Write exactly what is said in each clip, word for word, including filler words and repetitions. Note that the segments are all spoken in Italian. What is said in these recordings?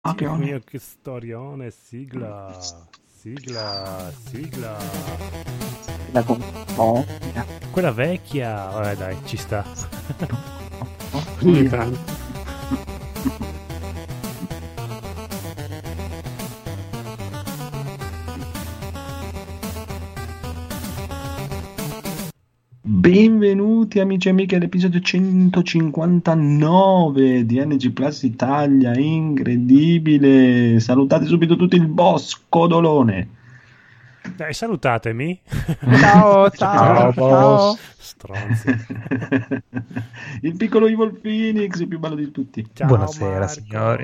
Dio mio, che storione, sigla, sigla, sigla. La con... oh. Quella vecchia, vabbè dai, ci sta. Ogni tanto. Benvenuti amici e amiche all'episodio centocinquantanove di N G Plus Italia, incredibile, salutate subito tutti il boss Codolone. Dai, salutatemi. Ciao, ciao, ciao. Stronzi. Il piccolo Evil Phoenix, il più bello di tutti. Ciao, buonasera Marco. signori.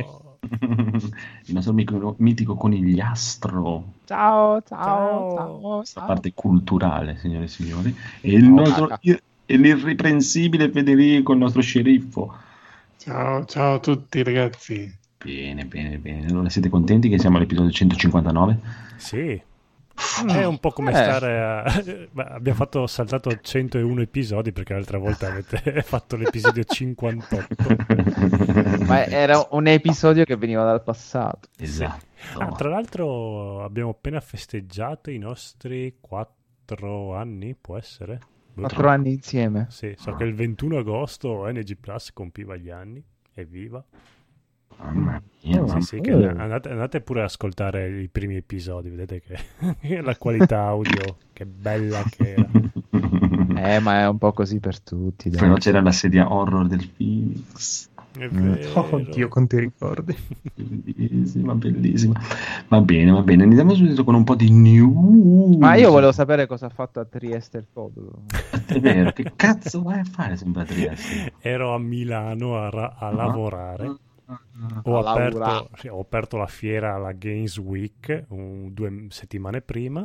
Il nostro amico mitico conigliastro. Ciao, ciao, Ciao. ciao, La ciao. parte culturale, signore e signori, e il Oh, nostro cacca. ir- e l'irriprensibile Federico, il nostro sceriffo. Ciao, ciao a tutti ragazzi. Bene, bene, bene. Allora siete contenti che siamo all'episodio centocinquantanove? Sì. È un po' come Eh. stare a... Beh, abbiamo fatto saltato centouno episodi perché l'altra volta avete fatto l'episodio cinquantotto. Ma era un episodio che veniva dal passato. Esatto. Ah, tra l'altro abbiamo appena festeggiato i nostri quattro anni, può essere? Quattro anni insieme. Sì, so che il ventuno agosto N G Plus compiva gli anni. Evviva! Mamma mia, Sì, mamma sì, che Eh. andate, andate pure ad ascoltare i primi episodi, vedete che la qualità audio, che bella che era. Eh, ma è un po' così per tutti, dai. Però c'era la sedia horror del Phoenix. È Mm. vero. Oddio, quanti ricordi. Bellissima, bellissima. Va bene, va bene. Andiamo subito con un po' di news. Ma io volevo sapere cosa ha fatto a Trieste il Codolo. È vero, che cazzo vai a fare sempre a Trieste? Ero a Milano a, ra- a lavorare. Ho A aperto, lavorare. sì, ho aperto la fiera alla Games Week un- due settimane prima.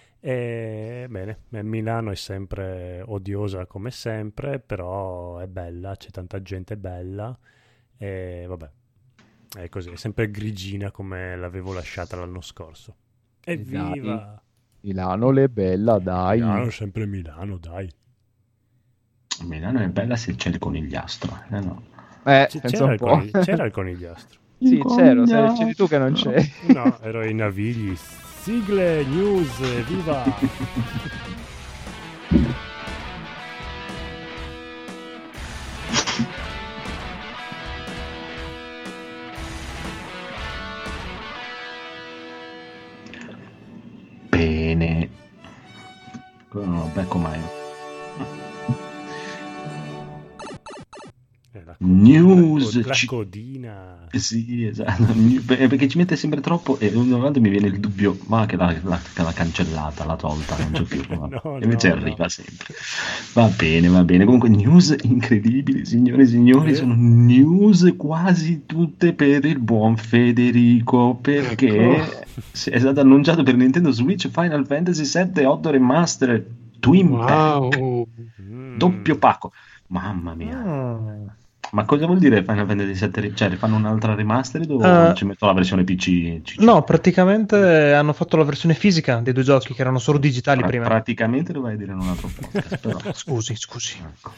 E bene, Milano è sempre odiosa come sempre, però è bella, c'è tanta gente bella e vabbè, è così, è sempre grigina come l'avevo lasciata l'anno scorso. Evviva! Milano le bella, dai. Milano è sempre Milano, dai. Milano è bella se c'è il conigliastro, eh no. Eh, C- pensa c'era, un il po'. conigli- c'era il conigliastro. Sì, c'ero, se c'eri tu che non c'eri. No, ero ai Navigli. Sigle, news, evviva! Bene. Quello non lo becco mai. Eh, la News, La, co- la ci- codina. Eh Sì, esatto. Beh, perché ci mette sempre troppo e una volta mi viene il dubbio, ma che l'ha, l'ha- che l'ha cancellata, l'ha tolta, non c'è più. ma- No, e invece no, arriva no. sempre. Va bene, va bene. Comunque news incredibili, signore e signori, Eh. sono news quasi tutte per il buon Federico, perché Ecco. si- è stato annunciato per Nintendo Switch Final Fantasy sette otto Remastered Twin Pack, Wow. Mm. doppio pacco. Mamma mia. Mm. Ma cosa vuol dire Final Fantasy sette? Cioè, fanno un'altra remastered o Eh, ci metto la versione P C? C C? No, praticamente hanno fatto la versione fisica dei due giochi che erano solo digitali Pra- prima. praticamente dovrei dire in un altro podcast, però. Scusi, scusi. Ecco.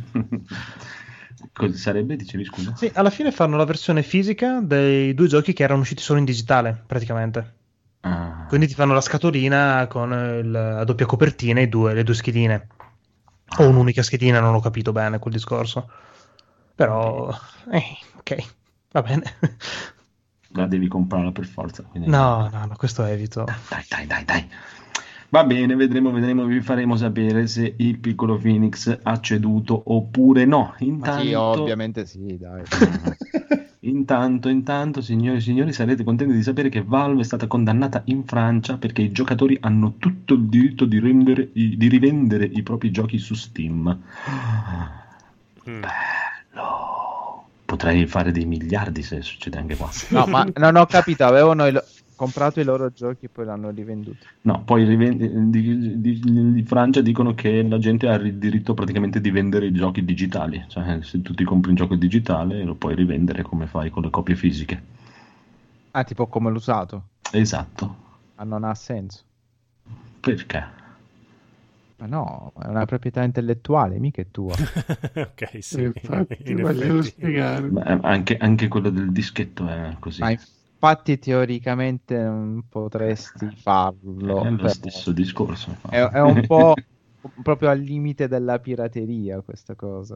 Cosa sarebbe? Dicevi scusa? Sì, alla fine fanno la versione fisica dei due giochi che erano usciti solo in digitale, praticamente. Ah, Quindi ti fanno la scatolina con il- la doppia copertina e i due- le due schedine. O un'unica schedina, non ho capito bene quel discorso. Però, eh, ok, va bene. la devi comprare per forza. quindi- No, no, no, questo evito. Dai, dai, dai, dai. Va bene, vedremo, vedremo, vi faremo sapere se il piccolo Phoenix ha ceduto oppure no. Ma Intanto, sì, ovviamente sì, dai. Intanto, intanto, signori e signori, sarete contenti di sapere che Valve è stata condannata in Francia perché i giocatori hanno tutto il diritto di, rendere, i- di rivendere i propri giochi su Steam. Mm. Bello! Potrei fare dei miliardi se succede anche qua. No, ma non ho capito, avevano il- comprato i loro giochi e poi l'hanno rivenduti. No, poi riven- di, di- di Francia dicono che la gente ha il diritto praticamente di vendere i giochi digitali. Cioè, se tu ti compri un gioco digitale lo puoi rivendere come fai con le copie fisiche. Ah, tipo come l'usato. Esatto. Ah, non ha senso. Perché? Ma no, è una proprietà intellettuale, mica è tua. Ok, sì. Infatti, in voglio effetti. spiegare. Ma anche, anche quello del dischetto è così. Ma in- infatti teoricamente non potresti farlo. È lo però stesso discorso. È, è un po' proprio al limite della pirateria questa cosa.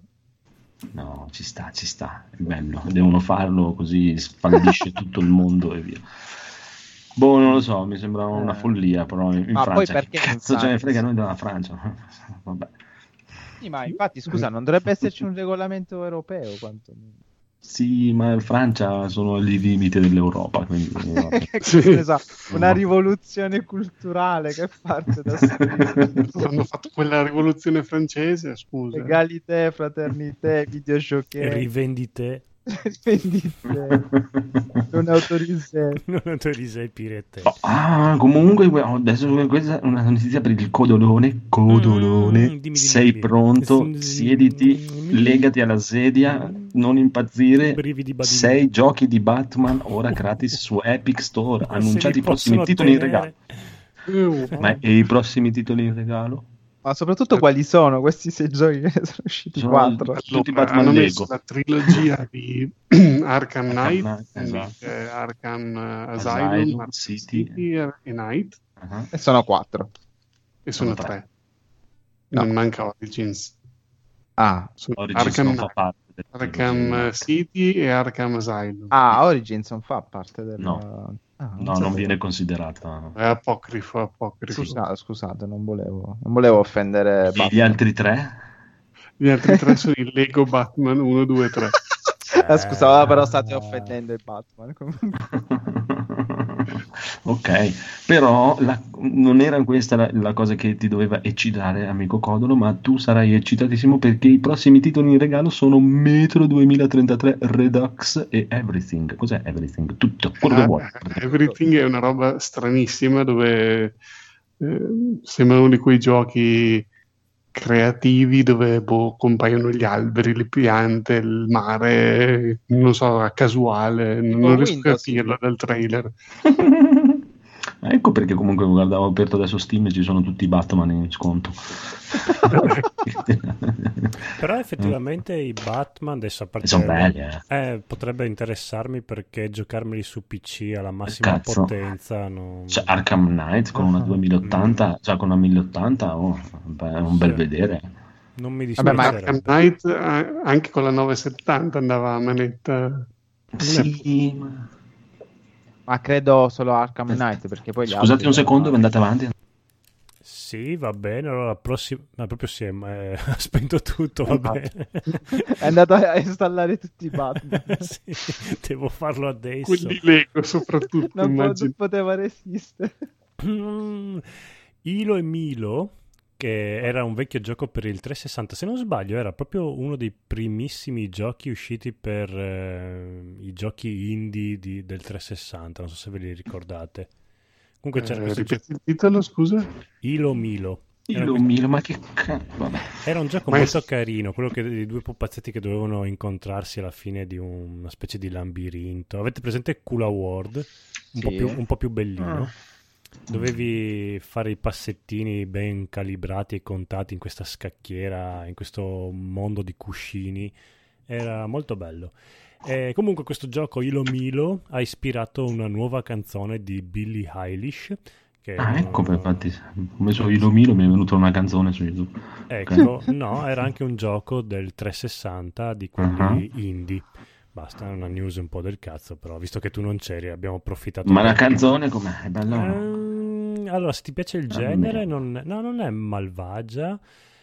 No, ci sta, ci sta, è bello. Devono farlo così fallisce tutto il mondo e via. Boh, non lo so, mi sembra una Eh. follia, però in, in Ma poi Francia perché che in cazzo ce ne Francia? frega noi della Francia? Vabbè. Sì, ma infatti, scusa, non dovrebbe esserci un regolamento europeo quantomeno. Sì, ma in Francia sono i limiti dell'Europa, quindi vabbè. Sì. Ne so, una rivoluzione culturale che parte da Hanno fatto quella rivoluzione francese, scusa. legalité, fraternité, videogiochi, Rivendite, vendite, non autorizzate. non autorizza i pirete. Oh, ah, comunque que- oh, adesso questa è una notizia per il codolone. Codolone, Mm, dimmi, dimmi, sei dimmi. pronto? Mm, Siediti, mm, legati alla sedia, non impazzire. Brividi badini. Sei giochi di Batman ora gratis su Epic Store. Ma Annunciati se i li prossimi possono titoli in tenere. regalo. Uh, Ma e i prossimi titoli in regalo? Ma soprattutto quali sono questi sei giochi che sono usciti? Sono Quattro. tutti allora, Batman hanno Lego. messo la trilogia di Arkham Knight, Knight, quindi, esatto. eh, Arkham eh, Asylum, Asylum, Arkham City. City e e Knight, Ah, E sono quattro. e sono Sono tre. tre. No. Non manca Origins. Ah, Sono Origins Arkham, non fa parte del Arkham trilogia. eh, City e Arkham Asylum. ah, Origins non fa parte del... No. Ah, No, non sapevo. viene considerata. È apocrifo, apocrifo. Scusate, scusate, non volevo, non volevo offendere E gli Batman. altri tre? Gli altri tre sono i Lego Batman uno, due, tre. Eh, scusate, però state offendendo il Batman. comunque. Ok, però la- non era questa la, la cosa che ti doveva eccitare, amico Codolo, ma tu sarai eccitatissimo perché i prossimi titoli in regalo sono Metro duemilatrentatré Redux e Everything. Cos'è Everything? Tutto, quello che vuoi. Ah, Everything è una roba stranissima dove eh, sembra uno di quei giochi creativi dove boh, compaiono gli alberi, le piante, il mare, non so, a casuale, non, non riesco a Windows. capirlo dal trailer. Ecco perché comunque guardavo, ho aperto adesso Steam e ci sono tutti i Batman in sconto. Però effettivamente i Batman adesso a parte Sono belli, eh. eh, potrebbe interessarmi perché giocarmeli su P C alla massima Cazzo. potenza non... Cioè, Arkham Knight con una duemila ottanta, cioè con una mille ottanta, oh, beh, è un bel Sì. vedere. non mi Vabbè, ma Arkham dispiacerebbe. Knight eh, anche con la novecentosettanta andava a manetta. Sì, ma- Ma credo solo Arkham Knight, perché poi gli Scusate altri un secondo e andate avanti. Sì, va bene, allora la prossima... Ma proprio sì, ma, eh, ha spento tutto, va bene. È andato a installare tutti i Batman. Sì, devo farlo adesso. Quelli Lego soprattutto, Non, po- immagino. non poteva resistere. Mm, Ilo e Milo, che era un vecchio gioco per il trecentosessanta, se non sbaglio era proprio uno dei primissimi giochi usciti per eh, i giochi indie di- del trecentosessanta, non so se ve li ricordate. Comunque c'era Eh, questo ripeti il titolo, scusa? gioco, Ilo Milo. Era, Ilo Milo, ma che cazzo, vabbè. era un gioco Ma è- molto carino, quello che i due pupazzetti che dovevano incontrarsi alla fine di un- una specie di labirinto. Avete presente Kula World? Un, po' Sì. più, un po' più bellino. Ah. Dovevi fare i passettini ben calibrati e contati in questa scacchiera, in questo mondo di cuscini. Era molto bello. E comunque questo gioco Ilo Milo ha ispirato una nuova canzone di Billie Eilish. Che, Ah, ecco, per infatti ho messo Ilo Milo, mi è venuta una canzone su YouTube. Ecco, no, era anche un gioco del trecentosessanta di quelli indie. Basta, è una news un po' del cazzo, però visto che tu non c'eri abbiamo approfittato. Ma la per- canzone com'è? È bella o no? Ehm, allora, se ti piace il Ah, genere, no. non, no, non è malvagia.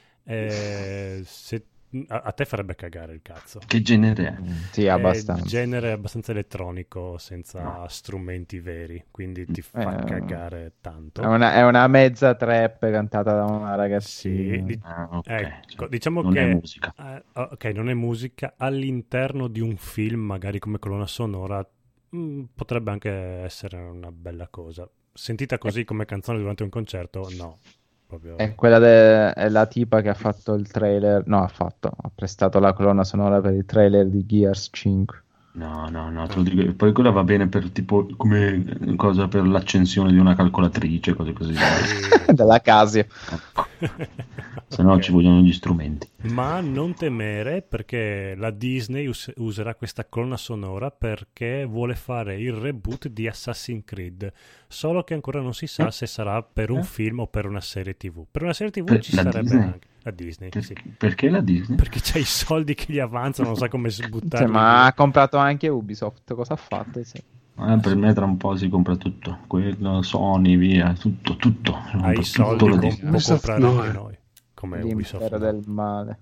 Eh, se- a, a te farebbe cagare il cazzo. Che genere è? Sì, È abbastanza. il genere abbastanza elettronico, senza strumenti veri, quindi ti fa Eh, cagare tanto. È una, è una mezza trap cantata da una Sì, ragazzina. di- Ah, ok. ecco, Cioè, diciamo non che è musica. eh, ok, non è musica all'interno di un film, magari come colonna sonora, mh, potrebbe anche essere una bella cosa. Sentita così come canzone durante un concerto, no. Proprio... È quella de- è la tipa che ha fatto il trailer. No, ha fatto, ha prestato la colonna sonora per il trailer di Gears cinque. No, no, no, te lo dico. Poi quella va bene per tipo come cosa per l'accensione di una calcolatrice, cose così. Della Casio. se no Ok. ci vogliono gli strumenti. Ma non temere, perché la Disney us- userà questa colonna sonora perché vuole fare il reboot di Assassin's Creed, solo che ancora non si sa Eh? se sarà per un Eh? film o per una serie tivù. Per una serie tivù Per- ci la sarebbe Disney? anche la Disney, Per- sì, Perché la Disney? perché c'ha i soldi che gli avanzano, non sa come Cioè, buttarli ma via. ha comprato anche Ubisoft, cosa ha fatto? Sì. Eh, per me tra un po' si compra tutto, quello, Sony, via, tutto, tutto. Si compra Hai i tutto soldi, la com- Disney. può Ubisoft comprare no, anche eh. noi, come Ubisoft. L'impero no. del male.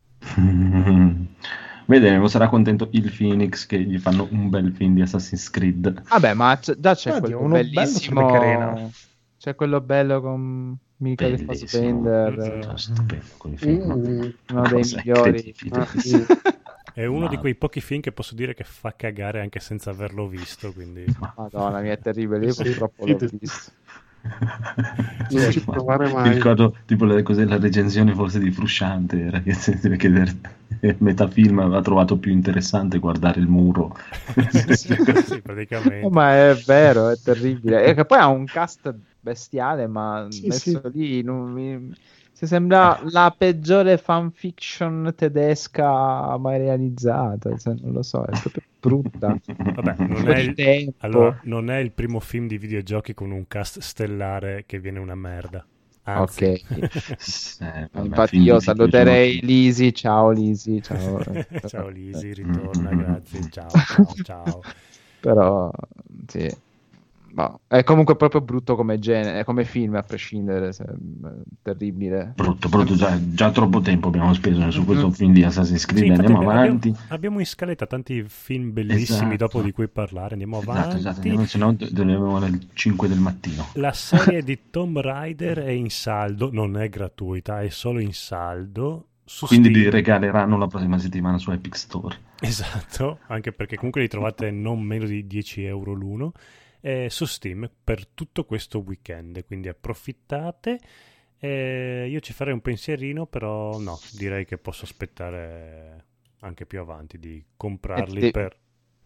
Vedremo, sarà contento il Phoenix che gli fanno un bel film di Assassin's Creed. Vabbè, ma c- già c'è Oddio, quello uno bello bellissimo. sarebbe carino. C'è quello bello con Michael Bellissimo. Fassbender. Mm-mm. Cioè, stupendo quel film. Mm. Uno dei Cosa migliori. incredibile. Ah, sì. È uno Ma- di quei pochi film che posso dire che fa cagare anche senza averlo visto, quindi... Madonna mia, è terribile. Io Sì, purtroppo sì, l'ho sì. visto. Non ci Ma- provare Mi mai. ricordo tipo la, cos'è, la recensione forse di Frusciante era che, che a metà film aveva trovato più interessante guardare il muro. sì, praticamente. Oh, ma è vero, è terribile. E che poi ha un cast bestiale, ma Sì, messo sì. lì non mi- si sembra la peggiore fanfiction tedesca mai realizzata. Cioè, non lo so, è proprio brutta. Vabbè, non è, Fuori il, tempo. allora, non è il primo film di videogiochi con un cast stellare che viene una merda. Anzi. Eh, vabbè, Infatti film io di saluterei videogiochi. Lisi, ciao Lisi, ciao. Ciao Lisi, ritorna, Mm. grazie, ciao, ciao, ciao. Però sì. Boh, è comunque proprio brutto come genere, come film a prescindere, se- terribile. Brutto, brutto, già, già troppo tempo abbiamo speso su questo Mhm. film di Assassin's Creed, Sì, infatti andiamo abbiamo, avanti. abbiamo- abbiamo in scaletta tanti film bellissimi Esatto. dopo di cui parlare, andiamo Esatto, avanti. esatto, andiamo, se no dobbiamo alle cinque del mattino. La serie di Tomb Raider è in saldo, non è gratuita, è solo in saldo. Su Quindi Steam. li regaleranno la prossima settimana su Epic Store. Esatto, anche perché comunque li trovate non meno di dieci euro l'uno eh, su Steam per tutto questo weekend, quindi approfittate. Eh, io ci farei un pensierino, però no, direi che posso aspettare anche più avanti di comprarli E ti- per... Ti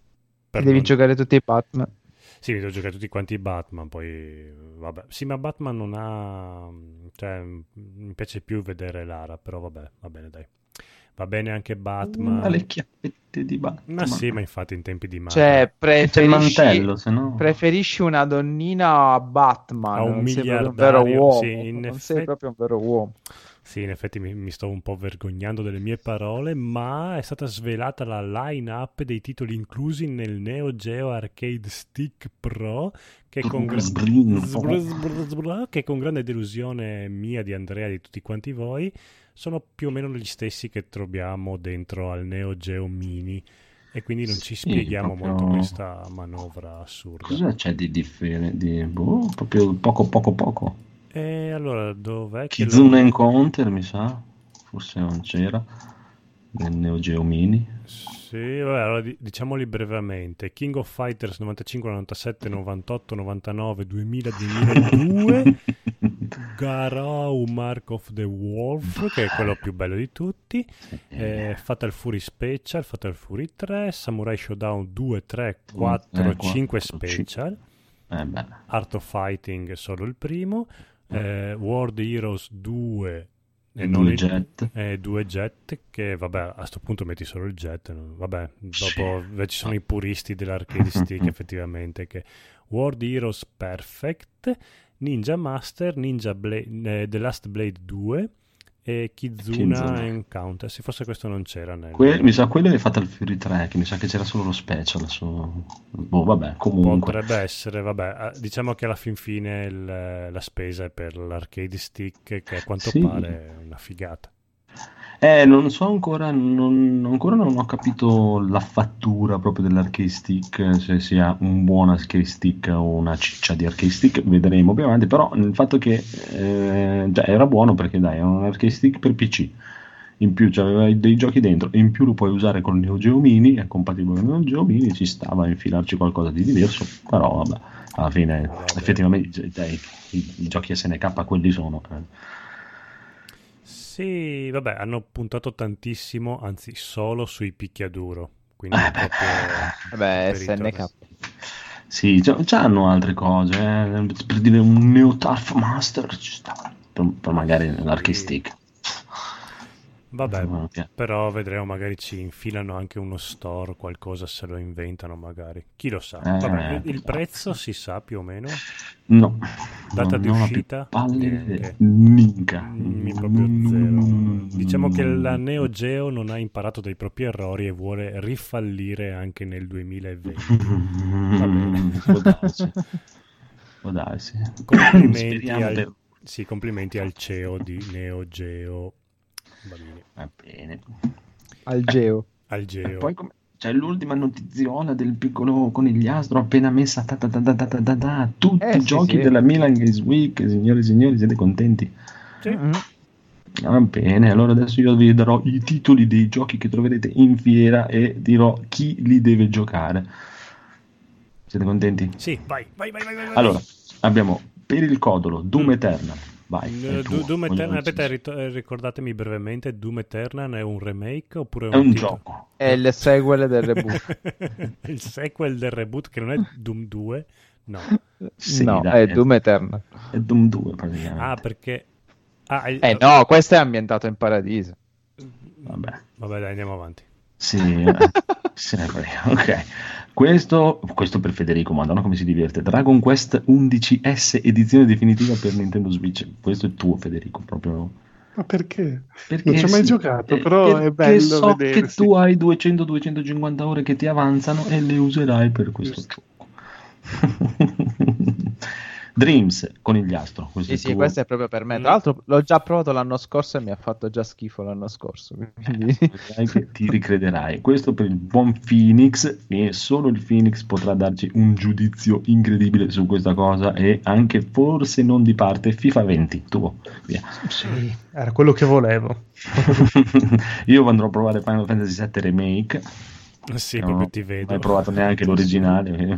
per devi non- giocare tutti i Batman. Sì, mi devo giocare tutti quanti i Batman, poi vabbè. Sì, ma Batman non ha... cioè, mi piace più vedere Lara, però vabbè, va bene, dai. Va bene anche Batman. Ma le chiappette di Batman. Ma sì, ma infatti in tempi di Marvel. Cioè, C'è il preferisci, mantello, se no... preferisci una donnina a Batman, A un non sei proprio un vero miliardario, uomo, sì, in non effetti- sei proprio un vero uomo. Sì, in effetti mi, mi sto un po' vergognando delle mie parole, ma è stata svelata la line-up dei titoli inclusi nel Neo Geo Arcade Stick Pro, che con, gra- Sbrin, Sbr- sbr- sbr- che con grande delusione mia, di Andrea e di tutti quanti voi, sono più o meno gli stessi che troviamo dentro al Neo Geo Mini, e quindi non ci Sì, spieghiamo proprio- molto questa manovra assurda. Cosa c'è di differente? Di... Boh, proprio poco poco poco. E allora, dov'è che Kizuna lo... Encounter, mi sa. Forse non c'era. Nel Neo Geo Mini. Sì, vabbè, allora di- diciamoli brevemente. King of Fighters novantacinque, novantasette, novantotto, novantanove, duemila, duemiladue, Garou Mark of the Wolf, che è quello più bello di tutti, eh, Fatal Fury Special, Fatal Fury tre, Samurai Showdown due, tre, quattro, Eh, cinque quattro, Special, Eh beh. Art of Fighting solo il primo, eh, World Heroes due e E non due il- jet. eh, due jet, che vabbè, a sto punto metti solo il jet, no? Vabbè, Sì. dopo eh, ci sono i puristi dell'arcade stick effettivamente, che World Heroes Perfect, Ninja Master, Ninja Blade, eh, The Last Blade due e Kizuna, Kizuna. Encounter. Se forse questo non c'era nel... Que- mi sa quello è Fatal Fury tre, che mi sa che c'era solo lo special su... Boh, vabbè, comunque. Potrebbe essere, vabbè, eh, diciamo che alla fin fine il- la spesa è per l'arcade stick, che a quanto Sì. pare è una figata. Eh, non so ancora, non, ancora non ho capito la fattura proprio dell'arcade stick, se sia un buon arcade stick o una ciccia di arcade stick, vedremo più avanti, però il fatto che eh, già era buono perché dai, è un arcade stick per P C, in più c'aveva dei giochi dentro, e in più lo puoi usare con il Neo Geo Mini, è compatibile con il Neo Geo Mini, ci stava a infilarci qualcosa di diverso, però vabbè, alla fine Vabbè. effettivamente dai, i, i giochi S N K quelli sono... eh. Sì, vabbè, hanno puntato tantissimo, anzi solo sui picchiaduro, quindi Eh, beh. proprio Vabbè, per i S N K. tornei. Sì, c'ha- c'hanno altre cose, eh. Per dire un Neo Turf Master ci sta, per, per magari l'arcade Sì. stick. Vabbè, Insomma, ok. però vedremo, magari ci infilano anche uno store, qualcosa se lo inventano magari. Chi lo sa. Eh, Vabbè, il prezzo si sa più o meno? No, Data non di ho la uscita? più pallida Neanche. idea. Minca. Mm, proprio zero. Diciamo che la Neo Geo non ha imparato dai propri errori e vuole rifallire anche nel duemilaventi. Va bene. Può darsi. Può darsi. Complimenti Speriamo al, per... sì, complimenti al C E O di Neo Geo. Va bene. Va bene. Al Geo. Al E Geo. poi come... c'è l'ultima notiziola del piccolo conigliastro appena messa ta ta ta ta ta ta ta ta. Tutti Eh, i sì, giochi sì. della Milan Games Week, signore e signori, siete contenti? Sì. Mm-hmm. Va bene, allora adesso io vi darò i titoli dei giochi che troverete in fiera e dirò chi li deve giocare. Siete contenti? Sì, vai, vai, vai, vai, vai, vai. Allora, abbiamo per il codolo Doom Mm. Eternal. Vai, è Eh, il tuo. Du- Doom Voglio Eternal, aspetta, recensione. rit- eh, ricordatemi brevemente, Doom Eternal è un remake oppure È un titolo? gioco. È il sequel del reboot. Il sequel del reboot che non è Doom due? No. Sì, no, dai, è Doom Eternal. È Doom due praticamente. Ah, perché... Ah, il- Eh no, questo è ambientato in paradiso. Vabbè. Vabbè, dai, andiamo avanti. Sì, eh, se ne frega. Ok. Questo, questo per Federico, madonna come si diverte. Dragon Quest undici S edizione definitiva per Nintendo Switch. Questo è tuo, Federico, proprio. Ma perché? Perché Non ci ho mai sì, giocato, eh, però perché è bello so vedersi. che tu hai duecento duecentocinquanta ore che ti avanzano e le userai per questo Giusto. gioco. Dreams, conigliastro. Questo Sì, è sì, tuo. questo è proprio per me. Mm. Tra l'altro l'ho già provato l'anno scorso e mi ha fatto già schifo l'anno scorso. Quindi... Vedrai che ti ricrederai. Questo per il buon Phoenix, e solo il Phoenix potrà darci un giudizio incredibile su questa cosa, e anche forse non di parte. FIFA venti, tuo. Via. Sì, era quello che volevo. Io andrò a provare Final Fantasy sette Remake. Sì, Non proprio ho ti vedo. mai provato neanche l'originale.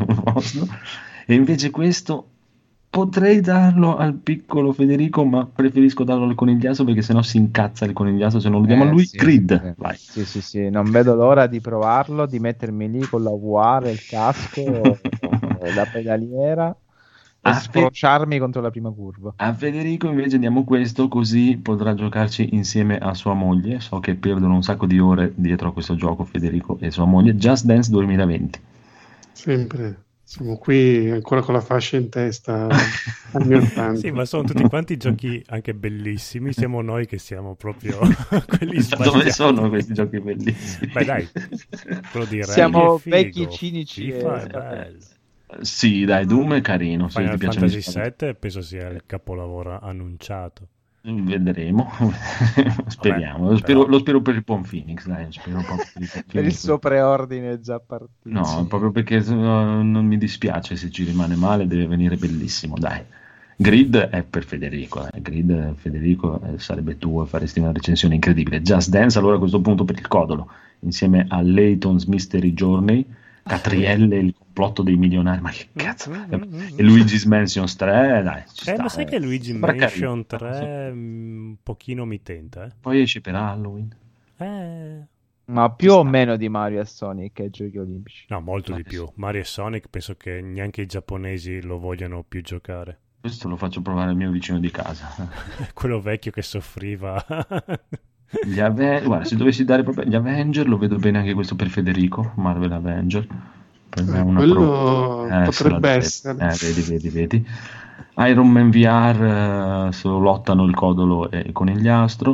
E invece questo potrei darlo al piccolo Federico, ma preferisco darlo al conigliaso perché sennò si incazza il conigliaso se non lo diamo Eh, a lui. sì, Grid, sì. vai. Sì, sì, sì, non vedo l'ora di provarlo, di mettermi lì con la V R, il casco, la pedaliera e Ah, scrociarmi contro la prima curva. A Federico invece diamo questo, così potrà giocarci insieme a sua moglie. So che perdono un sacco di ore dietro a questo gioco Federico e sua moglie. Just Dance duemilaventi. Sempre. Siamo qui ancora con la fascia in testa anni ottanta. Sì, ma sono tutti quanti giochi anche bellissimi. Siamo noi che siamo proprio quelli sbagliati. Dove sono questi giochi bellissimi? Beh, dai, quello di Rally Siamo è figo. vecchi cinici FIFA e- è bello. Sì, dai, Doom è carino. Se Final ti piacciono Fantasy i giochi. sette penso sia il capolavoro annunciato. Vedremo. Speriamo. Vabbè, lo, spero, però- lo spero per il buon Phoenix. Dai, spero proprio per il buon Per il Phoenix. suo preordine è già partito. No, proprio perché uh, non mi dispiace se ci rimane male, deve venire bellissimo, dai. Grid è per Federico, eh. Grid Federico eh, sarebbe tuo, faresti una recensione incredibile. Just Dance allora a questo punto per il codolo, insieme a Layton's Mystery Journey, Catrielle, il complotto dei milionari, ma che cazzo, Mm, mm, e, mm, mm. e Luigi's Mansion tre, dai, ci Eh, sta, ma sai eh. che Luigi Sembra Mansion carino. tre mm, un pochino mi tenta, eh? Poi esce per Halloween. Eh, Ma più o meno di Mario e Sonic ai Giochi Olimpici. no, molto Ma di che più. sì. Mario e Sonic penso che neanche i giapponesi lo vogliano più giocare. Questo lo faccio provare al mio vicino di casa. Quello vecchio che soffriva. Gli Ave- Guarda, se dovessi dare proprio gli Avenger, lo vedo bene anche questo per Federico, Marvel Avenger. Per me è una Quello pro- eh, se la potrebbe deve- essere. eh, vedi, vedi, vedi. Iron Man V R, eh, se lo lottano il codolo e il conigliastro.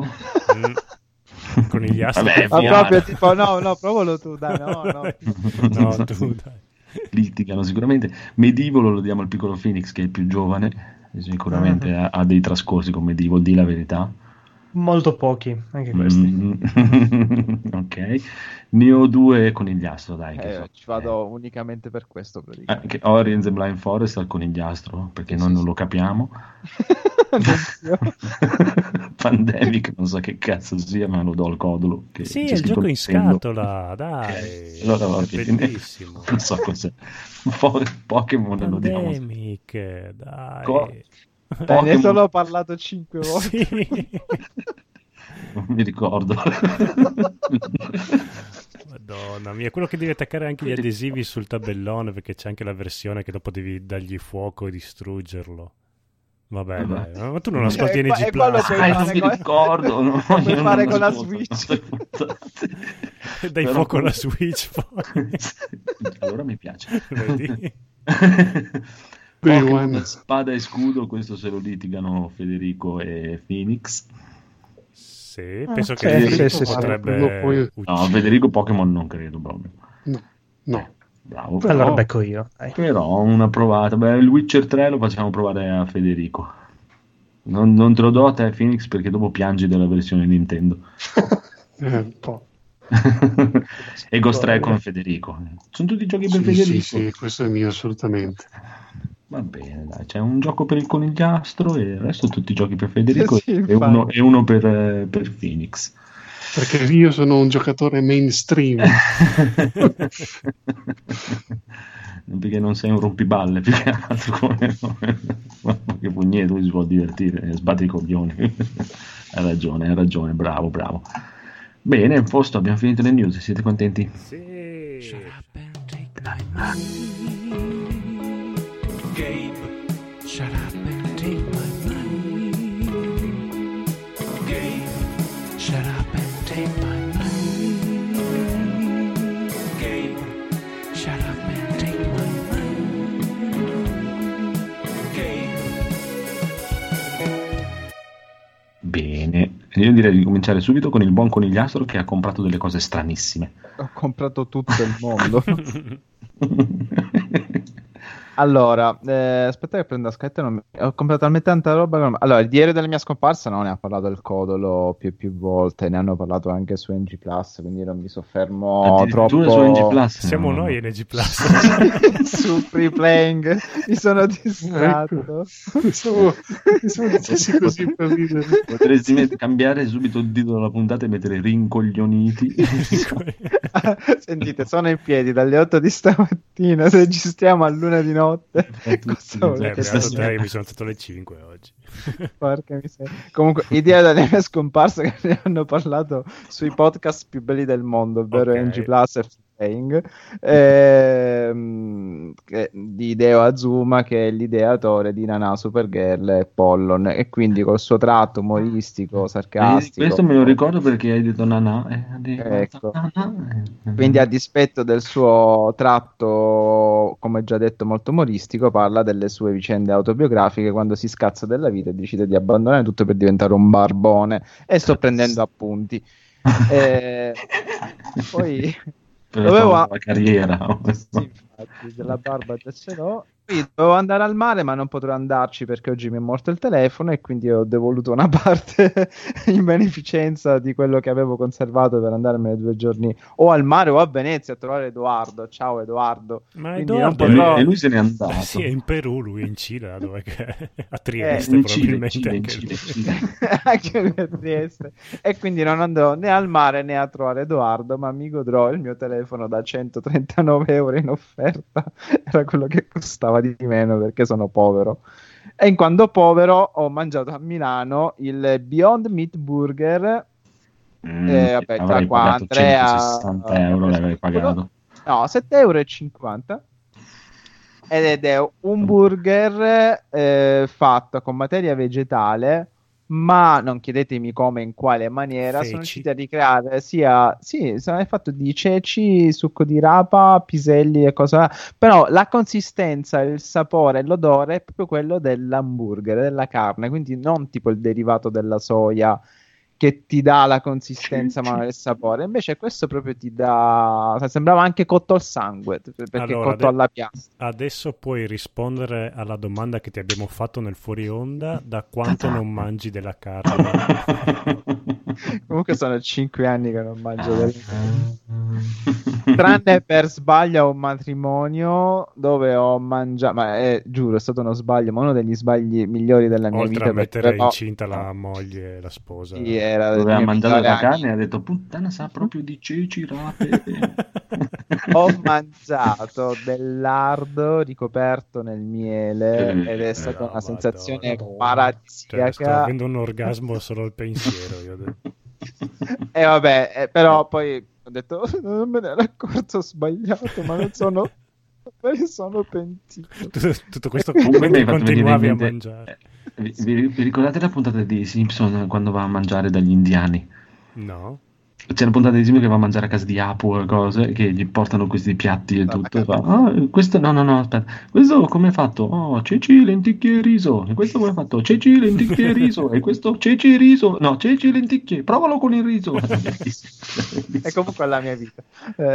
Mm, con gli astri. Vabbè, che Ma via. volano. proprio tipo, no, no, provalo tu, dai, no, no. No, tu dai. Litigano sicuramente. Medieval lo diamo al piccolo Phoenix, che è il più giovane, e sicuramente ha, ha dei trascorsi con Medieval, di la verità. Molto pochi, anche questi. Mm, ok. Neo due e conigliastro, dai. Che Eh, so- ci vado unicamente per questo, praticamente. Eh, che Ori and the Blind Forest al conigliastro, perché Sì, noi sì, non sì. lo capiamo. Attenzione. Pandemic, non so che cazzo sia, ma lo do al codolo. Che Sì, c'è è il scritto gioco in Nintendo. scatola, dai. Ok, allora va È bene. bellissimo. Non so cos'è. Po- Pokémon lo diamo. Pandemic, dai. Co- Dai, ne Pokémon- solo ho parlato cinque volte. Sì. Non mi ricordo. Madonna mia, quello che devi attaccare anche gli adesivi sul tabellone, perché c'è anche la versione che dopo devi dargli fuoco e distruggerlo. Vabbè, Vabbè. dai, ma tu non ascolti E qua- N G e quello Plus. puoi Ah, fare non mi con- ricordo, no, puoi io non fare con la ascolto Switch. queste puntate. Dai Però fuoco alla comunque- Switch poi. Allora mi piace. Vedi? Day Pokémon one. Spada e Scudo, questo se lo litigano Federico e Phoenix. Sì, Ah, penso sì, che sì, Federico sì, sì. potrebbe Quello poi- No, uccidere. Federico Pokémon non credo proprio. No, no. Bravo, Allora però, becco io. Dai. però una provata. Beh, il Witcher tre lo facciamo provare a Federico. Non, non te lo do a te, Phoenix, perché dopo piangi della versione Nintendo. Eh, un po'. E Ghost Recon Federico. Sono tutti giochi per Sì, Federico. sì, sì, questo è mio assolutamente. Va bene, dai, c'è un gioco per il conigliastro e il resto tutti giochi per Federico Sì, e, infatti. uno, e uno per, eh, per Phoenix. Perché io sono un giocatore mainstream. Perché non sei un rompiballe, più che altro come, ma che pugnetto, lui si può divertire, sbatti i coglioni. Hai ragione, hai ragione, bravo, bravo. Bene, posto, abbiamo finito le news, siete contenti? Sì. Gabe, shut up and take my money. Gabe, shut up and take my money. Gabe, shut up and take my money. Gabe. Bene, io direi di cominciare subito con il buon conigliastro che ha comprato delle cose stranissime. Ho comprato tutto il mondo. Allora, eh, aspetta che prendo la scaletta. Non mi- Ho comprato talmente tanta roba. che non- Allora, il diario della mia scomparsa non ne ha parlato il Codolo più e più volte. Ne hanno parlato anche su N G Plus. Quindi non mi soffermo Addirittura troppo su N G Plus. Siamo no, no, noi no. N G Plus. su Free Playing. Mi sono distratto. Pensavo, pensavo dicessi così per ridere. Potresti met- cambiare subito il titolo della puntata e mettere rincoglioniti. Sentite, sono in piedi dalle otto di stamattina. Registriamo a luna di notte. Eh, tutti Cosa i volete Eh, giorni. che beato stasera. te, che mi sono alzato alle cinque oggi. Porca miseria. Comunque, idea delle mie scomparse che ne hanno parlato sui podcast più belli del mondo, ovvero Ok. N G Plus e Free Playing, ehm, che- di Hideo Azuma, che è l'ideatore di Nana Supergirl e Pollon, e quindi col suo tratto umoristico, Eh, sarcastico. questo me lo ricordo perché hai detto Nana. eh, hai detto Ecco. Nana, eh. Quindi, a dispetto del suo tratto, come già detto, molto umoristico, parla delle sue vicende autobiografiche quando si scazza della vita e decide di abbandonare tutto per diventare un barbone. E sto prendendo appunti. Eh, poi Per dovevo la tua carriera. Sì, infatti, della barba già ce l'ho. Quindi dovevo andare al mare, ma non potrò andarci perché oggi mi è morto il telefono e quindi ho devoluto una parte in beneficenza di quello che avevo conservato per andarmene due giorni o al mare o a Venezia a trovare Edoardo. Ciao Edoardo. Ma Quindi Edoardo non potrò- E lui se n'è andato. Eh sì, è in Perù lui, in Cile, dove che è? A Eh, Trieste in Cile, probabilmente Cile, in anche Cile, lui. Cile. anche lui a Trieste. E quindi non andrò né al mare né a trovare Edoardo, ma mi godrò il mio telefono da centotrentanove euro in offerta. Era quello che costava di meno perché sono povero. E in quanto povero ho mangiato a Milano il Beyond Meat Burger. Mm, Eh, vabbè, tra avrai qua pagato Andrea- centosessanta euro, l'avrei pagato. No, sette euro e cinquanta. Ed è un burger eh, fatto con materia vegetale, ma non chiedetemi come e in quale maniera. Feci. Sono riusciti a ricreare sia, sì, sono è fatto di ceci, succo di rapa, piselli e cosa, però la consistenza, il sapore e l'odore è proprio quello dell'hamburger, della carne, quindi non tipo il derivato della soia che ti dà la consistenza ma non il sapore. Invece questo proprio ti dà, cioè, sembrava anche cotto al sangue perché è Allora, cotto ade- alla piastra. Adesso puoi rispondere alla domanda che ti abbiamo fatto nel fuori onda: da quanto non mangi della carne? Comunque sono cinque anni che non mangio del... tranne per sbaglio a un matrimonio dove ho mangiato, ma è, giuro è stato uno sbaglio, ma uno degli sbagli migliori della mia Oltre vita a mettere perché- incinta la moglie e la sposa. Sì, era del Doveva mio mangiare migliore la amico. carne e ha detto puttana sa proprio di ceci, rape. Ho mangiato del lardo ricoperto nel miele Eh, ed è stata eh, una sensazione Madonna. Cioè, paradisiaca. sto avendo un orgasmo solo al pensiero. Io. E vabbè, eh, però poi ho detto "Oh, non me ne ero accorto, ho sbagliato, ma non sono Me ne sono pentito. Tutto, tutto questo Comunque mi mentre hai fatto venire in continuavi a mente- mangiare. eh, Vi, vi- vi ricordate la puntata di Simpson quando va a mangiare dagli indiani? No? C'è una puntata di Simpson che va a mangiare a casa di Apu e cose, che gli portano questi piatti e Dalla tutto. E fa, casa. "Ah, questo no, no, no, aspetta. Questo come è fatto? Oh, ceci, lenticchie e riso. E questo come è fatto? Ceci, lenticchie e riso. E questo ceci e riso. No, ceci, lenticchie. Provalo con il riso. È comunque la mia vita. Eh.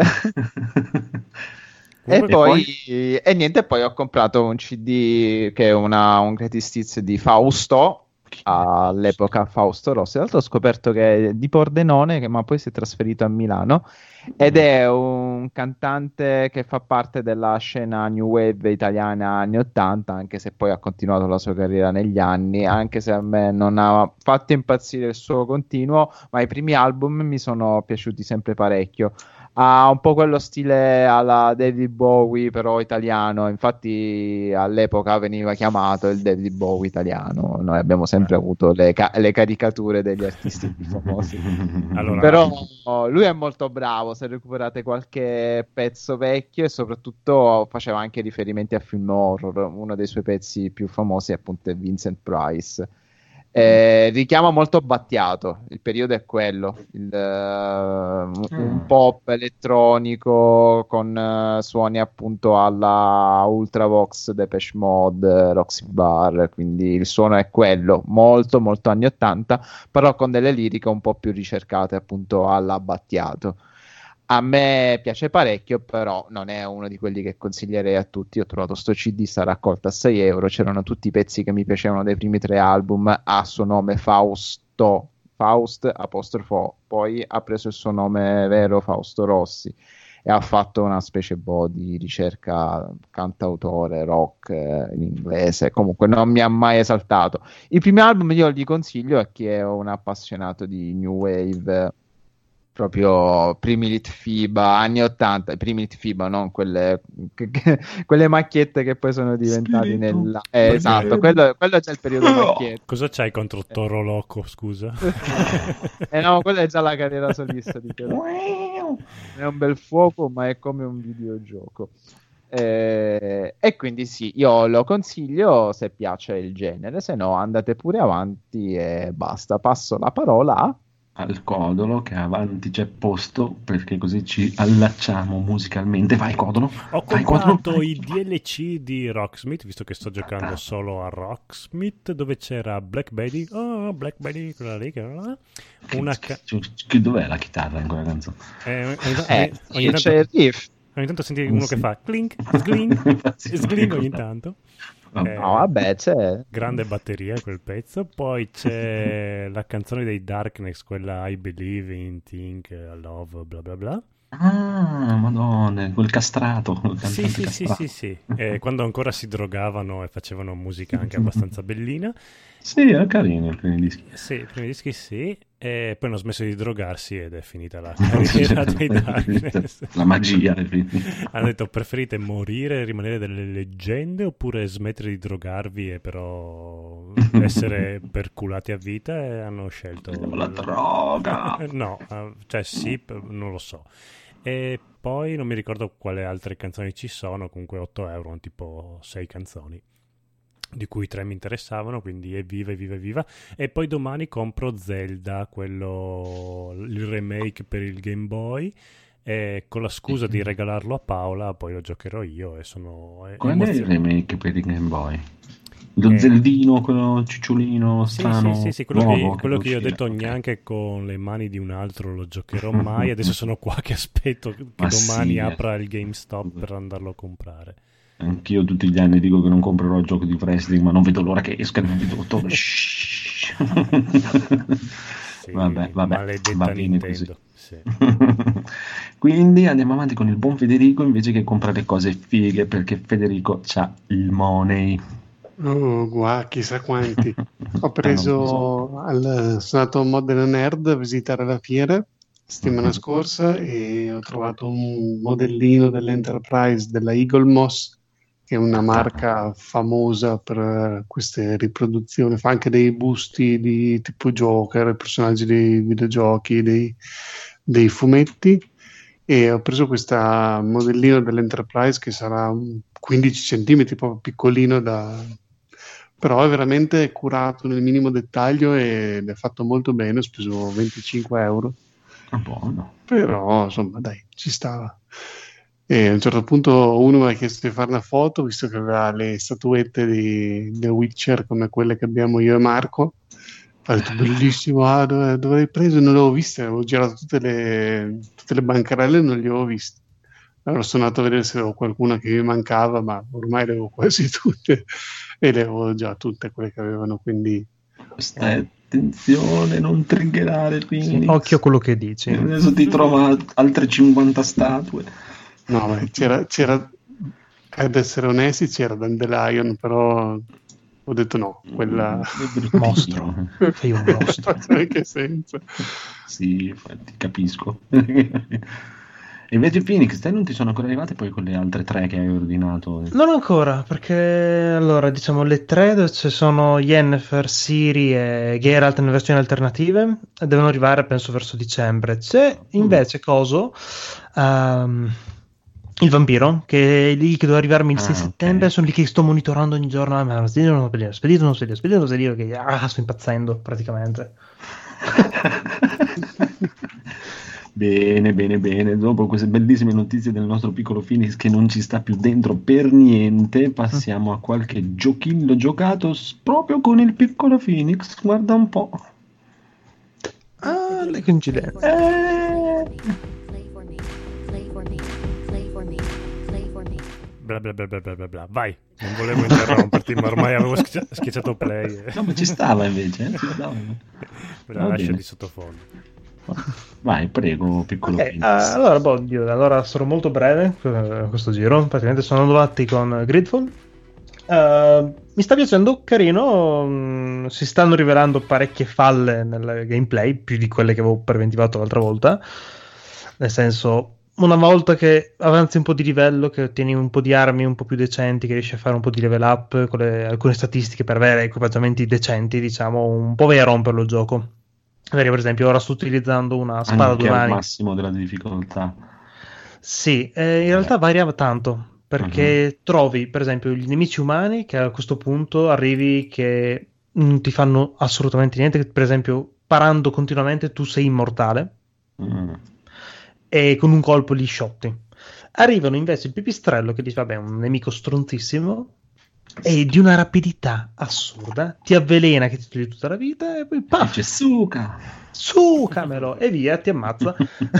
E Comunque- poi, e niente, poi ho comprato un C D che è una, un greatest hits di Fausto, all'epoca Fausto Rossi. Tra l'altro ho scoperto che è di Pordenone, che ma poi si è trasferito a Milano, ed è un cantante che fa parte della scena new wave italiana anni ottanta, anche se poi ha continuato la sua carriera negli anni, anche se a me non ha fatto impazzire il suo continuo, ma i primi album mi sono piaciuti sempre parecchio. Ha un po' quello stile alla David Bowie, però italiano. Infatti, all'epoca veniva chiamato il David Bowie italiano. Noi abbiamo sempre avuto le, ca- le caricature degli artisti più famosi. Allora, Però lui è molto bravo. Se recuperate qualche pezzo vecchio, e soprattutto faceva anche riferimenti a film horror. Uno dei suoi pezzi più famosi, appunto, è Vincent Price. Eh, richiama molto Battiato, il periodo è quello, il, uh, un pop elettronico con uh, suoni appunto alla Ultravox, Depeche Mode, Roxy Bar, quindi il suono è quello, molto molto anni ottanta, però con delle liriche un po' più ricercate appunto alla Battiato. A me piace parecchio, però non è uno di quelli che consiglierei a tutti. Ho trovato sto C D, sta raccolta a sei euro. C'erano tutti i pezzi che mi piacevano dei primi tre album. Ha suo nome Fausto, Faust apostrofo. Poi ha preso il suo nome vero, Fausto Rossi, e ha fatto una specie boh, di ricerca cantautore rock eh, in inglese. Comunque non mi ha mai esaltato. I primi album io li consiglio a chi è un appassionato di New Wave, proprio primi Lit FIBA, anni ottanta, i primi Lit FIBA, non quelle, che- che- quelle macchiette che poi sono diventate Spirito. nella... Eh, esatto, quello, quello c'è il periodo macchiette. cosa c'hai contro Toro Loco, scusa? Eh no, quella è già la carriera solista di quello. È un bel fuoco, ma è come un videogioco. Eh, e quindi sì, io lo consiglio se piace il genere, se no andate pure avanti e basta. Passo la parola a... Al Codolo, che avanti c'è posto, perché così ci allacciamo musicalmente. Vai Codolo, Ho vai Codolo. comprato i D L C di Rocksmith, visto che sto giocando solo a Rocksmith, dove c'era Black Betty, oh Black Betty, quella lì, che una ca- Che- che- Dov'è la chitarra in quella canzone? eh, ogni, ogni- Eh, ogni tanto, c'è il riff. ogni tanto senti uno che fa clink, sglink, Sì, sglink ogni ecco. tanto. Vabbè. Eh, No, vabbè, c'è... grande batteria quel pezzo. Poi c'è la canzone dei Darkness, quella I Believe in Think Love, bla bla bla. Ah, madonna, quel castrato. quel Sì, cantante sì, sì, castrato. sì, sì. Eh, quando ancora si drogavano e facevano musica anche abbastanza bellina. Sì, è carino il primo disco. Sì, i primi dischi sì, e poi hanno smesso di drogarsi ed è finita la carriera dei Darkness. La magia è finita. Hanno detto: preferite morire e rimanere delle leggende oppure smettere di drogarvi e però essere perculati a vita? E hanno scelto La droga. no, eh, cioè sì, p- non lo so. E poi non mi ricordo quale altre canzoni ci sono, comunque otto euro, tipo sei canzoni, di cui tre mi interessavano, quindi evviva, evviva, evviva. E poi domani compro Zelda, quello, il remake per il Game Boy, e con la scusa di regalarlo a Paola, poi lo giocherò io e sono e- Qual è il emozionato. remake per il Game Boy? Lo Eh. Zeldino, quello cicciolino Sì, strano, sì, sì, sì, quello, nuovo, che, quello che io ho uscire. detto Ok. neanche con le mani di un altro lo giocherò mai. Adesso sono qua che aspetto che Ma domani sì, eh. apra il GameStop per andarlo a comprare. Anch'io tutti gli anni dico che non comprerò il gioco di wrestling, ma non vedo l'ora che esca il videotto. Sì, Vabbè, vabbè, maledetta va bene Nintendo. Sì. Quindi andiamo avanti con il buon Federico invece che comprare cose fighe, perché Federico c'ha il money. Oh, guarda, chissà quanti. Ho Ah, non preso, al, sono andato a Modena Nerd a visitare la fiera settimana Mhm. scorsa e ho trovato un modellino dell'Enterprise della Eagle Moss, che è una marca famosa per eh, queste riproduzioni, fa anche dei busti di tipo Joker, personaggi dei videogiochi, dei, dei fumetti. e ho preso questa modellino dell'Enterprise che sarà un quindici centimetri, proprio piccolino, da... però è veramente curato nel minimo dettaglio ed è fatto molto bene. Ho speso venticinque euro, Ah, buono. però insomma dai, ci stava. E a un certo punto uno mi ha chiesto di fare una foto, visto che aveva le statuette di The Witcher come quelle che abbiamo io e Marco. Ha detto bellissimo, ah, dove, dove l'hai preso? Non le avevo viste, avevo girato tutte le, tutte le bancarelle e non le avevo viste. Allora sono andato a vedere se avevo qualcuna che mi mancava, ma ormai le avevo quasi tutte e le avevo già tutte quelle che avevano, quindi Stai attenzione, non triggerare Phoenix. Occhio a quello che dici. Adesso ti trova altre cinquanta statue. no, ma c'era, c'era, ad essere onesti, c'era Dandelion, però ho detto no, quella Mostro. Sei un mostro. in che senso? Sì, infatti, capisco. E invece Phoenix, te non ti sono ancora arrivate poi con le altre tre che hai ordinato? Non ancora, perché allora diciamo le tre dove ci sono Yennefer, Ciri e Geralt nelle versioni alternative devono arrivare penso verso dicembre. C'è invece coso ehm, il vampiro che è lì che doveva arrivarmi il Ah, sei ok. settembre, sono lì che sto monitorando ogni giorno, ah, ma non spedito, non spedito, spedito, non spedito, spedito, non spedito, che ah, sto impazzendo praticamente. Bene, bene, bene. Dopo queste bellissime notizie del nostro piccolo Phoenix che non ci sta più dentro per niente, passiamo a qualche giochillo giocato s- proprio con il piccolo Phoenix. Guarda un po'. Ah, le coincidenze. Eh, Play for me. Play for me. Play for me. Play for me. Bla bla bla bla bla bla bla. Vai, non volevo interromperti, ma ormai avevo schiaccia- schiacciato play. e- no, ma ci stava invece. Eh? Ci stava. Me la Va lascio bene. di sottofondo. Vai, prego, piccolo Ok, Phoenix. eh, allora, boh, Dio, allora sarò molto breve eh, questo giro. Praticamente sono andato avanti con Gridfall. Eh, mi sta piacendo, carino. mm, si stanno rivelando parecchie falle nel gameplay, più di quelle che avevo preventivato l'altra volta. Nel senso, una volta che avanzi un po' di livello, che ottieni un po' di armi un po' più decenti, che riesci a fare un po' di level up con le- alcune statistiche per avere equipaggiamenti decenti, diciamo, un po' vai a romperlo il gioco. Perché, per esempio, ora sto utilizzando una spada a Anche due al mani. massimo della difficoltà. Sì, eh, in realtà variava tanto, perché trovi, per esempio, gli nemici umani che a questo punto arrivi che non ti fanno assolutamente niente, che, per esempio, parando continuamente tu sei immortale Mm. e con un colpo li shotti. Arrivano invece il pipistrello che dice, vabbè, un nemico stronzissimo e di una rapidità assurda, ti avvelena che ti toglie tutta la vita e poi paf, Dice suca. sucamelo e via, ti ammazza.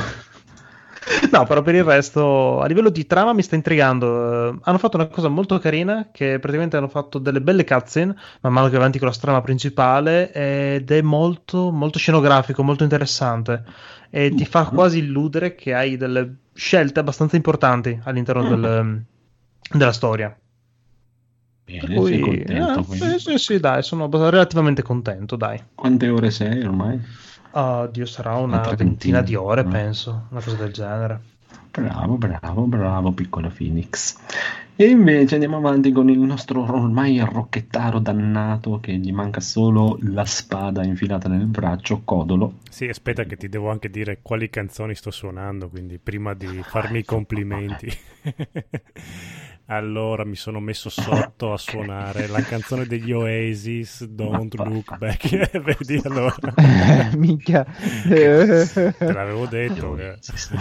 No, però per il resto, a livello di trama mi sta intrigando. Eh, hanno fatto una cosa molto carina, che praticamente hanno fatto delle belle cutscene man mano che avanti con la trama principale, ed è molto, molto scenografico, molto interessante. E ti fa quasi illudere che hai delle scelte abbastanza importanti all'interno del- della storia. Bene, Per cui, sei contento. eh, quindi. sì, sì, sì, dai, sono abbast- relativamente contento, dai. Quante ore sei ormai? Oddio, sarà una Una trentina, ventina di ore, no? penso, una cosa del genere. Bravo, bravo, bravo, piccolo Phoenix. E invece andiamo avanti con il nostro ormai rocchettaro dannato che gli manca solo la spada infilata nel braccio, Codolo. Sì, aspetta che ti devo anche dire quali canzoni sto suonando, quindi prima di farmi i complimenti. Allora mi sono messo sotto a suonare la canzone degli Oasis, Don't Look Back. Vedi allora? Eh, minchia. Te l'avevo detto. che-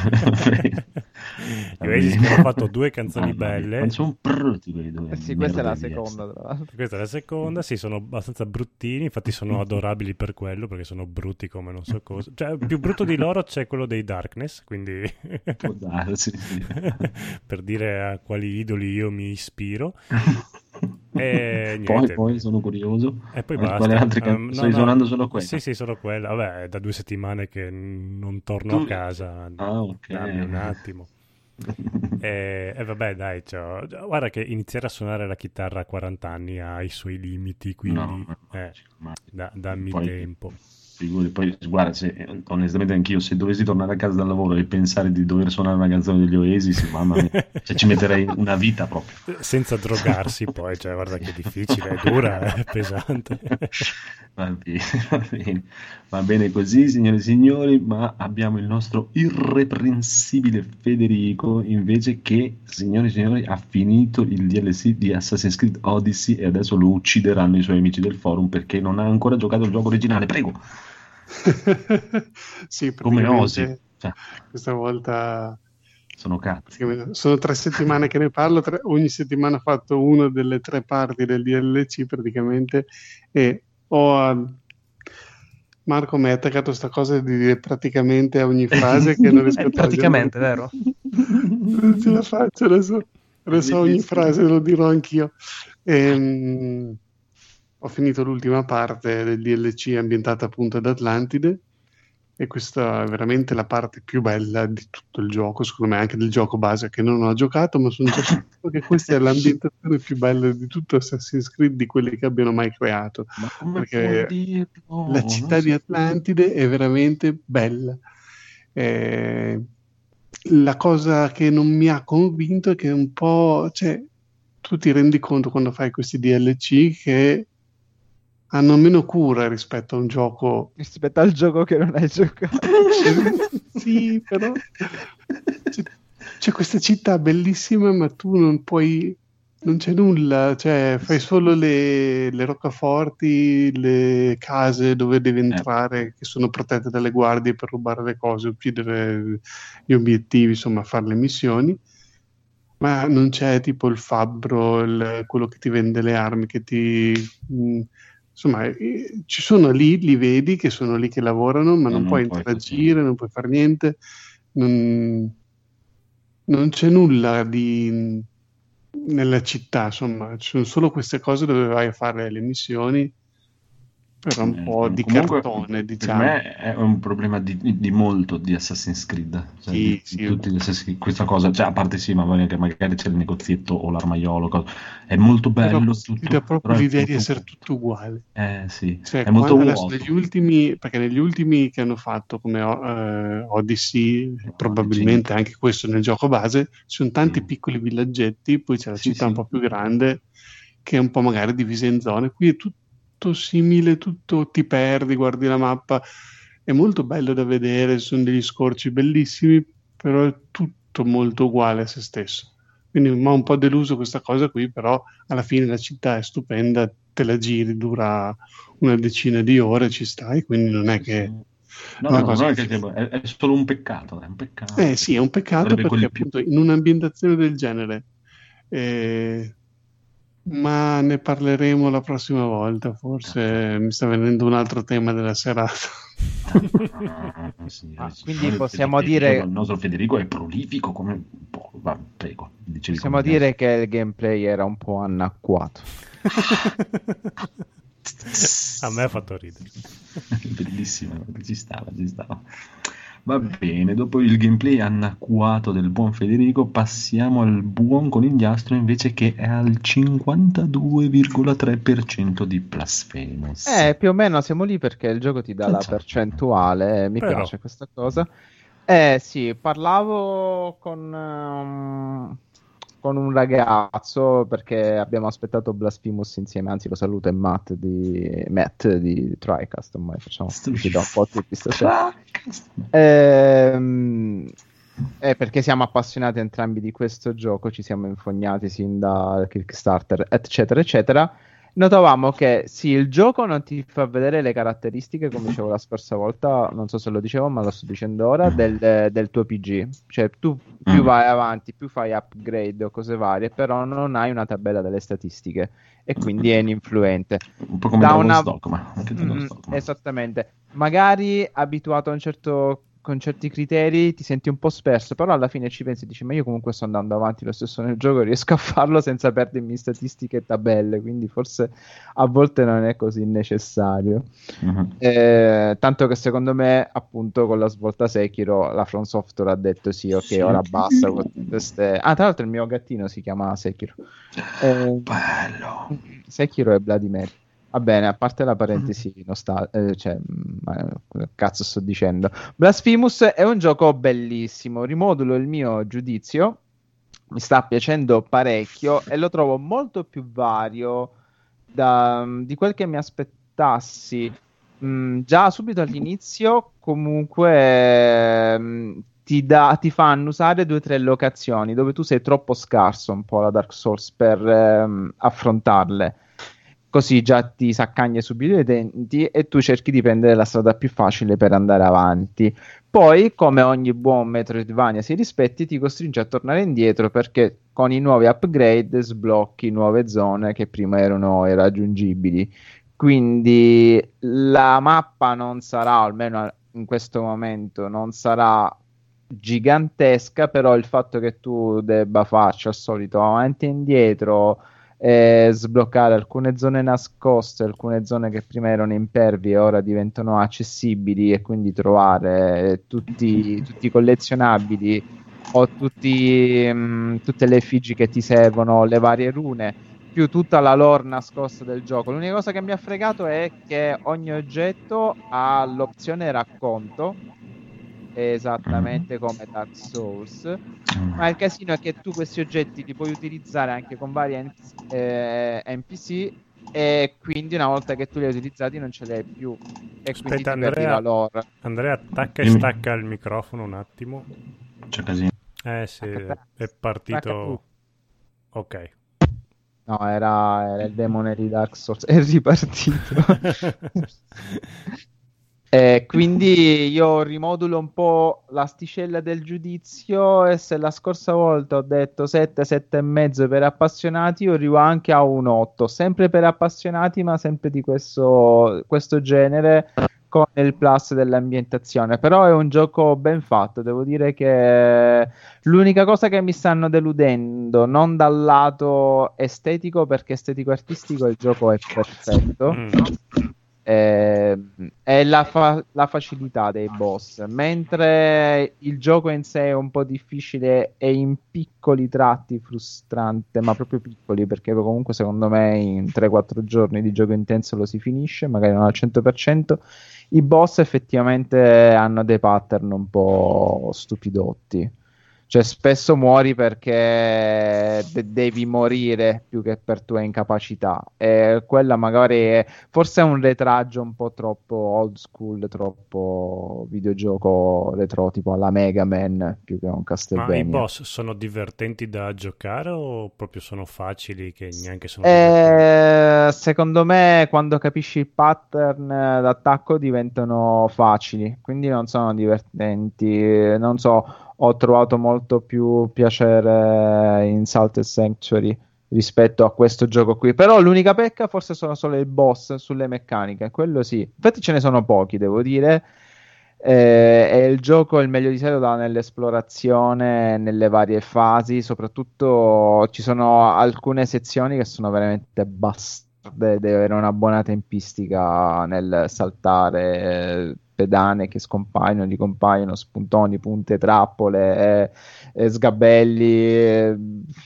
Gli Oasis mi hanno fatto due canzoni belle. Ma sono brutti quei due. Eh sì, questa è la merda di seconda, tra l'altro. Questa è la seconda, sì, sono abbastanza bruttini, infatti sono adorabili per quello, perché sono brutti come non so cosa. Cioè, più brutto di loro c'è quello dei Darkness, quindi Può darsi, sì. per dire a quali idoli io mi ispiro. E Poi, niente. poi sono curioso. E poi Eh, basta. quale altre can- Ehm, no, stai no, suonando solo quella? Sì, sì, solo quella. Vabbè, è da due settimane che n- non torno Tu- a casa. Ah, ok. Dammi un attimo. E, e vabbè, dai, c'ho- guarda che iniziare a suonare la chitarra a quaranta anni ha i suoi limiti, quindi No, eh, ma- da- dammi poi- tempo. Figuri, poi guarda, se, onestamente anch'io se dovessi tornare a casa dal lavoro e pensare di dover suonare una canzone degli Oasis, mamma mia, cioè, ci metterei una vita proprio. Senza drogarsi poi, cioè guarda che è difficile, è dura, è pesante. Va bene, va bene, va bene così, signore e signori, ma abbiamo il nostro irreprensibile Federico, invece che, signori e signori, ha finito il D L C di Assassin's Creed Odyssey e adesso lo uccideranno i suoi amici del forum perché non ha ancora giocato il gioco originale, prego. Sì, Come praticamente osi? Cioè, questa volta sono cazzi. praticamente sono tre settimane che ne parlo, tre- ogni settimana ho fatto una delle tre parti del D L C praticamente e ho a- Marco mi ha attaccato sta cosa di dire praticamente a ogni frase che non riesco Eh, a togliere. praticamente, vero? Non ce la faccio adesso, adesso ogni frase lo dirò anch'io. Ehm, ho finito l'ultima parte del D L C ambientata appunto ad Atlantide e questa è veramente la parte più bella di tutto il gioco, secondo me anche del gioco base che non ho giocato, ma sono certo che questa è l'ambientazione più bella di tutto Assassin's Creed di quelli che abbiano mai creato, Ma come perché puoi dirlo? la Non città so. di Atlantide è veramente bella. Eh, la cosa che non mi ha convinto è che un po', cioè, tu ti rendi conto quando fai questi D L C che hanno meno cura rispetto a un gioco. Rispetto al gioco che non hai giocato. Sì, però c'è, c'è questa città bellissima, ma tu non puoi, non c'è nulla, cioè fai solo le, le roccaforti, le case dove devi entrare, che sono protette dalle guardie per rubare le cose, uccidere gli obiettivi, insomma, fare le missioni. Ma non c'è tipo il fabbro, il- quello che ti vende le armi, che ti... mh, insomma, eh, ci sono lì, li vedi che sono lì che lavorano, ma E non non puoi puoi interagire, non puoi fare niente, non, non c'è nulla di, nella città, insomma, ci sono solo queste cose dove vai a fare le missioni per un po' di Comunque, cartone, per diciamo. me è un problema di, di molto di Assassin's Creed. Cioè, Sì, di- sì. di tutti gli Assassin's Creed, questa cosa, cioè, a parte sì, ma magari, magari c'è il negozietto o l'armaiolo, cosa- è molto Però bello ti tutto, dà proprio però è l'idea di molto essere vuoto. tutto uguale. Eh sì, Cioè, è molto qua- adesso vuoto. negli ultimi, perché negli ultimi che hanno fatto come eh, Odyssey, probabilmente anche questo nel gioco base, ci sono tanti Sì. piccoli villaggetti, poi c'è la Sì, città sì. un po' più grande che è un po' magari divisa in zone. Qui è tutto simile, tutto ti perdi, guardi la mappa, è molto bello da vedere, sono degli scorci bellissimi, però è tutto molto uguale a se stesso. Quindi mi ha un po' deluso questa cosa qui, però alla fine la città è stupenda, te la giri, dura una decina di ore, ci stai, quindi non è Sì, che... sì. No, una no, cosa non è che- che sia- è, è solo un peccato, è un peccato. Eh sì, è un peccato Sarebbe perché quelli più- appunto in un'ambientazione del genere, eh, ma ne parleremo la prossima volta, forse mi sta venendo un altro tema della serata. Ah, signori, Ah, signori, quindi il possiamo Federico- dire- il nostro Federico è prolifico come un po'. Va, prego, dicevi Possiamo come- dire che il gameplay era un po' annacquato. A me ha fatto ridere. Bellissimo, ci stava, ci stava. Va bene, dopo il gameplay annacquato del buon Federico passiamo al buon conigliastro invece, che è al cinquantadue virgola tre per cento di Blasphemous. Eh, più o meno siamo lì perché il gioco ti dà la Certo. percentuale, eh, mi Però. piace questa cosa. Eh sì, parlavo con, ehm, con un ragazzo perché abbiamo aspettato Blasphemous insieme, anzi lo saluto, è Matt di, Matt di TriCast, ormai facciamo tutti da un po' tutti stasera. Ehm, eh, perché siamo appassionati entrambi di questo gioco, ci siamo infognati sin da Kickstarter, eccetera, eccetera. Notavamo che sì, il gioco non ti fa vedere le caratteristiche, come dicevo la scorsa volta, non so se lo dicevo, ma lo sto dicendo ora, del, del tuo P G. Cioè, tu più Mm. vai avanti, più fai upgrade o cose varie, però non hai una tabella delle statistiche e quindi è ininfluente. Un po' come Da Dragon's una- Dogma, anche Mm, Dragon's Dogma. esattamente. Magari abituato a un certo con certi criteri ti senti un po' sperso, però alla fine ci pensi e dici: ma io comunque sto andando avanti lo stesso nel gioco e riesco a farlo senza perdermi statistiche e tabelle, quindi forse a volte non è così necessario. Mhm. Eh, tanto che secondo me, appunto, con la svolta Sekiro, la From Software ha detto sì, ok, Sì. ora basta con tutte queste... Ah, tra l'altro il mio gattino si chiama Sekiro. Eh, Bello. Sekiro e Bloody Mary. Va bene, a parte la parentesi, nostal- eh, cioè, ma, cazzo sto dicendo. Blasphemous è un gioco bellissimo, rimodulo il mio giudizio, mi sta piacendo parecchio e lo trovo molto più vario da- di quel che mi aspettassi. Mm, già subito all'inizio, comunque, mm, ti, dà- ti fa annusare due o tre locazioni dove tu sei troppo scarso un po' la Dark Souls per ehm, affrontarle. Così già ti saccagna subito i denti e tu cerchi di prendere la strada più facile per andare avanti. Poi, come ogni buon Metroidvania si rispetti, ti costringe a tornare indietro perché con i nuovi upgrade sblocchi nuove zone che prima erano irraggiungibili. Quindi la mappa non sarà, almeno in questo momento, non sarà gigantesca, però il fatto che tu debba farci al solito avanti e indietro, eh, sbloccare alcune zone nascoste, alcune zone che prima erano impervie e ora diventano accessibili e quindi trovare tutti, tutti i collezionabili o tutti, mh, tutte le effigie che ti servono, le varie rune, più tutta la lore nascosta del gioco. L'unica cosa che mi ha fregato è che ogni oggetto ha l'opzione racconto, esattamente come Dark Souls, ma il casino è che tu questi oggetti li puoi utilizzare anche con vari N P C, eh, N P C, e quindi una volta che tu li hai utilizzati non ce li hai più e quindi Aspetta, ti perdi Andrea, la lore. Andrea, attacca e Dimmi. stacca il microfono un attimo. C'è casino. Eh sì, Stacca- è stacca partito. tu. Ok. No, era, era il demone di Dark Souls, è ripartito. Eh, quindi io rimodulo un po' l'asticella del giudizio e se la scorsa volta ho detto sette, sette e mezzo per appassionati, io arrivo anche a un otto, sempre per appassionati, ma sempre di questo, questo genere con il plus dell'ambientazione. Però è un gioco ben fatto, devo dire che l'unica cosa che mi stanno deludendo, non dal lato estetico, perché estetico-artistico il gioco è perfetto, Mm. eh, è la, fa- la facilità dei boss, mentre il gioco in sé è un po' difficile e in piccoli tratti frustrante, ma proprio piccoli, perché comunque secondo me in tre quattro giorni di gioco intenso lo si finisce, magari non al cento per cento. I boss effettivamente hanno dei pattern un po' stupidotti. Cioè, spesso muori perché de- devi morire più che per tua incapacità. E quella magari è, forse è un retraggio un po' troppo old school, troppo videogioco retro, tipo alla Mega Man più che un Ma i Castlevania. boss sono divertenti da giocare o proprio sono facili che neanche sono divertenti? Eh, secondo me, quando capisci il pattern eh, d'attacco diventano facili, quindi non sono divertenti. Non so, ho trovato molto più piacere in Salt and Sanctuary rispetto a questo gioco qui. Però l'unica pecca forse sono solo i boss sulle meccaniche, quello sì. Infatti ce ne sono pochi, devo dire. Eh, e il gioco il meglio di sé lo dà nell'esplorazione, nelle varie fasi, soprattutto ci sono alcune sezioni che sono veramente bastarde, deve avere una buona tempistica nel saltare, eh, pedane che scompaiono, ricompaiono, spuntoni, punte, trappole, eh, eh, sgabelli, eh,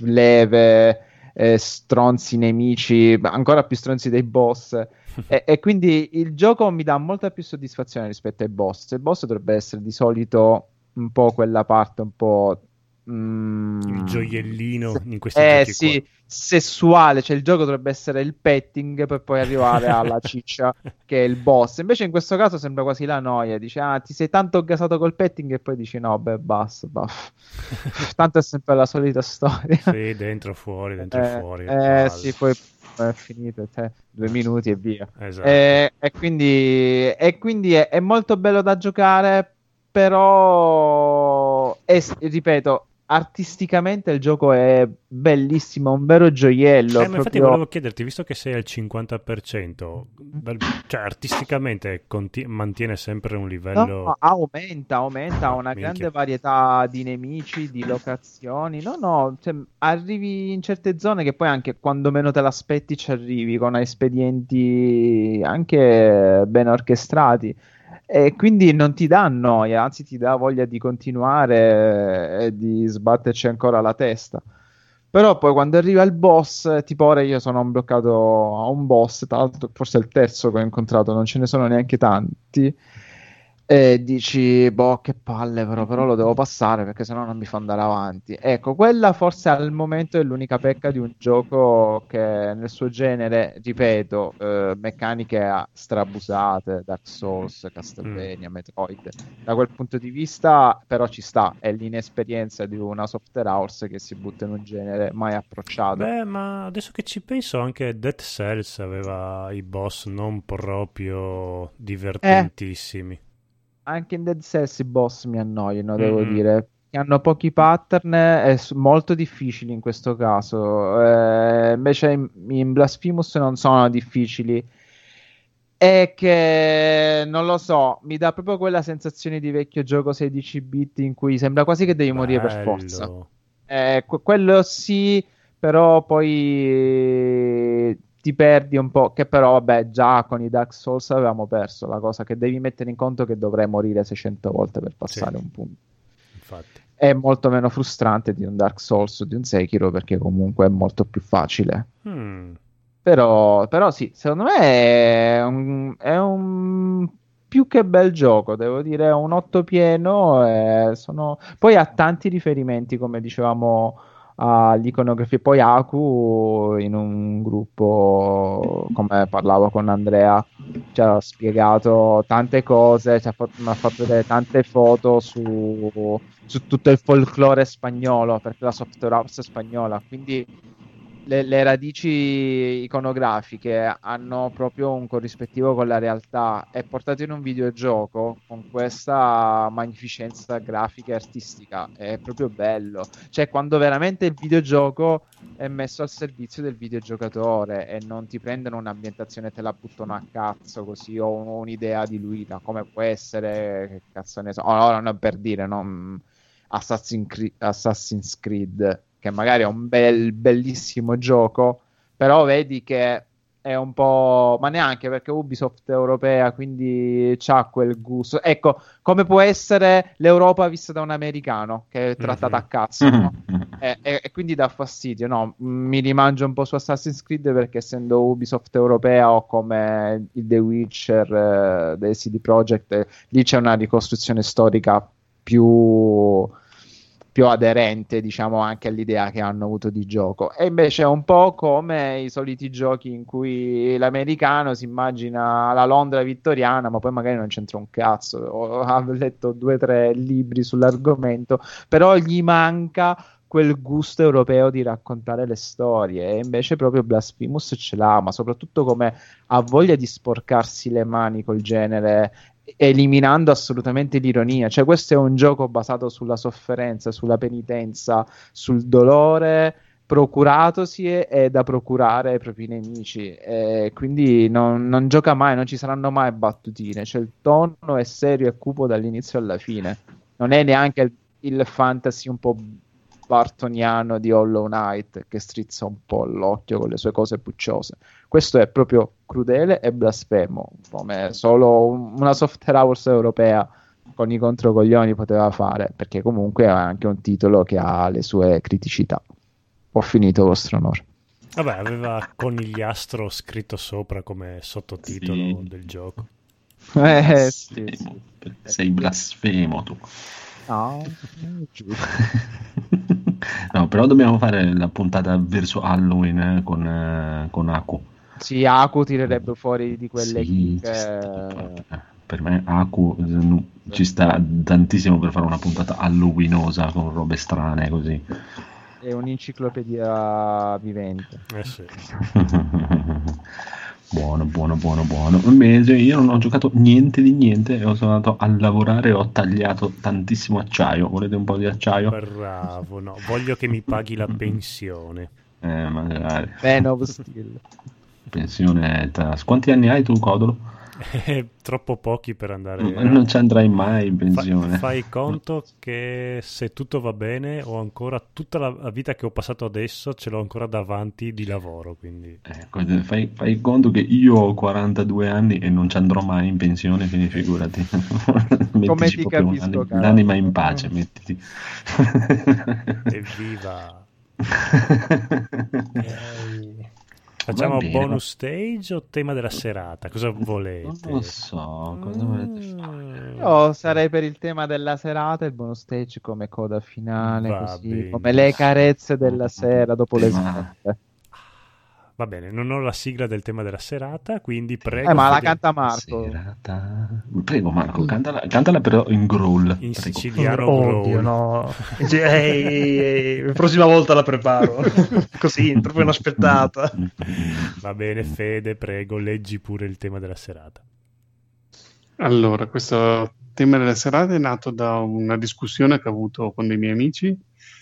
leve, eh, stronzi nemici, ancora più stronzi dei boss. E, e quindi il gioco mi dà molta più soddisfazione rispetto ai boss. Il boss dovrebbe essere di solito un po' quella parte un po'. mm, Il gioiellino in questi eh giochi sì, qua. sessuale. Cioè il gioco dovrebbe essere il petting per poi arrivare alla ciccia che è il boss. Invece in questo caso sembra quasi la noia. Dici, ah, ti sei tanto gasato col petting e poi dici, no, beh, basta. Baff. Tanto è sempre la solita storia. Sì, dentro, fuori, dentro, Eh, fuori. eh, palle. sì, poi è finito, cioè, due minuti e via. Esatto. Eh, e quindi, e quindi è, è molto bello da giocare, però, è, ripeto, artisticamente il gioco è bellissimo, un vero gioiello. Eh, ma infatti proprio... volevo chiederti, visto che sei al cinquanta per cento, dal- cioè artisticamente conti- mantiene sempre un No, livello... aumenta, aumenta, ha una Minchia. grande varietà di nemici, di locazioni. No, no, cioè, arrivi in certe zone che poi anche quando meno te l'aspetti ci arrivi con espedienti anche ben orchestrati. E quindi non ti dà noia, anzi ti dà voglia di continuare e di sbatterci ancora la testa. Però poi quando arriva il boss, tipo ora io sono bloccato a un boss, tra l'altro forse è il terzo che ho incontrato, non ce ne sono neanche tanti, e dici, boh, che palle però, però lo devo passare perché sennò non mi fa andare avanti. Ecco, quella forse al momento è l'unica pecca di un gioco che nel suo genere, ripeto, eh, meccaniche strabusate, Dark Souls, Castlevania, Metroid, da quel punto di vista però ci sta, è l'inesperienza di una software house che si butta in un genere mai approcciato. Beh, ma adesso che ci penso, anche Dead Cells aveva i boss non proprio divertentissimi. Anche in Dead Cells i boss mi annoiano, devo Mm. dire. Che hanno pochi pattern e s- molto difficili in questo caso. Eh, invece in, in Blasphemous non sono difficili. È che non lo so, mi dà proprio quella sensazione di vecchio gioco sedici bit in cui sembra quasi che devi morire per forza. Bello. Eh, que- quello sì, però poi ti perdi un po'. Che però, vabbè, già con i Dark Souls avevamo perso la cosa che devi mettere in conto che dovrei morire seicento volte per passare Sì. un punto. Infatti. È molto meno frustrante di un Dark Souls o di un Sekiro perché comunque è molto più facile. Mm. Però, però sì, secondo me è un, è un più che bel gioco, devo dire, è un otto pieno. E sono... Poi ha tanti riferimenti, come dicevamo, all'iconografia. Poi Aku in un gruppo, come parlavo con Andrea, ci ha spiegato tante cose, ci ha fatto, mi ha fatto vedere tante foto su, su tutto il folklore spagnolo, perché la software house è spagnola, quindi le, le radici iconografiche hanno proprio un corrispettivo con la realtà. È portato in un videogioco con questa magnificenza grafica e artistica, è proprio bello. Cioè, quando veramente il videogioco è messo al servizio del videogiocatore e non ti prendono un'ambientazione e te la buttano a cazzo così, o un- un'idea diluita, come può essere, che cazzo ne so, ora non per dire, no? Mm, Assassin's Creed, Assassin's Creed, che magari è un bel, bellissimo gioco, però vedi che è un po'... ma neanche perché Ubisoft è europea, quindi c'ha quel gusto. Ecco, come può essere l'Europa vista da un americano, che è trattata Mhm. a cazzo, no? E, e- e quindi dà fastidio, no? Mi rimangio un po' su Assassin's Creed perché essendo Ubisoft europea o come il The Witcher eh, dei C D Projekt, eh, lì c'è una ricostruzione storica più, più aderente, diciamo, anche all'idea che hanno avuto di gioco. E invece è un po' come i soliti giochi in cui l'americano si immagina la Londra vittoriana, ma poi magari non c'entra un cazzo, o ha letto due o tre libri sull'argomento, però gli manca quel gusto europeo di raccontare le storie, e invece proprio Blasphemous ce l'ha, ma soprattutto come ha voglia di sporcarsi le mani col genere, eliminando assolutamente l'ironia. Cioè, questo è un gioco basato sulla sofferenza, sulla penitenza, sul dolore procuratosi e, e da procurare ai propri nemici, e quindi non, non gioca mai, non ci saranno mai battutine, cioè il tono è serio e cupo dall'inizio alla fine, non è neanche il, il fantasy un po' bartoniano di Hollow Knight che strizza un po' l'occhio con le sue cose pucciose. Questo è proprio crudele e blasfemo, come solo un- una software house europea con i controcoglioni poteva fare, perché comunque è anche un titolo che ha le sue criticità. Ho finito, vostro onore. Vabbè, aveva conigliastro scritto sopra come sottotitolo Sì. del gioco. Eh, sì, Blasfemo. sì. Sei blasfemo tu. No, eh, giusto. No, però dobbiamo fare la puntata verso Halloween eh, con, eh, con Aku. Sì, Aku tirerebbe fuori di quelle Sì, chicche. ci sta. Per me Aku eh, ci sta tantissimo per fare una puntata halloweenosa con robe strane così. È un'enciclopedia vivente. Eh sì. Buono, buono, buono, buono. Invece io non ho giocato niente di niente e sono andato a lavorare e ho tagliato tantissimo acciaio. Volete un po' di acciaio? Bravo, no. Voglio che mi paghi la pensione. Eh, magari. Man of Steel. Pensione. tra- Quanti anni hai tu, Codolo? Troppo pochi per andare... Non ci andrai mai in Fa- pensione. fai conto che se tutto va bene ho ancora tutta la la vita che ho passato adesso, ce l'ho ancora davanti di lavoro, quindi Ecco, fai, fai conto che io ho quarantadue anni e non ci andrò mai in pensione, quindi figurati. Mettici ti proprio un capisco, anima- caro. l'anima in pace, mettiti. evviva. Ok. Facciamo Va bene, bonus stage o tema della serata? Cosa Non volete? lo so, cosa volete fare? Mm, Io sarei per il tema della serata, il bonus stage come coda finale, Va così come benissimo. le carezze della sera dopo le Ma- sveglie. Va bene, non ho la sigla del tema della serata, quindi prego. Eh, ma la Fede- canta Marco. Serata. Prego Marco, cantala, cantala però in growl. in prego. siciliano Oddio, growl. no. Ehi, ehi, ehi, la prossima volta la preparo. Così, proprio inaspettata. Va bene, Fede, prego, leggi pure il tema della serata. Allora, questo tema della serata è nato da una discussione che ho avuto con dei miei amici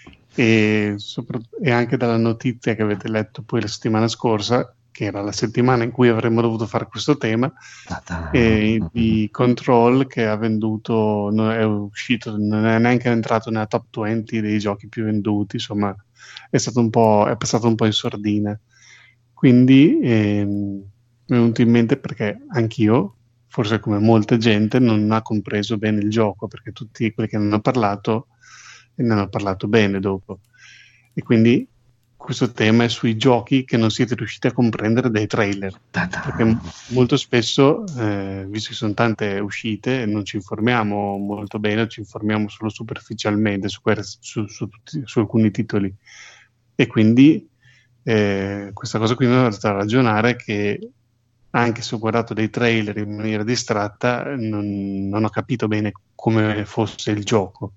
e, sopra- e anche dalla notizia che avete letto poi la settimana scorsa, che era la settimana in cui avremmo dovuto fare questo tema, Ta-ta. e di Control che ha venduto, non è uscito, non è neanche entrato nella top venti dei giochi più venduti, insomma è stato un po', è passato un po' in sordina. Quindi ehm, mi è venuto in mente perché anch'io, forse come molta gente, non ha compreso bene il gioco, perché tutti quelli che ne hanno parlato ne hanno parlato bene dopo. E quindi questo tema è sui giochi che non siete riusciti a comprendere dai trailer. Ta-ta. Perché m- molto spesso, eh, visto che sono tante uscite, non ci informiamo molto bene, ci informiamo solo superficialmente su, que- su- su tutti- su alcuni titoli. E quindi eh, questa cosa qui mi ha fatto ragionare che anche se ho guardato dei trailer in maniera distratta, non, non ho capito bene come fosse il gioco.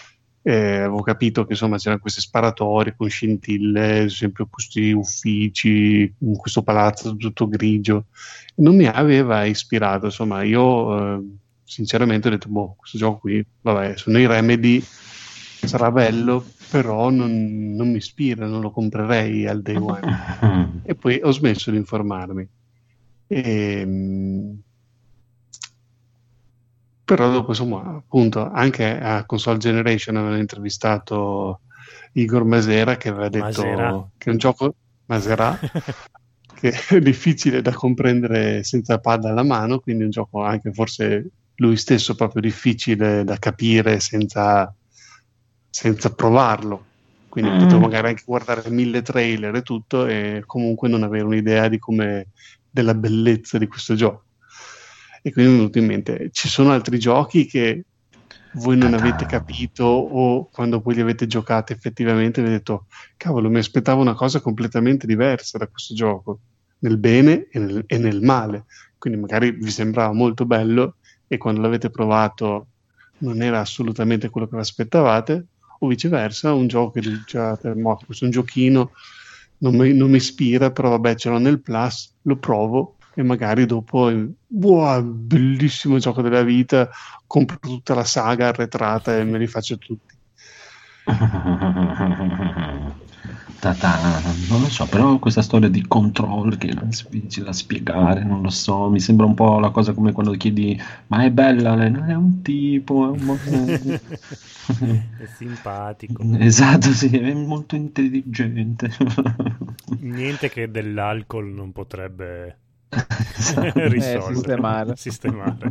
Eh, avevo capito che insomma c'erano queste sparatorie con scintille, ad esempio questi uffici, in questo palazzo tutto grigio. Non mi aveva ispirato, insomma, io eh, sinceramente ho detto, boh, questo gioco qui, vabbè, sono i Remedy, sarà bello, però non, non mi ispira, non lo comprerei al day one. E poi ho smesso di informarmi. E, però dopo, insomma, appunto, anche a Console Generation avevano intervistato Igor Masera che aveva detto Masera. che è un gioco Masera che è difficile da comprendere senza pad alla mano, quindi è un gioco anche forse lui stesso proprio difficile da capire senza, senza provarlo. Quindi Mm. potevo magari anche guardare mille trailer e tutto e comunque non avere un'idea di come, della bellezza di questo gioco. E quindi mi è venuto in mente, ci sono altri giochi che voi non avete capito o quando poi li avete giocati effettivamente avete detto, cavolo, mi aspettavo una cosa completamente diversa da questo gioco, nel bene e nel, e nel male. Quindi magari vi sembrava molto bello e quando l'avete provato non era assolutamente quello che vi aspettavate, o viceversa, un gioco che diciate, ma questo è un giochino, non mi, non mi ispira, però vabbè ce l'ho nel Plus, lo provo e magari dopo, wow, bellissimo gioco della vita, compro tutta la saga arretrata e me li faccio tutti. Ta-ta. Non lo so, però questa storia di Control che è difficile da spiegare, non lo so, mi sembra un po' la cosa come quando chiedi ma è bella, lei non è un tipo, è un mo- È simpatico. esatto, sì, è molto intelligente. Niente che dell'alcol non potrebbe Esatto. risolvere, sistemare. sistemare.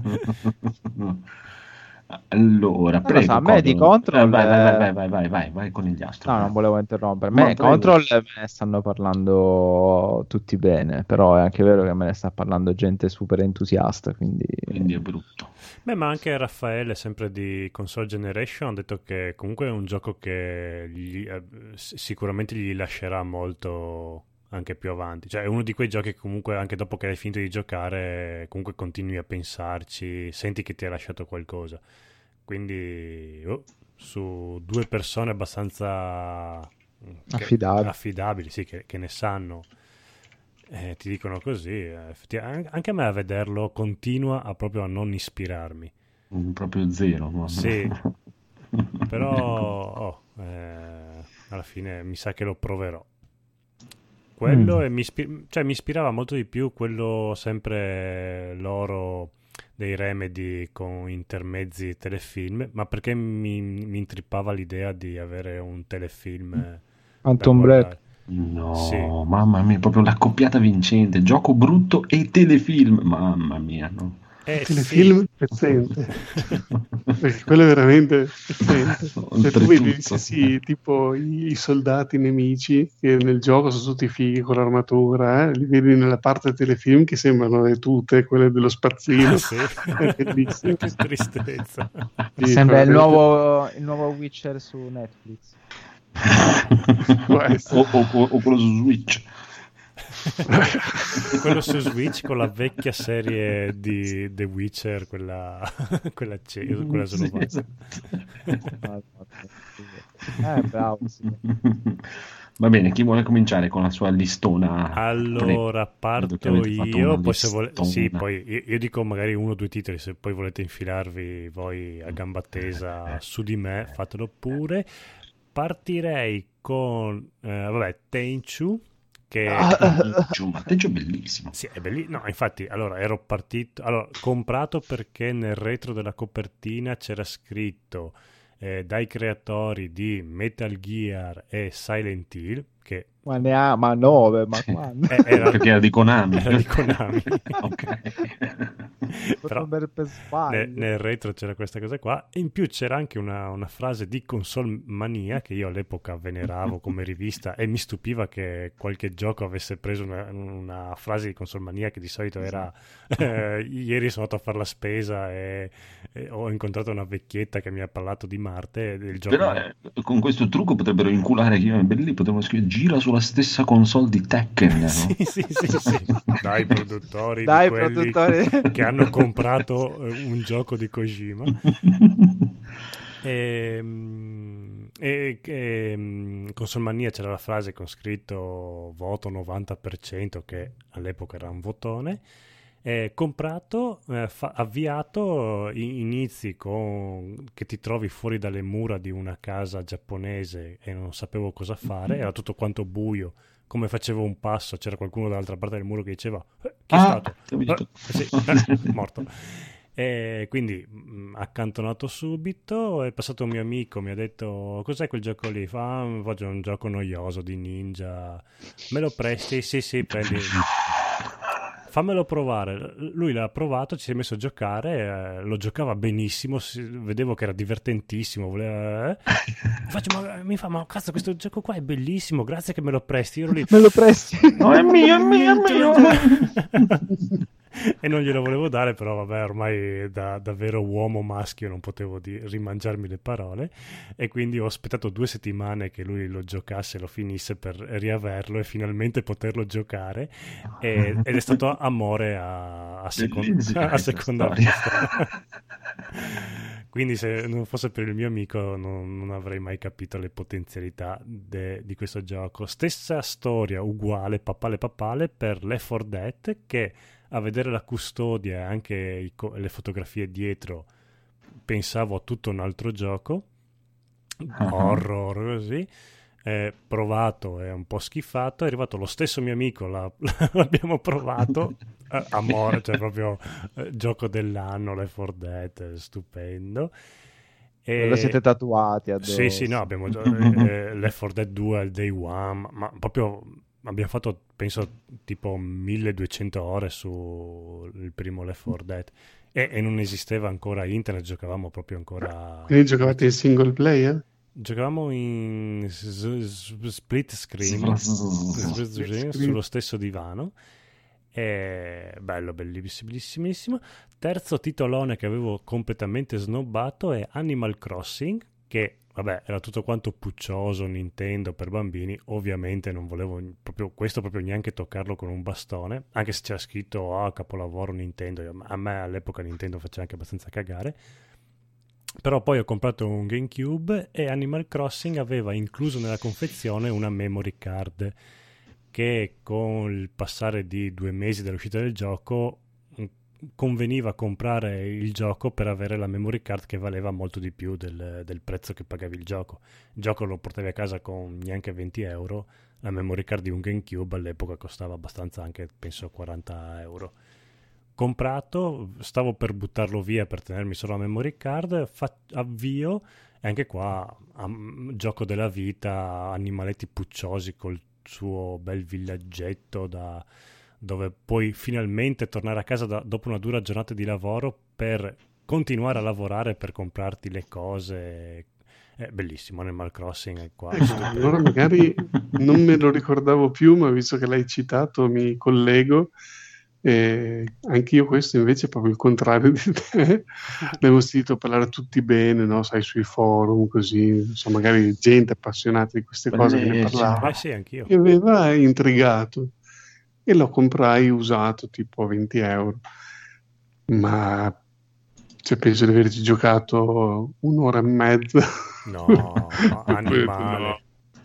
Allora, Non lo prego, so, a me di Codolo. Control, Eh, vai, vai, vai, eh, vai, vai, vai, vai, vai con il astro. No, vai. non volevo interrompere. Ma Me, prego. Control me ne stanno parlando tutti bene, però è anche vero che me ne sta parlando gente super entusiasta, quindi... Quindi è brutto. Beh, ma anche Raffaele, sempre di Console Generation, ha detto che comunque è un gioco che gli- eh, s- sicuramente gli lascerà molto anche più avanti. Cioè, è uno di quei giochi che comunque anche dopo che hai finito di giocare, comunque continui a pensarci, senti che ti ha lasciato qualcosa. Quindi, oh, su due persone abbastanza mm, che- Affidabili. affidabili, sì, che, che ne sanno, eh, ti dicono così. eh, effetti- an- anche a me a vederlo continua a proprio a non ispirarmi. Mm, Proprio zero. No? Sì. Però oh, eh, alla fine mi sa che lo proverò. Quello Mm. e mi, ispi- cioè, mi ispirava molto di più quello sempre loro dei Remedy con intermezzi telefilm, ma perché mi, mi intrippava l'idea di avere un telefilm eh, da Phantom guardare. Black. No, Sì. mamma mia, proprio l'accoppiata vincente, gioco brutto e telefilm, mamma mia, no. Eh, Il telefilm sì. pezzente. Perché quello è veramente pezzente. Cioè, tu vedi, Oltretutto. sì, tipo i, i soldati nemici che nel gioco sono tutti fighi con l'armatura, eh? Li vedi nella parte del telefilm che sembrano le tute, quelle dello spazzino. Ah, sì? È bellissimo. Che tristezza. Sì, Sembra il veramente. nuovo, il nuovo Witcher su Netflix. Può essere. o, o- o- o quello su Switch. Quello su Switch con la vecchia serie di The Witcher, quella, quella, ce- quella Sì, slovacca. esatto. Eh, bravo, sì. Va bene, chi vuole cominciare con la sua listona? Allora, Vedo che parto avete fatto io, una poi se vole- listona. sì, poi io, io dico magari uno o due titoli, se poi volete infilarvi voi a gamba tesa su di me, fatelo pure. Partirei con, eh, vabbè, Tenchu, che... Teggio, ma Teggio è bellissimo. Sì, è bellissimo. No, infatti, allora ero partito, allora, comprato perché nel retro della copertina c'era scritto eh, dai creatori di Metal Gear e Silent Hill, che Ma ne ha, ma nove, ma Sì. quando? eh, era, Perché era di Konami. era di Konami. Ok. Però per, per nel, sbaglio. nel retro c'era questa cosa qua. In più c'era anche una, una frase di Console Mania che io all'epoca veneravo come rivista e mi stupiva che qualche gioco avesse preso una, una frase di Console Mania che di solito era eh, ieri sono andato a fare la spesa e, e ho incontrato una vecchietta che mi ha parlato di Marte e del gioco. Però eh, con questo trucco potrebbero inculare chi è belli, potrebbero scrivere gira sulla stessa console di Tekken, no? Sì, sì, sì, sì. Dai produttori, di Dai, quelli produttori. che hanno comprato eh, un gioco di Kojima. E, e, e Console Mania c'era la frase con scritto voto novanta per cento, che all'epoca era un votone. Eh, comprato, eh, fa- avviato, i- inizi con che ti trovi fuori dalle mura di una casa giapponese e non sapevo cosa fare, era tutto quanto buio. Come facevo un passo, c'era qualcuno dall'altra parte del muro che diceva eh, chi è Ah, stato? ti ho visto. Eh, sì, eh, morto. E quindi mh, accantonato subito, è passato un mio amico, mi ha detto cos'è quel gioco lì? Fa, "Ah, faccio un gioco noioso di ninja, me lo presti? Sì, sì, prendi, fammelo provare." Lui l'ha provato, ci si è messo a giocare, eh, lo giocava benissimo, si- vedevo che era divertentissimo, voleva, eh. Faccio, ma, mi fa, ma cazzo, questo gioco qua è bellissimo, grazie che me lo presti. Io ero lì, Me lo presti? No, è mio, è mio, è mio. e non glielo volevo dare, però vabbè, ormai da, da vero uomo maschio non potevo di, rimangiarmi le parole, e quindi ho aspettato due settimane che lui lo giocasse, lo finisse per riaverlo e finalmente poterlo giocare, e- ed è stato amore a, a, secon- Bellissima a questa seconda storia. vista. Quindi se non fosse per il mio amico non, non avrei mai capito le potenzialità de- di questo gioco. Stessa storia, uguale, papale papale, per Left four Dead, che a vedere la custodia e anche i co- le fotografie dietro pensavo a tutto un altro gioco, Ah. horror così. Eh, provato e un po' schifato, è arrivato lo stesso mio amico, l'ha- l'abbiamo provato, eh, amore, cioè proprio eh, gioco dell'anno, Left four Dead, stupendo. E... Lo siete tatuati addosso. Sì, sì, no, abbiamo gio- eh, Left four Dead due al day one, ma, ma proprio abbiamo fatto, penso, tipo milleduecento ore sul primo Left four Dead, e, e non esisteva ancora internet, giocavamo proprio ancora... Quindi giocavate in single player? Giocavamo in s- s- split screen, Split screen. sullo stesso divano. E bello, bellissimo, bellissimissimo. Terzo titolone che avevo completamente snobbato è Animal Crossing, che vabbè era tutto quanto puccioso, Nintendo per bambini. Ovviamente non volevo proprio questo, proprio neanche toccarlo con un bastone, anche se c'era scritto ah, capolavoro Nintendo. A me all'epoca Nintendo faceva anche abbastanza cagare. Però poi ho comprato un GameCube e Animal Crossing aveva incluso nella confezione una memory card che con il passare di due mesi dall'uscita del gioco mh, conveniva comprare il gioco per avere la memory card, che valeva molto di più del, del prezzo che pagavi il gioco. Il gioco lo portavi a casa con neanche venti euro, la memory card di un GameCube all'epoca costava abbastanza, anche penso quaranta euro. Comprato, stavo per buttarlo via per tenermi solo la memory card, fa- avvio, e anche qua am- gioco della vita, animaletti pucciosi col suo bel villaggetto da, dove puoi finalmente tornare a casa da- dopo una dura giornata di lavoro per continuare a lavorare, per comprarti le cose. È bellissimo Animal Crossing è qua. Ecco, allora magari non me lo ricordavo più, ma visto che l'hai citato mi collego. Eh, anche io questo invece è proprio il contrario di te. Ne ho sentito parlare tutti bene, no? Sai, sui forum così, insomma, magari gente appassionata di queste cose che ne Bellissimo. parlava. Eh sì, anch'io. Mi aveva intrigato e lo comprai usato tipo a venti euro, ma cioè, penso di averci giocato un'ora e mezza. No, E poi ho detto, animale. no.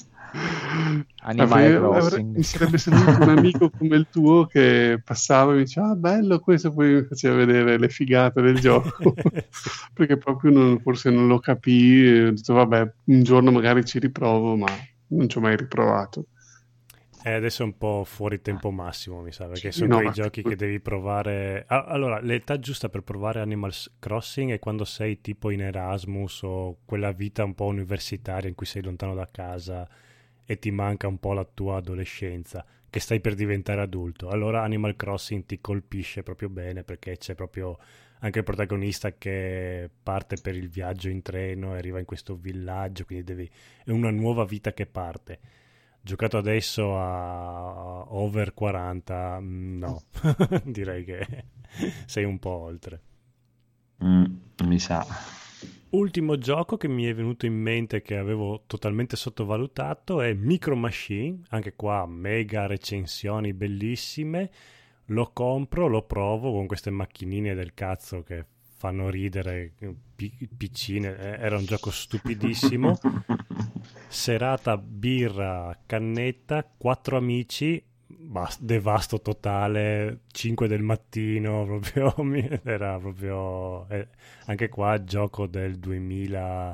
Animale Avrei- Crossing. avrei- mi sarebbe servito un amico come il tuo che passava e mi diceva ah bello questo, poi mi faceva vedere le figate del gioco perché proprio non- forse non lo capii e ho detto vabbè un giorno magari ci riprovo, ma non ci ho mai riprovato. E adesso è un po' fuori tempo massimo, mi sa, perché Sì, sono no, quei ma- giochi che devi provare. Ah, allora, l'età giusta per provare Animal Crossing è quando sei tipo in Erasmus o quella vita un po' universitaria in cui sei lontano da casa e ti manca un po' la tua adolescenza, che stai per diventare adulto. Allora Animal Crossing ti colpisce proprio bene perché c'è proprio anche il protagonista che parte per il viaggio in treno e arriva in questo villaggio, quindi devi... è una nuova vita che parte. Giocato adesso a over quaranta, mm, no, direi che sei un po' oltre. Mm, mi sa. Ultimo gioco che mi è venuto in mente che avevo totalmente sottovalutato è Micro Machine, anche qua mega recensioni bellissime, lo compro, lo provo con queste macchinine del cazzo che fanno ridere, pi- piccine, eh, era un gioco stupidissimo. Serata, birra, cannetta, quattro amici, bas- devasto totale, cinque del mattino, proprio, mi- era proprio, eh, anche qua gioco del duemilauno,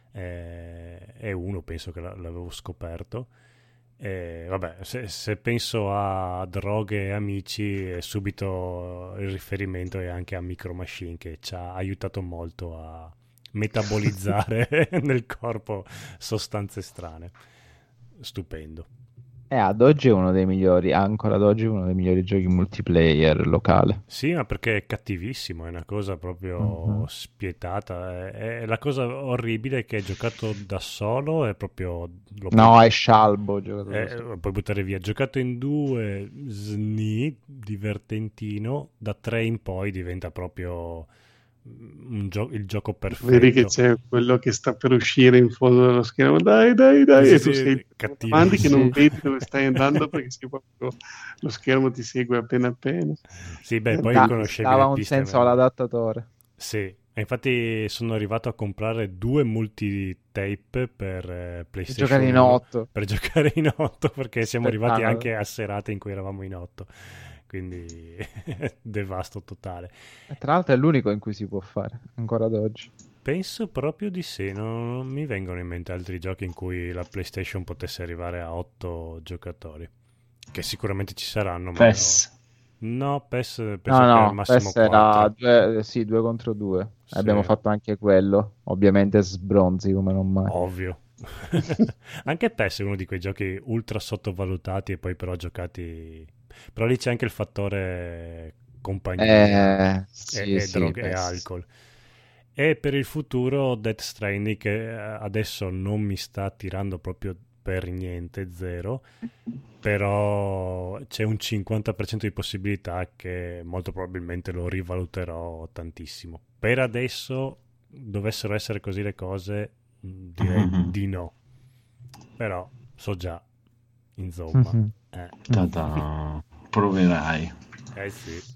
penso che la- l'avevo scoperto. E vabbè, se, se penso a droghe e amici, eh, subito il riferimento è anche a Micro Machine che ci ha aiutato molto a metabolizzare nel corpo sostanze strane. Stupendo. E ad oggi è uno dei migliori, ancora ad oggi è uno dei migliori giochi multiplayer locale. Sì, ma perché è cattivissimo, è una cosa proprio Mhm. spietata. È, è la cosa orribile che è giocato da solo, è proprio... lo No, è scialbo. Giocato da Eh, solo. puoi buttare via. Giocato in due, sni, divertentino, da tre in poi diventa proprio un gio- il gioco perfetto. Vedi che c'è quello che sta per uscire in fondo dello schermo, dai dai dai, Sì, e tu sì, sei cattivo. avanti che non Sì. vedi dove stai andando perché sei proprio, lo schermo ti segue appena appena. Sì, beh, Eh, poi da- conoscevi Dava le un piste. senso all'adattatore. Sì, e infatti sono arrivato a comprare due multitape per eh, Per PlayStation giocare in uno, otto. per giocare in otto perché siamo arrivati Spettacolo. anche a serate in cui eravamo in otto, quindi devasto totale. E tra l'altro è l'unico in cui si può fare, ancora ad oggi. Penso proprio di sì, non, non mi vengono in mente altri giochi in cui la PlayStation potesse arrivare a otto giocatori, che sicuramente ci saranno, ma PES. no, PES penso No, che al no, massimo questo era quattro. due, sì, due contro due. Sì. Abbiamo fatto anche quello. Ovviamente sbronzi come non mai. Ovvio. Anche PES è uno di quei giochi ultra sottovalutati e poi però giocati. Però lì c'è anche il fattore compagnia Eh, sì, e, e sì, droghe e beh, alcol. E per il futuro Death Stranding, che eh, adesso non mi sta tirando proprio per niente, zero, però c'è un cinquanta per cento di possibilità che molto probabilmente lo rivaluterò tantissimo. Per adesso, dovessero essere così le cose, mh, direi Mhm. di no. Però so già, insomma. Mhm. Eh, Ta-da. Proverai. eh sì.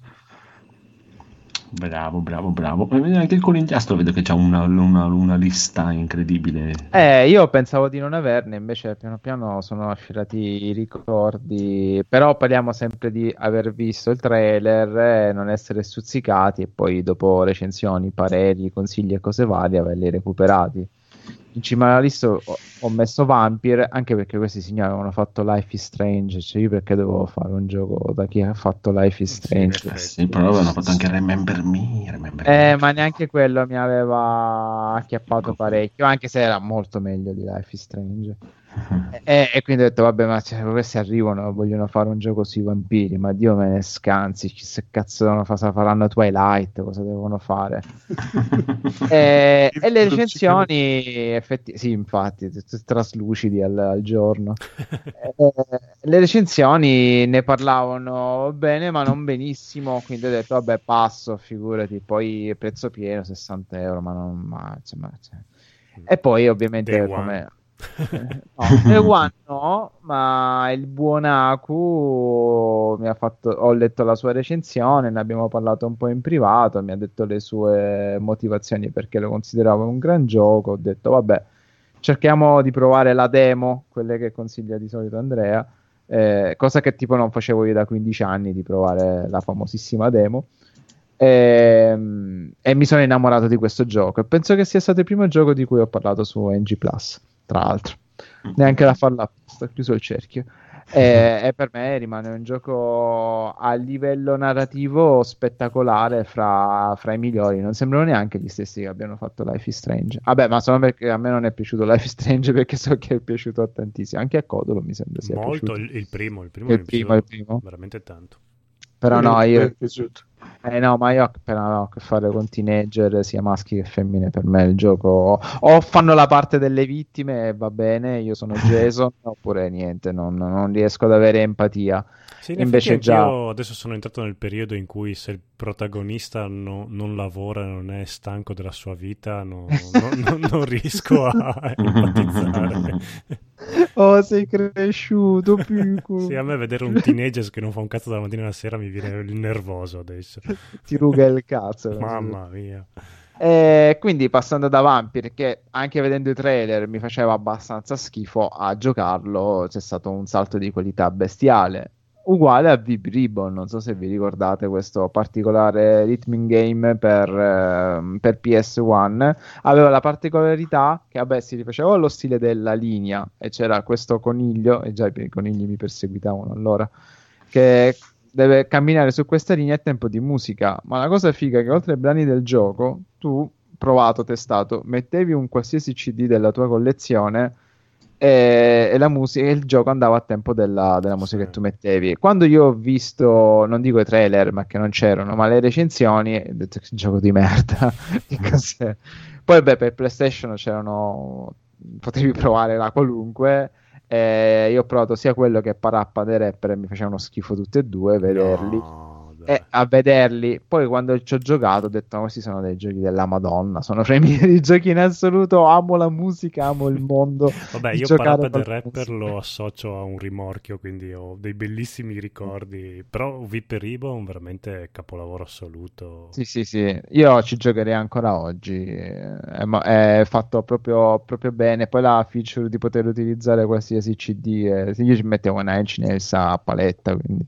Bravo, bravo, bravo. E anche il conigliastro vedo che c'ha una, una- una lista incredibile. Eh, io pensavo di non averne, invece piano piano sono affilati i ricordi, però parliamo sempre di aver visto il trailer, eh, non essere stuzzicati e poi dopo recensioni, pareri, consigli e cose varie averli recuperati. In cima alla lista ho, ho messo Vampire, anche perché questi signori avevano fatto Life is Strange, cioè io perché dovevo fare un gioco da chi ha fatto Life is Sì, in Strange? Eh effetti. sì, però avevano fatto anche Remember Me, Remember Eh, Me. ma neanche quello mi aveva acchiappato parecchio, anche se era molto meglio di Life is Strange. E, e quindi ho detto vabbè, ma cioè, questi arrivano, vogliono fare un gioco sui vampiri, ma Dio me ne scansi, chissà che cazzo devono fare, faranno Twilight, cosa devono fare. e, e le recensioni effetti, sì, infatti tutti traslucidi al, al giorno. E, le recensioni ne parlavano bene ma non benissimo, quindi ho detto vabbè, passo, figurati, poi prezzo pieno sessanta euro, ma non ma, insomma, cioè. E poi ovviamente Day come one. no, Day One no, ma il buon Aku mi ha fatto, ho letto la sua recensione, ne abbiamo parlato un po' in privato, mi ha detto le sue motivazioni perché lo consideravo un gran gioco. Ho detto vabbè, cerchiamo di provare la demo, quelle che consiglia di solito Andrea, eh, cosa che tipo non facevo io da quindici anni, di provare la famosissima demo. E, e mi sono innamorato di questo gioco e penso che sia stato il primo gioco di cui ho parlato su N G Plus, tra l'altro neanche da farla apposta, ho chiuso il cerchio. E, e per me rimane un gioco a livello narrativo spettacolare, fra, fra i migliori. Non sembrano neanche gli stessi che abbiano fatto Life is Strange. Vabbè, ma solo perché a me non è piaciuto Life is Strange, perché so che è piaciuto a tantissimo, anche a Codolo mi sembra sia Molto piaciuto. il, il primo, il primo Il mi è primo, piaciuto il primo. veramente tanto. Però Mi no, è io piaciuto. Eh no, ma io ho appena ho a che fare con teenager, sia maschi che femmine, per me il gioco o fanno la parte delle vittime e va bene, io sono Jason, oppure niente, non, non riesco ad avere empatia. Sì, in Invece effetti già anch'io adesso sono entrato nel periodo in cui se il protagonista no- non lavora, non è stanco della sua vita, no- no- no- non riesco a empatizzare. Oh, sei cresciuto, piccolo. Sì, a me vedere un teenager che non fa un cazzo dalla mattina alla sera mi viene il nervoso adesso. Ti ruga il cazzo. Mamma mia. E quindi passando da Vampire, che anche vedendo i trailer mi faceva abbastanza schifo, a giocarlo c'è stato un salto di qualità bestiale. Uguale a V B Ribbon, non so se vi ricordate questo particolare rhythm game per, eh, per P S uno. Aveva la particolarità che, vabbè, si rifaceva allo stile della linea e c'era questo coniglio, e già i conigli mi perseguitavano allora, che deve camminare su questa linea a tempo di musica. Ma la cosa figa è che oltre ai brani del gioco, tu, provato, testato, mettevi un qualsiasi C D della tua collezione e, e la musica, il gioco andava a tempo della, della musica Sì. che tu mettevi. Quando io ho visto, non dico i trailer, ma che non c'erano, ma le recensioni, ho detto che gioco di merda. Che cos'è? Poi beh, per PlayStation c'erano, potevi provare la qualunque. Eh, io ho provato sia quello che Parappa dei Rapper e mi facevano schifo tutti e due vederli. No, dai. E a vederli, poi quando ci ho giocato ho detto: ma questi sono dei giochi della Madonna, sono fra i migliori giochi in assoluto. Amo la musica, amo il mondo. Vabbè, di io giocare Parappa del con la Rapper musica. lo associo a un rimorchio, quindi ho dei bellissimi ricordi. Però Viper Ribbon veramente capolavoro assoluto. Sì, sì, sì, io ci giocherei ancora oggi. eh, È, ma- è fatto proprio, proprio bene. Poi la feature di poter utilizzare qualsiasi C D, eh, io ci mettevo una Nine Inch Nails a paletta, quindi.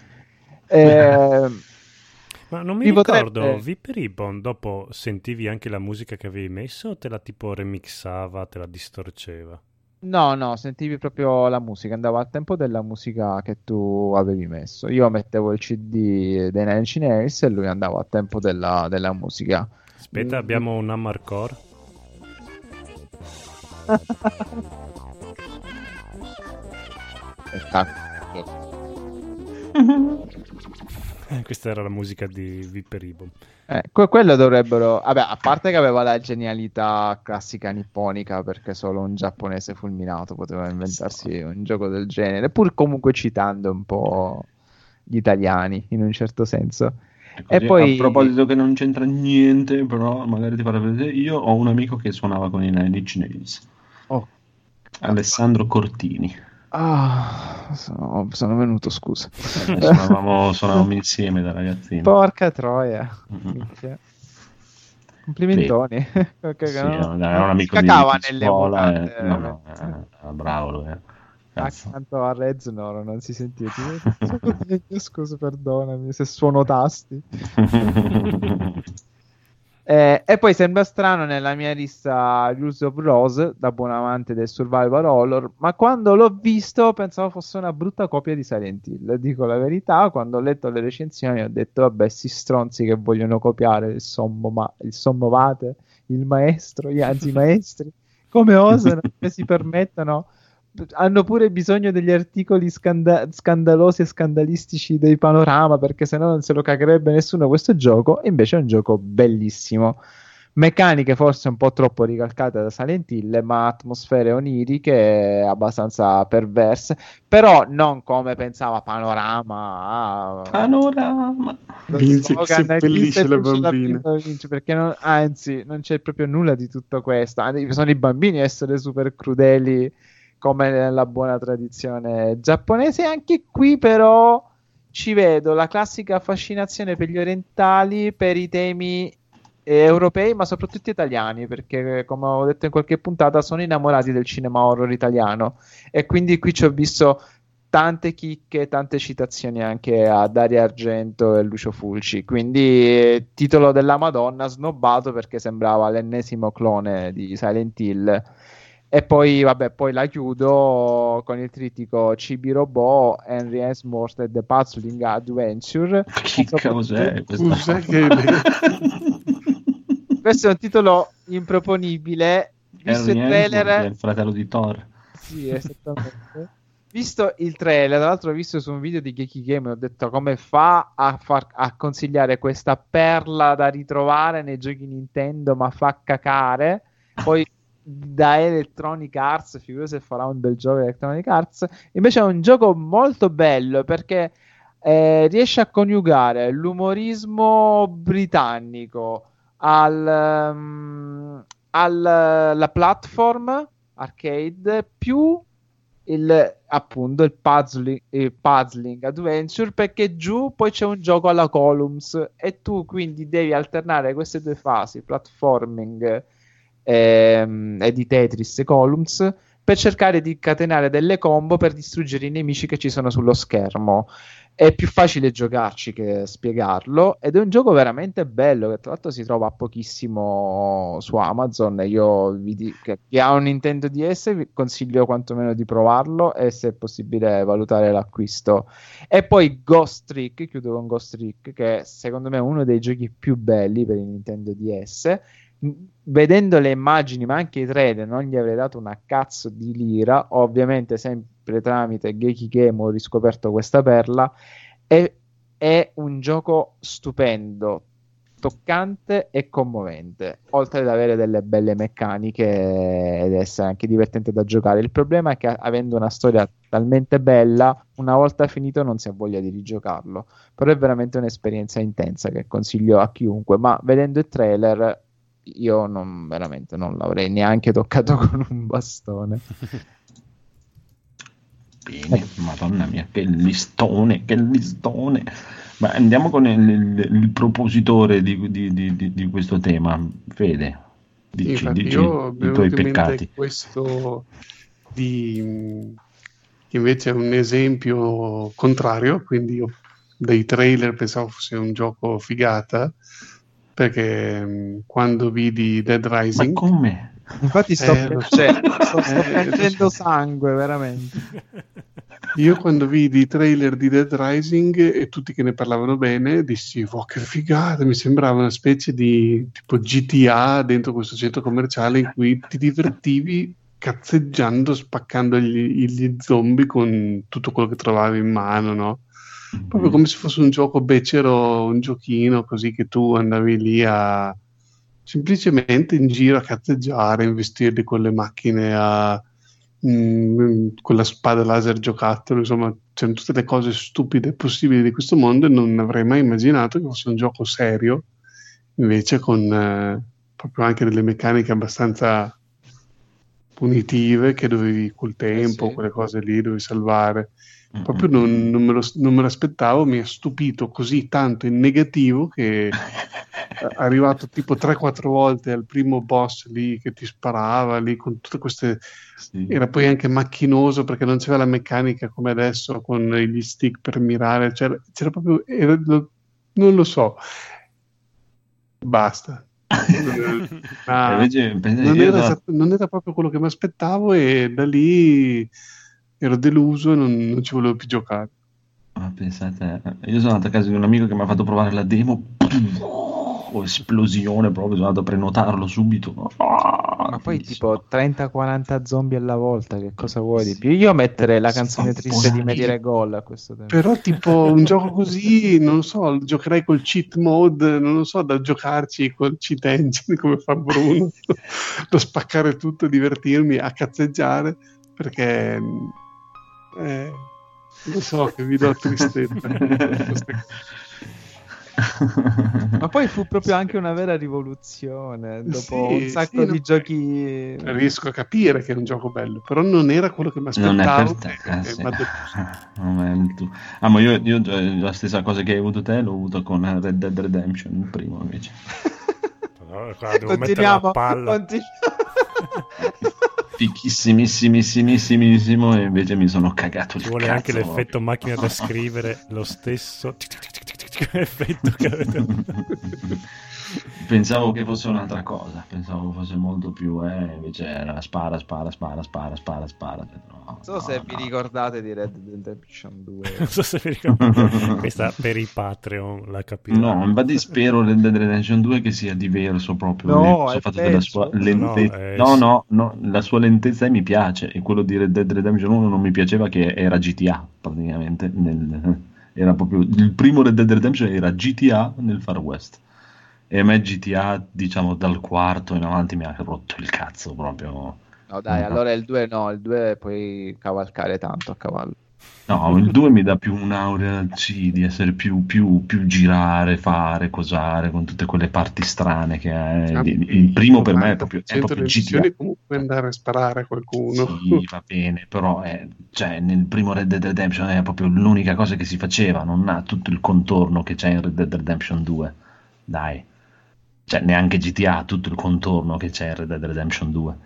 Eh, Ma non mi vi ricordo, potrebbe- Viper Ribbon dopo sentivi anche la musica che avevi messo o te la tipo remixava, te la distorceva? No, no, sentivi proprio la musica, andava al tempo della musica che tu avevi messo. Io mettevo il C D dei Nine Inch Nails e lui andava al tempo della, della musica. Aspetta, Mm. abbiamo un Amarcore. Questa era la musica di Viper Ribbon. Eh, que- quello dovrebbero, vabbè, a parte che aveva la genialità classica nipponica, perché solo un giapponese fulminato poteva inventarsi un gioco del genere, pur comunque citando un po' gli italiani in un certo senso. E E poi a proposito che non c'entra niente, però magari ti farà vedere, io ho un amico che suonava con i Nine Inch Nails, oh, Alessandro Cortini. ah, sono, sono venuto, scusa. Eh, suonavamo, suonavamo insieme da ragazzini. Porca troia. Mhm. Minchia. Complimentoni. Che- Sì, no, era non un amico di, cacava di nelle scuola, mutande, eh, no, no, veramente. eh, era bravo lui, eh. Cazzo. Accanto a Reznor non si sentiva. Tipo, scusa, perdonami se suono tasti. Eh, e poi sembra strano nella mia lista Rules of Rose, da buon amante del survival horror, ma quando l'ho visto pensavo fosse una brutta copia di Silent Hill. Dico la verità, quando ho letto le recensioni ho detto vabbè, sti stronzi che vogliono copiare il sommo, ma- il sommo Vate, il maestro, gli anzi i maestri, come osano, come si permettono? hanno pure bisogno degli articoli scanda- scandalosi e scandalistici dei Panorama, perché sennò non se lo cagherebbe nessuno questo gioco, e invece è un gioco bellissimo. Meccaniche forse un po' troppo ricalcate da Silent Hill, ma atmosfere oniriche abbastanza perverse, però non come pensava Panorama. Ah, Panorama. lo Vince chi slogan, seppellisce chi le seppellisce la bambine. pietra vince, perché non- anzi non c'è proprio nulla di tutto questo. Anzi, sono i bambini a essere super crudeli come nella buona tradizione giapponese. Anche qui però ci vedo la classica fascinazione per gli orientali, per i temi eh, europei, ma soprattutto italiani, perché come ho detto in qualche puntata sono innamorati del cinema horror italiano, e quindi qui ci ho visto tante chicche, tante citazioni anche a Dario Argento e Lucio Fulci, quindi eh, titolo della Madonna, snobbato perché sembrava l'ennesimo clone di Silent Hill. E poi, vabbè, poi la chiudo con il trittico Chibi Robot, Henry Esmort e The Puzzling Adventure. Che cos'è questa Cos'è roba? che- Questo è un titolo improponibile. Visto Harry il Hemsworth, trailer, è il fratello di Thor. sì, esattamente. Visto il trailer, tra l'altro, l'ho visto su un video di Geeky Game, ho detto come fa a, far, a consigliare questa perla da ritrovare nei giochi Nintendo, ma fa cacare. Poi da Electronic Arts, figurati se farà un bel gioco Electronic Arts. Invece è un gioco molto bello perché eh, riesce a coniugare l'umorismo britannico al, um, al- la platform arcade più il, appunto il puzzling, il puzzling adventure, perché giù poi c'è un gioco alla Columns e tu quindi devi alternare queste due fasi, platforming ehm, e di Tetris e Columns, per cercare di catenare delle combo per distruggere i nemici che ci sono sullo schermo. È più facile giocarci che spiegarlo, ed è un gioco veramente bello che tra l'altro si trova pochissimo su Amazon. Io vi dico che chi ha un Nintendo D S vi consiglio quantomeno di provarlo e se è possibile valutare l'acquisto. E poi Ghost Trick, chiudo con Ghost Trick, che secondo me è uno dei giochi più belli per il Nintendo D S. Vedendo le immagini ma anche i trailer non gli avrei dato una cazzo di lira, ovviamente sempre tramite Geeky Game ho riscoperto questa perla. È, è un gioco stupendo, toccante e commovente, oltre ad avere delle belle meccaniche ed essere anche divertente da giocare. Il problema è che avendo una storia talmente bella, una volta finito non si ha voglia di rigiocarlo, però è veramente un'esperienza intensa che consiglio a chiunque, ma vedendo il trailer io non, veramente non l'avrei neanche toccato con un bastone. Bene, madonna mia, che listone, che listone. Ma andiamo con il, il- il propositore di, di- di- di- di questo tema, Fede. Dici, Infatti dici io i mi è tuoi venuto in mente peccati. questo di che invece è un esempio contrario, quindi io dai trailer pensavo fosse un gioco figata, perché mh, quando vidi Dead Ma Rising come? Infatti sto Eh, lo so. piangendo, sto, sto Eh, piangendo lo so. sangue, veramente. Io quando vidi i trailer di Dead Rising e tutti che ne parlavano bene, dissi, oh, che figata, mi sembrava una specie di tipo G T A dentro questo centro commerciale in cui ti divertivi cazzeggiando, spaccando gli, gli zombie con tutto quello che trovavi in mano, no? Proprio come se fosse un gioco becero, un giochino così che tu andavi lì a semplicemente in giro a cazzeggiare, investirli con le macchine, a mm, con la spada laser giocattolo, insomma, c'erano tutte le cose stupide possibili di questo mondo e non avrei mai immaginato che fosse un gioco serio, invece con eh, proprio anche delle meccaniche abbastanza punitive che dovevi col tempo, sì. quelle cose lì dovevi salvare. Mm, Proprio mm, non, mm. non me lo, non me l'aspettavo, mi ha stupito così tanto in negativo che è arrivato tipo tre quattro volte al primo boss lì che ti sparava lì con tutte queste... Sì. Era poi anche macchinoso perché non c'era la meccanica come adesso con gli stick per mirare, c'era, c'era proprio... era- lo- non lo so. Basta. Ah, E invece, pensa- non, io era sono- esat- non era proprio quello che mi aspettavo e da lì ero deluso e non, non ci volevo più giocare. ah, pensate, io sono andato a casa di un amico che mi ha fatto provare la demo. oh, esplosione proprio, sono andato a prenotarlo subito. Ah, Ma poi bellissimo. tipo trenta quaranta zombie alla volta, che cosa vuoi di più? Io metterei la Si canzone fa triste di volare. Medire Gol a questo tempo. Però tipo un gioco così, non lo so, lo giocherei col cheat mode, non lo so, da giocarci col cheat engine come fa Bruno, da spaccare tutto, divertirmi, a cazzeggiare, perché eh, lo so che vi do tristezza. Ma poi fu proprio anche una vera rivoluzione. Dopo Sì, un sacco sì, di no, giochi. riesco a capire che è un gioco bello, però non era quello che mi Non è aspettavo. per te, e- eh, e sì. m'ha deluso. Non è il tuo. Ah, ma io, io eh, la stessa cosa che hai avuto te l'ho avuto con Red Dead Redemption, il primo invece. No, qua devo mettere la Continuiamo. palla. Continu- Ficchissimissimissimo e invece mi sono cagato il Ci vuole cazzo, anche l'effetto proprio. macchina da scrivere, lo stesso effetto che avete. Pensavo che fosse un'altra cosa, pensavo fosse molto più, eh, invece era spara, spara, spara, spara, spara, spara. No, Non so no, se no. vi ricordate di Red Dead Redemption due. Non so se vi ricordate. Questa per i Patreon la capirò. No, infatti spero Red Dead Redemption due che sia diverso proprio No, nel suo è fatto della sua peggio. lentezza. No, è- No, no, no, la sua lentezza mi piace e quello di Red Dead Redemption uno non mi piaceva che era G T A praticamente. Nel- era proprio il primo Red Dead Redemption era G T A nel Far West. E a me G T A, diciamo, dal quarto in avanti mi ha rotto il cazzo proprio. No, dai, No. allora il due no, il due puoi cavalcare tanto a cavallo. No, il due mi dà più un'aurea, sì, di essere più, più, più girare, fare, cosare, con tutte quelle parti strane che è. Il, il primo per me è proprio, è proprio delle G T A. missioni comunque andare a sparare a qualcuno. Sì, va bene, però è, cioè, nel primo Red Dead Redemption è proprio l'unica cosa che si faceva, non ha tutto il contorno che c'è in Red Dead Redemption due. Dai. Cioè, neanche G T A ha tutto il contorno che c'è in Red Dead Redemption due.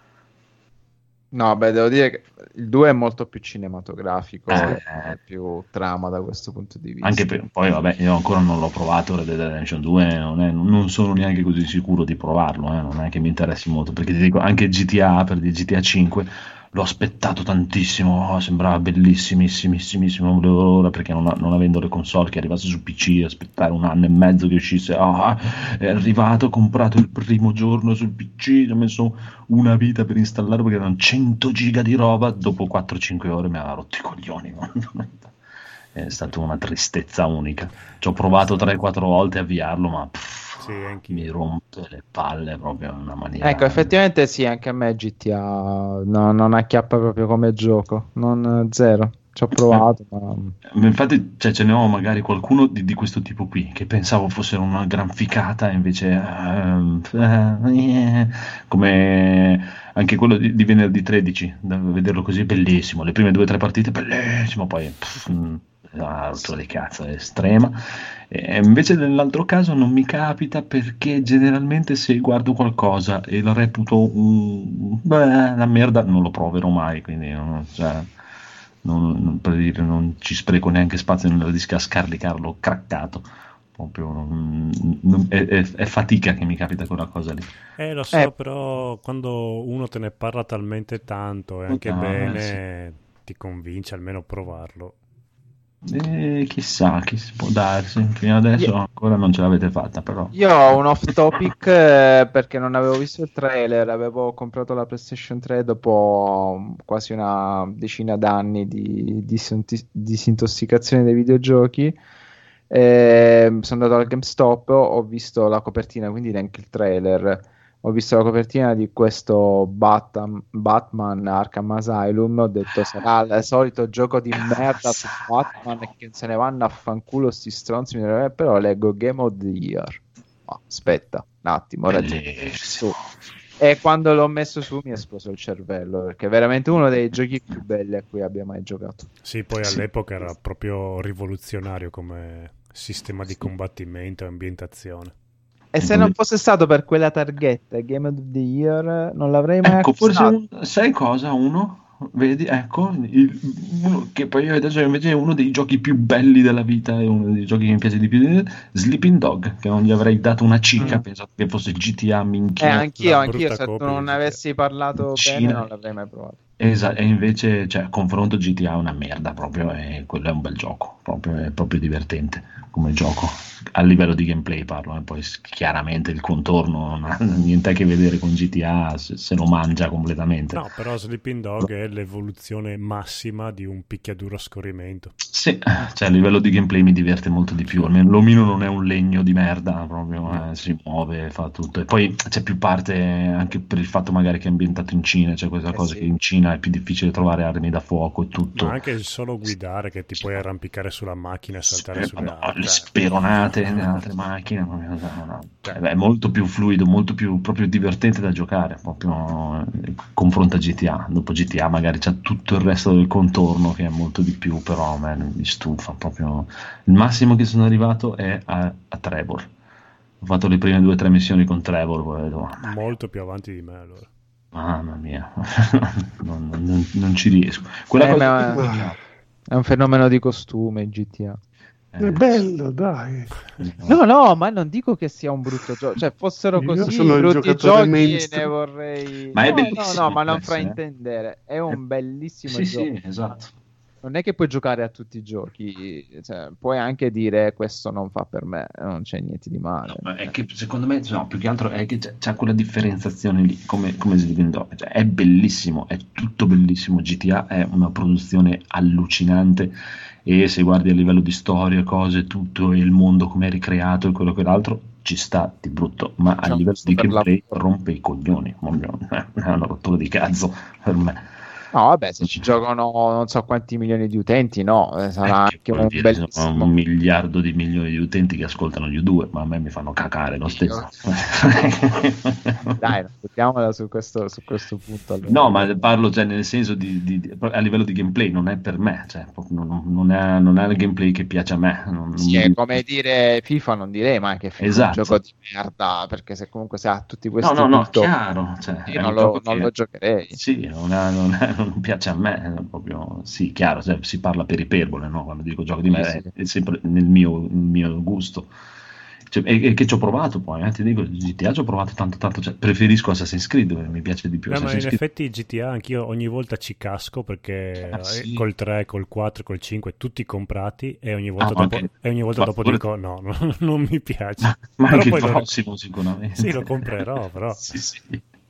No, beh, devo dire che il due è molto più cinematografico, Eh. è più trama da questo punto di vista. Anche per, poi, vabbè, io ancora non l'ho provato Red Dead Redemption due, non, è- non sono neanche così sicuro di provarlo, eh, non è che mi interessi molto, perché ti dico, anche G T A, per dire G T A cinque, l'ho aspettato tantissimo, oh, sembrava bellissimissimissimo, non vedevo l'ora, perché non, non avendo le console che arrivasse su P C, aspettare un anno e mezzo che uscisse, oh, è arrivato, ho comprato il primo giorno sul P C, ci ho messo una vita per installarlo perché erano cento giga di roba, dopo quattro cinque ore mi aveva rotto i coglioni. È stata una tristezza unica. Ci ho provato tre quattro volte a avviarlo, ma pff, Sì, anch'io. mi rompe le palle proprio in una maniera. Ecco, effettivamente sì, anche a me G T A no, non acchiappa proprio come gioco, non zero. Ci ho provato, ma Infatti, cioè, ce ne ho magari qualcuno di, di questo tipo qui che pensavo fosse una gran ficata, invece ehm, eh, come anche quello di, di venerdì tredici, da vederlo così è bellissimo. Le prime due o tre partite bellissimo, poi pff, mh, ah, rottura di cazzo, è estrema. E invece nell'altro caso non mi capita perché generalmente se guardo qualcosa e lo reputo un, beh, una merda, non lo proverò mai, quindi non, cioè, non, non- per dire, non ci spreco neanche spazio nella disca a scaricarlo craccato. Proprio non- non- è, è- è fatica che mi capita quella cosa lì. Eh, lo so, Eh. però quando uno te ne parla talmente tanto e anche Ah, bene, ti convince almeno a provarlo. E chissà, chi si può darsi. Fino adesso Io- ancora non ce l'avete fatta, però. io ho un off topic eh, perché non avevo visto il trailer, avevo comprato la PlayStation tre dopo quasi una decina d'anni di disinti- disintossicazione dei videogiochi. Eh, sono andato al GameStop, ho visto la copertina, quindi neanche il trailer. Ho visto la copertina di questo Batman, Batman Arkham Asylum. Ho detto sarà il solito gioco di merda su Batman e che se ne vanno a fanculo sti stronzi. Però leggo Game of the Year. Ma aspetta un attimo, ragiono Bellissimo. su. E quando l'ho messo su mi è esploso il cervello perché è veramente uno dei giochi più belli a cui abbia mai giocato. Sì, poi Sì. all'epoca era proprio rivoluzionario come sistema di combattimento e ambientazione. E se non fosse stato per quella targhetta Game of the Year non l'avrei mai Ecco, forse acquistato. un- sai cosa? Uno, vedi, ecco, il- uno che poi io adesso invece è uno dei giochi più belli della vita, è uno dei giochi che mi piace di più, Sleeping Dog, che non gli avrei dato una cicca, Mm. pensato che fosse G T A Eh, minchia. anch'io, la anch'io brutta se tu copia di non G T A. avessi parlato bene Cina. non l'avrei mai provato. Esa- e invece, cioè, confronto G T A è una merda proprio, e quello è un bel gioco, proprio, è proprio divertente. come gioco, a livello di gameplay parlo, eh. Poi chiaramente il contorno non ha niente a che vedere con G T A, se, se lo mangia completamente. No, però Sleeping Dog è l'evoluzione massima di un picchiaduro a scorrimento. Sì, cioè a livello di gameplay mi diverte molto di più, almeno l'omino non è un legno di merda, proprio eh, si muove, fa tutto, e poi c'è più parte anche per il fatto magari che è ambientato in Cina, c'è questa Eh cosa sì. che in Cina è più difficile trovare armi da fuoco e tutto. Ma anche il solo guidare, che ti puoi arrampicare sulla macchina e saltare Sper- sulle no, altre. le speronate nelle altre macchine, no, no, no. Cioè, è molto più fluido, molto più proprio divertente da giocare, proprio eh, confronta G T A. Dopo G T A magari c'è tutto il resto del contorno che è molto di più, però a me mi stufa proprio. Il massimo che sono arrivato è a, a Trevor. Ho fatto le prime due o tre missioni con Trevor, poi ho detto, "Mamma mia, Molto più avanti di me allora. mamma mia." non, non- non ci riesco. Quella Eh, cosa ma- È un fenomeno di costume G T A. È eh, bello, dai. No, no, ma non dico che sia un brutto gioco. Cioè, fossero Io così sono il brutti giocatore giochi mainstream. ne vorrei. Ma è no, bellissimo no, no, ma il non P E S, fraintendere. È un Eh. bellissimo sì, gioco. sì, esatto. Non è che puoi giocare a tutti i giochi. Cioè, puoi anche dire questo non fa per me, non c'è niente di male. No, è che secondo me, no, più che altro è che c'è, c'è quella differenziazione lì, come, come Sleeping Dog. Cioè, è bellissimo, è tutto bellissimo. G T A è una produzione allucinante, e se guardi a livello di storia, cose, tutto, e il mondo come è ricreato e quello che l'altro, ci sta di brutto, ma a C'è un livello di super gameplay lavoro. rompe i coglioni, proprio, è una rottura di cazzo per me. No, vabbè, se ci giocano non so quanti milioni di utenti, no, eh, sarà Eh, che anche vuol un dire, sono bellissimo. un miliardo di milioni di utenti che ascoltano gli U due, ma a me mi fanno cacare lo stesso. Dai, buttiamola su questo, su questo punto. Allora. No, ma parlo, cioè, nel senso di, di- di- a livello di gameplay, non è per me, cioè, proprio non, non è, non è il gameplay che piace a me. Non, non Sì, mi- è come dire FIFA, non direi mai che FIFA è un Esatto. gioco di merda, perché se comunque se ha tutti No, questi no, no, punto, chiaro, cioè, io è non un lo, gioco non che- lo giocherei. Sì, non, è- non è- non piace a me, è proprio, sì, chiaro, cioè, si parla per iperbole, no? Quando dico gioco di Sì, me sì. è, è sempre nel mio, nel mio gusto. Cioè, e, e che ci ho provato poi, eh, ti dico, G T A ci ho provato tanto, tanto, cioè, preferisco Assassin's Creed, perché mi piace di più No, ma in Assassin's Creed. effetti G T A anch'io ogni volta ci casco perché Ah, sì? eh, col tre, col quattro, col cinque tutti comprati e ogni volta Ah, dopo, ok. e ogni volta Ma dopo pure- dico no, no, non mi piace. Ma Però anche il poi lo- prossimo sicuramente. Sì, lo comprerò, però. Sì, sì.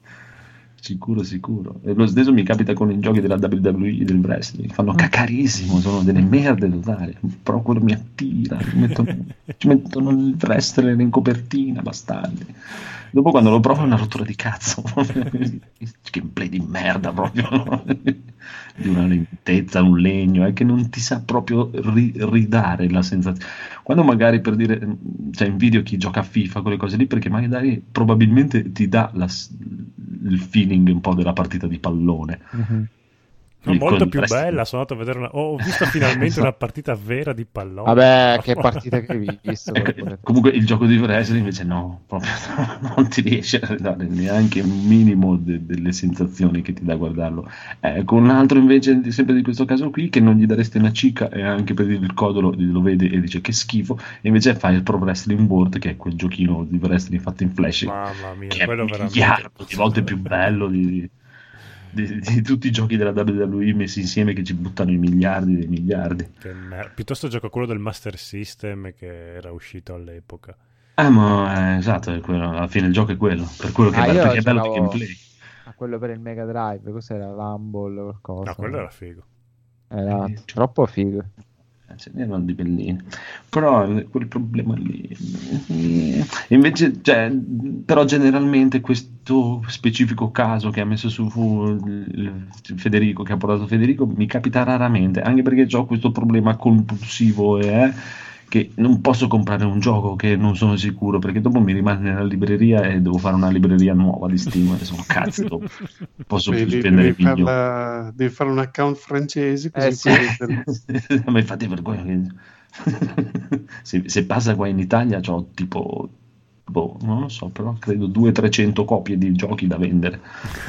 Sicuro, sicuro. E lo stesso mi capita con i giochi della W W E, del wrestling, fanno cacarissimo, sono delle merde totali, però quello mi attira, mi mettono, ci mettono il wrestler in copertina, bastardi. Dopo quando lo provo è una rottura di cazzo, gameplay di merda proprio, no? Di una lentezza, un legno, è che non ti sa proprio ri- ridare la sensazione. Quando magari, per dire, cioè, invidio chi gioca a FIFA, quelle cose lì, perché magari probabilmente ti dà la s- il feeling un po' della partita di pallone. Mhm. Ma Il- molto con il più wrestling. bella, sono andato a vedere una... ho visto finalmente una partita vera di pallone. Vabbè, che partita che hai visto? Ecco, comunque il gioco di wrestling invece no, proprio non ti riesce a dare neanche un minimo de- delle sensazioni che ti dà a guardarlo. Ecco, un altro invece, di- sempre di questo caso qui, che non gli daresti una cicca, e anche per dire il codolo lo vede e dice che schifo, e invece fa il Pro Wrestling World, che è quel giochino di wrestling fatto in flash, Mamma mia, che è quello un veramente... miliardo di volte più bello di, di- di tutti i giochi della W W E messi insieme, che ci buttano i miliardi dei miliardi. Che mer- Piuttosto gioco quello del Master System che era uscito all'epoca. Ah, ma eh, esatto, è quello, alla fine il gioco è quello, per quello che Ah, è bello, io perché è bello di giocavo- gameplay. A quello per il Mega Drive, cos'era? Rumble, qualcosa. No, quello era figo. Era Eh, troppo figo. Eh, ce n'erano di belline, però eh, quel problema lì eh, invece, cioè, però generalmente questo specifico caso che ha messo su fu il- Federico, che ha portato Federico, mi capita raramente, anche perché ho questo problema compulsivo, eh, che non posso comprare un gioco che non sono sicuro, perché dopo mi rimane nella libreria e devo fare una libreria nuova di Steam, e sono cazzi, dopo posso più Devi, spendere devi, milioni. farla- devi fare un account francese così Eh, sì. puoi- Ma infatti per quello che se, se passa qua in Italia c'ho tipo, boh, non lo so, però credo duecento trecento copie di giochi da vendere.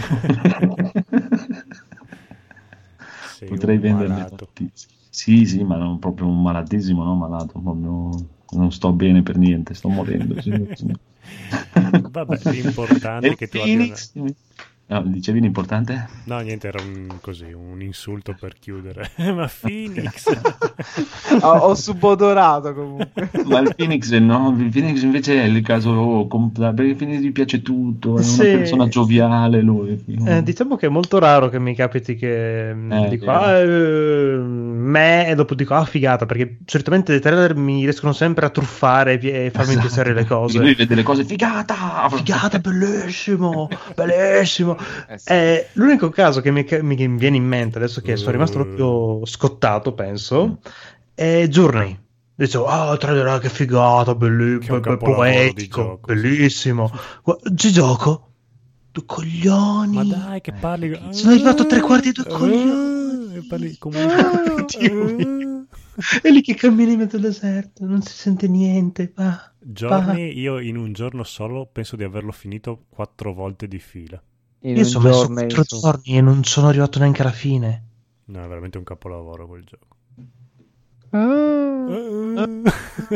Sei Potrei un venderne malato. tantissimi. Sì, sì, ma non proprio un malatissimo, no, malato, proprio non sto bene per niente, sto morendo. Sì, sì. Vabbè, l'importante è E che tu abbia una... Phoenix? No, dicevi l'importante? No, niente, era un, così, un insulto per chiudere. Ma Phoenix... ho, ho subodorato comunque. Ma il Phoenix no, il Phoenix invece è il caso oh, compl- perché il Phoenix gli piace tutto, è Sì. una persona gioviale lui. Eh, diciamo che è molto raro che mi capiti che mm, Eh, dico vero. ah, eh, me e dopo dico ah figata, perché solitamente dei trailer mi riescono sempre a truffare e e farmi Esatto. piacere le cose. Lui vede le cose figata, Figata, bellissimo, bellissimo. Eh sì. Eh, l'unico caso che mi, che mi viene in mente adesso che sono rimasto proprio scottato, penso, è Journey. Dicevo, ah, trailer, ah, che figata, belli- Che è un be- capolavoro di poetico, gioco, bellissimo. Gua- Ci gioco? Tu coglioni. Ma dai, che parli... Sono arrivato a tre quarti e due Ah, coglioni. e parli come... Dio mio. E lì che cammini in mezzo al deserto, non si sente niente. Va, Journey, io in un giorno solo penso di averlo finito quattro volte di fila. In Io un sono messo giorno quattro su- giorni e non sono arrivato neanche alla fine. No, è veramente un capolavoro quel gioco. Ah,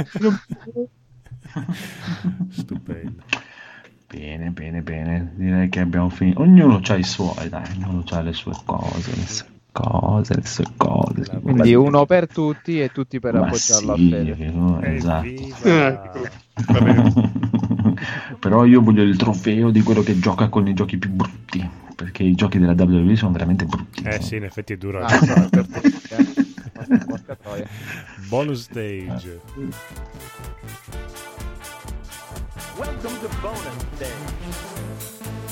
Stupendo. Bene, bene, bene. Direi che abbiamo finito. Ognuno ha i suoi, dai, ognuno ha le sue cose, le sue cose, le sue cose. quindi uno per tutti e tutti per Ma appoggiarlo sì, a Fede. che no, esatto. Evviva! Però io voglio il trofeo di quello che gioca con i giochi più brutti, perché i giochi della W W E sono veramente brutti. Eh sono- sì, in effetti è duro. Ah, no, per tutti, eh. Porca troia. Bonus stage. Welcome to Bonus Stage.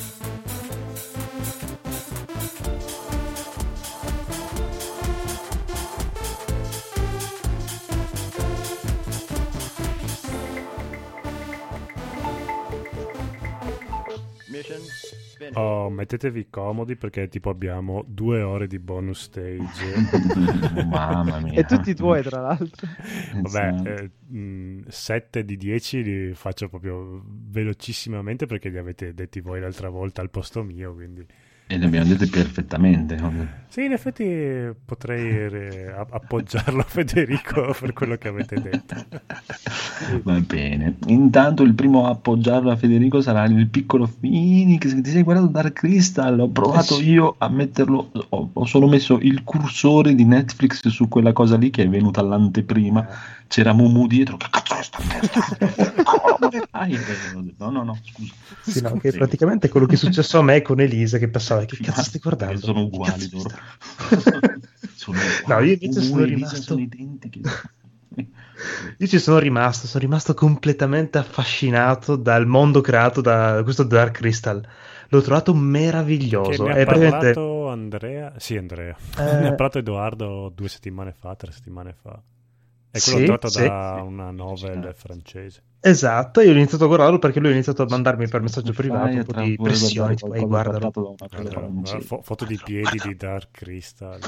Mission finished. Oh, mettetevi comodi perché tipo abbiamo due ore di bonus stage. Mamma mia. E tutti i tuoi, tra l'altro. Vabbè, Esatto. eh, mh, sette di dieci li faccio proprio velocissimamente perché li avete detti voi l'altra volta al posto mio, quindi... E li abbiamo detto perfettamente. no? Sì, in effetti potrei re- a- appoggiarlo a Federico per quello che avete detto. Va bene. Intanto il primo a appoggiarlo a Federico sarà il piccolo Phoenix. Che ti sei guardato Dark Crystal? Ho provato Eh sì. io a metterlo. Ho, ho solo messo il cursore di Netflix su quella cosa lì che è venuta all'anteprima. C'era Mumu dietro. Che cazzo è sta merda? Come fai? E ho detto, No, no, no, scusa. Sì, no, Scusa. che praticamente è quello che è successo a me con Elisa che pensava che cazzo stai guardando? Sono Che uguali cazzo loro. stai- Sono No, io invece Mumu sono e Elisa rimasto- sono identiche. Io ci sono rimasto, sono rimasto completamente affascinato dal mondo creato da questo Dark Crystal. L'ho trovato Che meraviglioso. ne ha È praticamente- parlato Andrea? Sì, Andrea. Eh. Ne ha parlato Edoardo due settimane fa, tre settimane fa. È quello Sì, tratto sì. da una novel francese. Esatto, io ho iniziato a guardarlo perché lui ha iniziato a mandarmi per messaggio privato Fai un po' tra- di vuole pressioni, guardare tipo, ehi, qualcosa guardalo. trattato da una Allora, francese. fo- foto di piedi di Dark Crystal.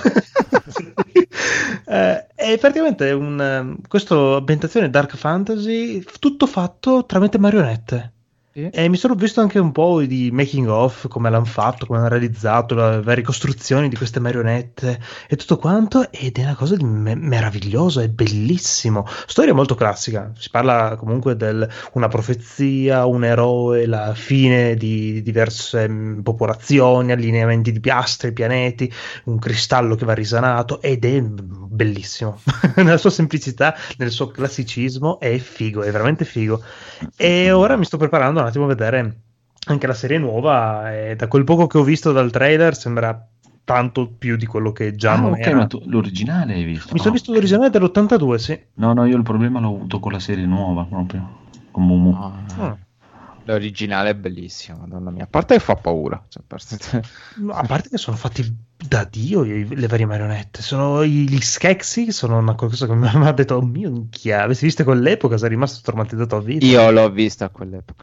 Eh, è praticamente un, ehm, questo ambientazione dark fantasy, f- tutto fatto tramite marionette. Sì. E mi sono visto anche un po' di making of, come l'hanno fatto, come hanno realizzato, le varie costruzioni di queste marionette e tutto quanto, ed è una cosa di me- meravigliosa, è bellissimo. Storia molto classica, si parla comunque di una profezia, un eroe, la fine di diverse mm, popolazioni, allineamenti di piastre, pianeti, un cristallo che va risanato, ed è bellissimo. Nella sua semplicità, nel suo classicismo, è figo, è veramente figo. E ora mi sto preparando un attimo a vedere anche la serie nuova, e da quel poco che ho visto dal trailer sembra tanto più di quello che già Ah, non ok, era. ma tu l'originale hai visto? Mi sono Ah, visto ok. l'originale dell'ottantadue, sì. No, no, io il problema l'ho avuto con la serie nuova proprio. Con Mumu. Ah, Ah. L'originale è bellissimo, madonna mia. A parte che fa paura. Cioè, a parte- A parte che sono fatti da Dio i- le varie marionette, sono i- gli schexi, sono una cosa che mi ha detto, oh mio minchia, avessi visto quell'epoca sei rimasto traumatizzato a vita. Io l'ho vista a quell'epoca.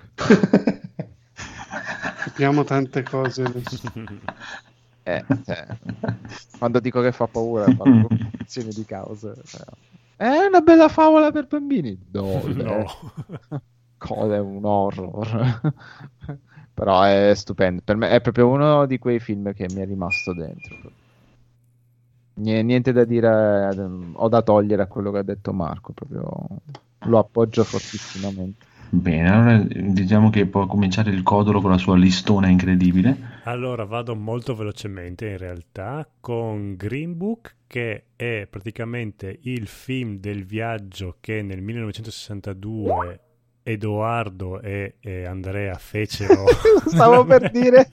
Capiamo tante cose adesso. Eh, cioè, quando dico che fa paura, parlo con cognizione di causa. Cioè, è una bella favola per bambini. No, No. eh. Cosa è un horror. Però è stupendo. Per me è proprio uno di quei film che mi è rimasto dentro. Nie- Niente da dire eh, o da togliere a quello che ha detto Marco. Proprio lo appoggio fortissimamente. Bene, allora diciamo che può cominciare il Codolo con la sua listona incredibile. Allora vado molto velocemente in realtà con Green Book, che è praticamente il film del viaggio che nel millenovecentosessantadue Edoardo e, e Andrea fecero. Stavo per dire.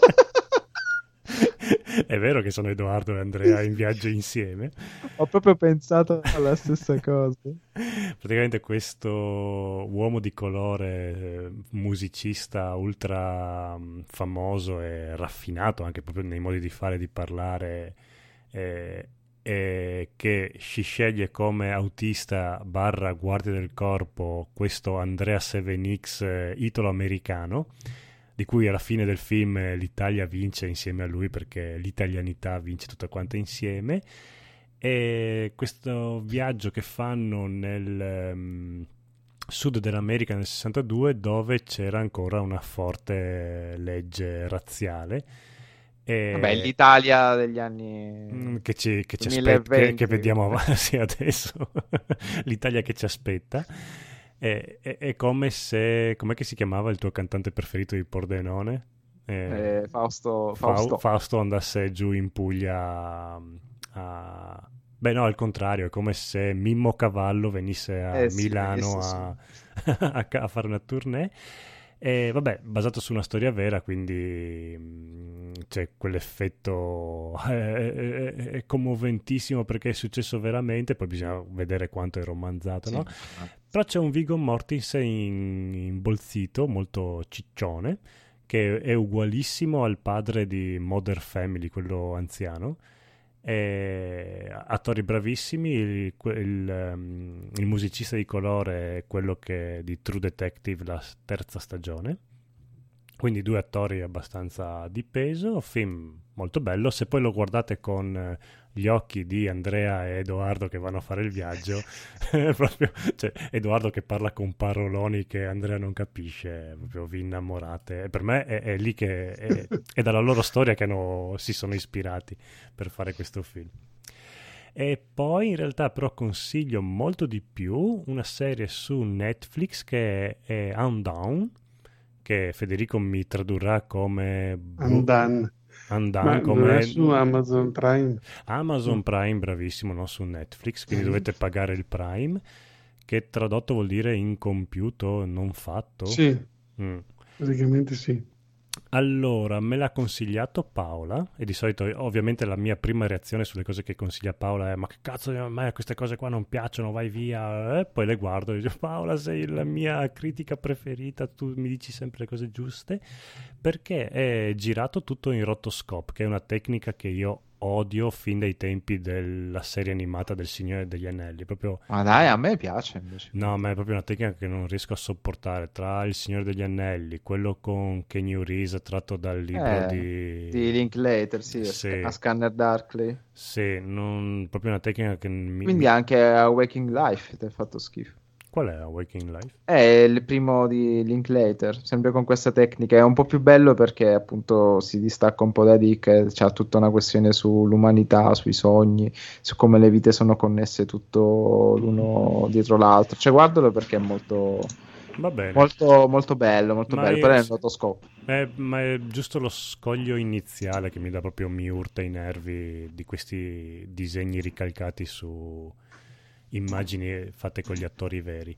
È vero che sono Edoardo e Andrea in viaggio insieme. Ho proprio pensato alla stessa cosa. Praticamente questo uomo di colore, eh, musicista ultra mh, famoso e raffinato anche proprio nei modi di fare e di parlare, eh, eh, che si sceglie come autista barra guardia del corpo questo Andrea sette X eh, italo-americano, di cui alla fine del film eh, l'Italia vince insieme a lui perché l'italianità vince tutta quanta insieme. E questo viaggio che fanno nel um, sud dell'America nel sessantadue, dove c'era ancora una forte legge razziale. E... Vabbè, l'Italia degli anni che ci, che ci duemilaventi. aspetta, che, che vediamo sì, adesso, l'Italia che ci aspetta. È, è, è come se, com'è che si chiamava il tuo cantante preferito di Pordenone? Eh, Eh, Fausto, Fau- Fausto. Fausto andasse giù in Puglia a, a- beh no, al contrario, è come se Mimmo Cavallo venisse a Eh, sì, Milano sì, sì. a, a, a fare una tournée. E vabbè, basato su una storia vera, quindi mh, c'è quell'effetto eh, è, è- è commoventissimo perché è successo veramente, poi bisogna vedere quanto è romanzato, Sì. no? Però c'è un Viggo Mortensen in, imbolzito, molto ciccione, che è ugualissimo al padre di Modern Family, quello anziano. E attori bravissimi, il, il, ehm, il musicista di colore è quello che di True Detective, la s- terza stagione. Quindi due attori abbastanza di peso, film molto bello. Se poi lo guardate con eh, gli occhi di Andrea e Edoardo che vanno a fare il viaggio, è proprio, cioè, Edoardo che parla con paroloni che Andrea non capisce, proprio vi innamorate. E per me è, è lì che è, è dalla loro storia che hanno- si sono ispirati per fare questo film. E poi in realtà però consiglio molto di più una serie su Netflix che è, è Undone, che Federico mi tradurrà come Undone. Undone, Ma non come è su Amazon Prime? Amazon Prime, bravissimo, non su Netflix, quindi Mm. dovete pagare il Prime, che tradotto vuol dire incompiuto, non fatto. Sì, Mm. praticamente sì. Allora, me l'ha consigliato Paola e di solito ovviamente la mia prima reazione sulle cose che consiglia Paola è ma che cazzo, a me queste cose qua non piacciono, vai via. E poi le guardo e dico Paola sei la mia critica preferita, tu mi dici sempre le cose giuste, perché è girato tutto in rotoscope, che è una tecnica che io odio fin dai tempi della serie animata del Signore degli Anelli, proprio. Ma dai, a me piace invece. No, ma è proprio una tecnica che non riesco a sopportare. Tra Il Signore degli Anelli, quello con Keanu Reeves tratto dal libro Eh, di... Di Linklater, sì, a Sì. Sc- a Scanner Darkly. Sì, non... proprio una tecnica che mi... Quindi mi- anche a Waking Life ti ha fatto schifo. Qual è Waking Life? È il primo di Linklater, sempre con questa tecnica. È un po' più bello perché appunto si distacca un po' da Dick, e c'ha tutta una questione sull'umanità, sui sogni, su come le vite sono connesse tutto l'uno dietro l'altro. Cioè guardalo perché è molto, Va bene. molto, molto bello, molto Ma bello. io Però è se- un rotoscope. Eh, ma è giusto lo scoglio iniziale che mi dà proprio, mi urta i nervi di questi disegni ricalcati su immagini fatte con gli attori veri.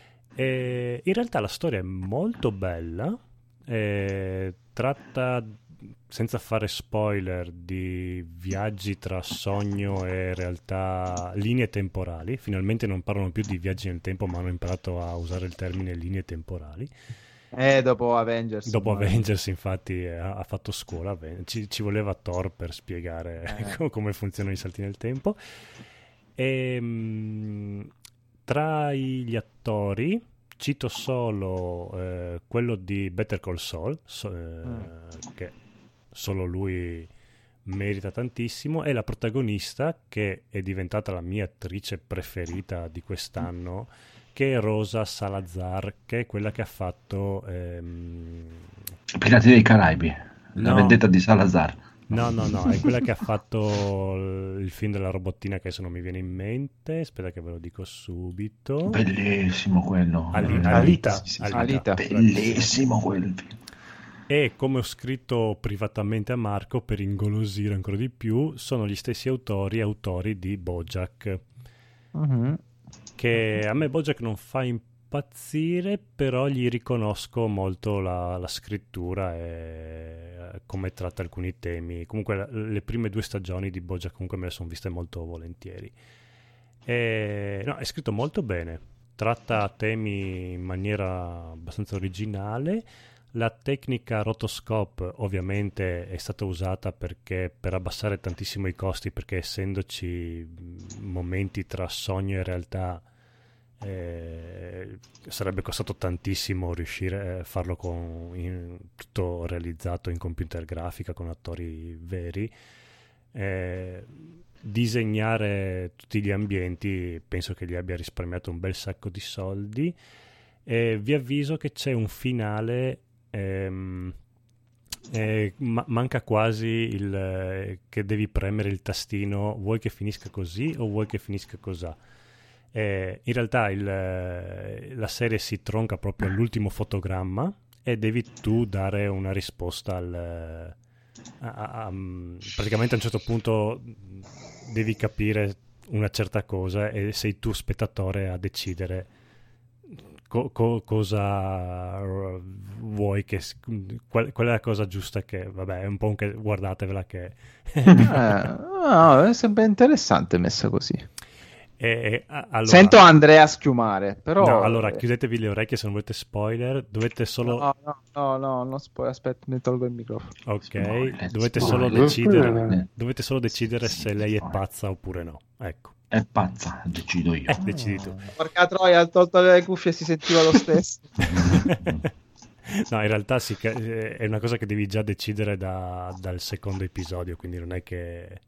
E in realtà la storia è molto bella, eh, tratta, senza fare spoiler, di viaggi tra sogno e realtà, linee temporali. Finalmente non parlano più di viaggi nel tempo, ma hanno imparato a usare il termine linee temporali. Eh, dopo Avengers. Dopo ormai. Avengers, infatti, eh, ha, ha fatto scuola. Aven- Ci, ci voleva Thor per spiegare Eh. co- come funzionano i salti nel tempo. E, mh, tra i- gli attori cito solo eh, quello di Better Call Saul, so- eh, che solo lui merita tantissimo, e la protagonista che è diventata la mia attrice preferita di quest'anno, che è Rosa Salazar, che è quella che ha fatto ehm, Pirati dei Caraibi, la No. vendetta di Salazar. no no no è quella che ha fatto l- il film della robottina che adesso non mi viene in mente, aspetta che ve lo dico subito. Bellissimo quello. Ali- Eh, Alita, sì, sì, sì. Alita. Bellissimo quel film. E come ho scritto privatamente a Marco per ingolosire ancora di più, sono gli stessi autori autori di BoJack. Mhm. Che a me BoJack non fa impazzire, però gli riconosco molto la, la scrittura e come tratta alcuni temi. Comunque la- le prime due stagioni di BoJack comunque me le sono viste molto volentieri. E, no, è scritto molto bene, tratta temi in maniera abbastanza originale. La tecnica rotoscope ovviamente è stata usata perché per abbassare tantissimo i costi, perché essendoci mh, momenti tra sogno e realtà eh, sarebbe costato tantissimo riuscire a farlo con in- tutto realizzato in computer grafica con attori veri. Eh, disegnare tutti gli ambienti penso che gli abbia risparmiato un bel sacco di soldi. E vi avviso che c'è un finale ehm, eh, ma- manca quasi il eh, che devi premere il tastino, vuoi che finisca così o vuoi che finisca così. Eh, in realtà il, eh, la serie si tronca proprio all'ultimo fotogramma e devi tu dare una risposta al, a- a- a- praticamente a un certo punto devi capire una certa cosa e sei tu spettatore a decidere co- co- cosa uh, vuoi che s- qual, qual è la cosa giusta, che vabbè è un po' che guardatevela che Eh, no, sembra interessante messa così. e, a- allora, Sento Andrea schiumare, però... no, allora chiudetevi le orecchie se non volete spoiler, dovete solo No, no, no, no, non spo- aspetta, mi tolgo il microfono. ok, Spoiler, dovete spoiler. solo decidere Spoiler. dovete solo decidere Sì, se lei è spoiler. pazza oppure no, ecco. È pazza, decido io. Eh, decidi tu. Porca troia, ha tolto le cuffie e si sentiva lo stesso. No, in realtà sì, che- eh, è una cosa che devi già decidere da- dal secondo episodio, quindi non è che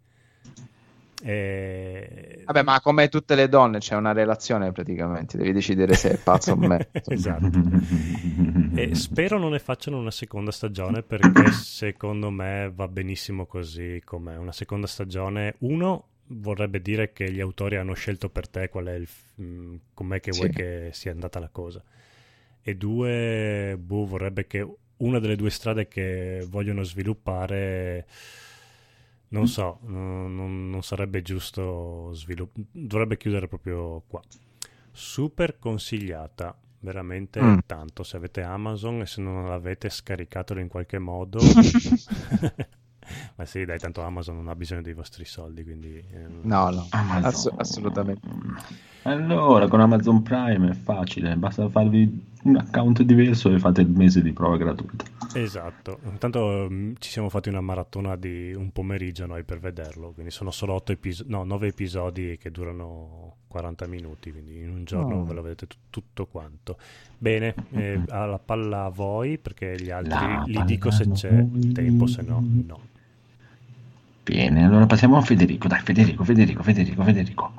eh, Vabbè, ma come tutte le donne c'è una relazione praticamente, devi decidere se è pazzo o me. esatto. E spero non ne facciano una seconda stagione, perché secondo me va benissimo così com'è. Una seconda stagione, uno vorrebbe dire che gli autori hanno scelto per te qual è il f- mh, com'è che vuoi Sì. che sia andata la cosa, e due, boh, vorrebbe che una delle due strade che vogliono sviluppare, non so, non, non- non sarebbe giusto sviluppare, dovrebbe chiudere proprio qua. Super consigliata, veramente Mm. tanto. Se avete Amazon e se non l'avete, scaricatelo in qualche modo. Ma sì, dai, tanto Amazon non ha bisogno dei vostri soldi, quindi eh, No, no, Amazon. ass- assolutamente. Allora, con Amazon Prime è facile, basta farvi un account diverso e fate il mese di prova gratuita. esatto. Intanto mm, ci siamo fatti una maratona di un pomeriggio noi per vederlo, quindi sono solo otto episodi, no, nove episodi che durano quaranta minuti, quindi in un giorno Oh. ve lo vedete tu- tutto quanto. Bene, eh, alla palla a voi, perché gli altri La li dico se palla a c'è voi. tempo, se no no. Bene, allora passiamo a Federico. Dai, Federico, Federico, Federico, Federico.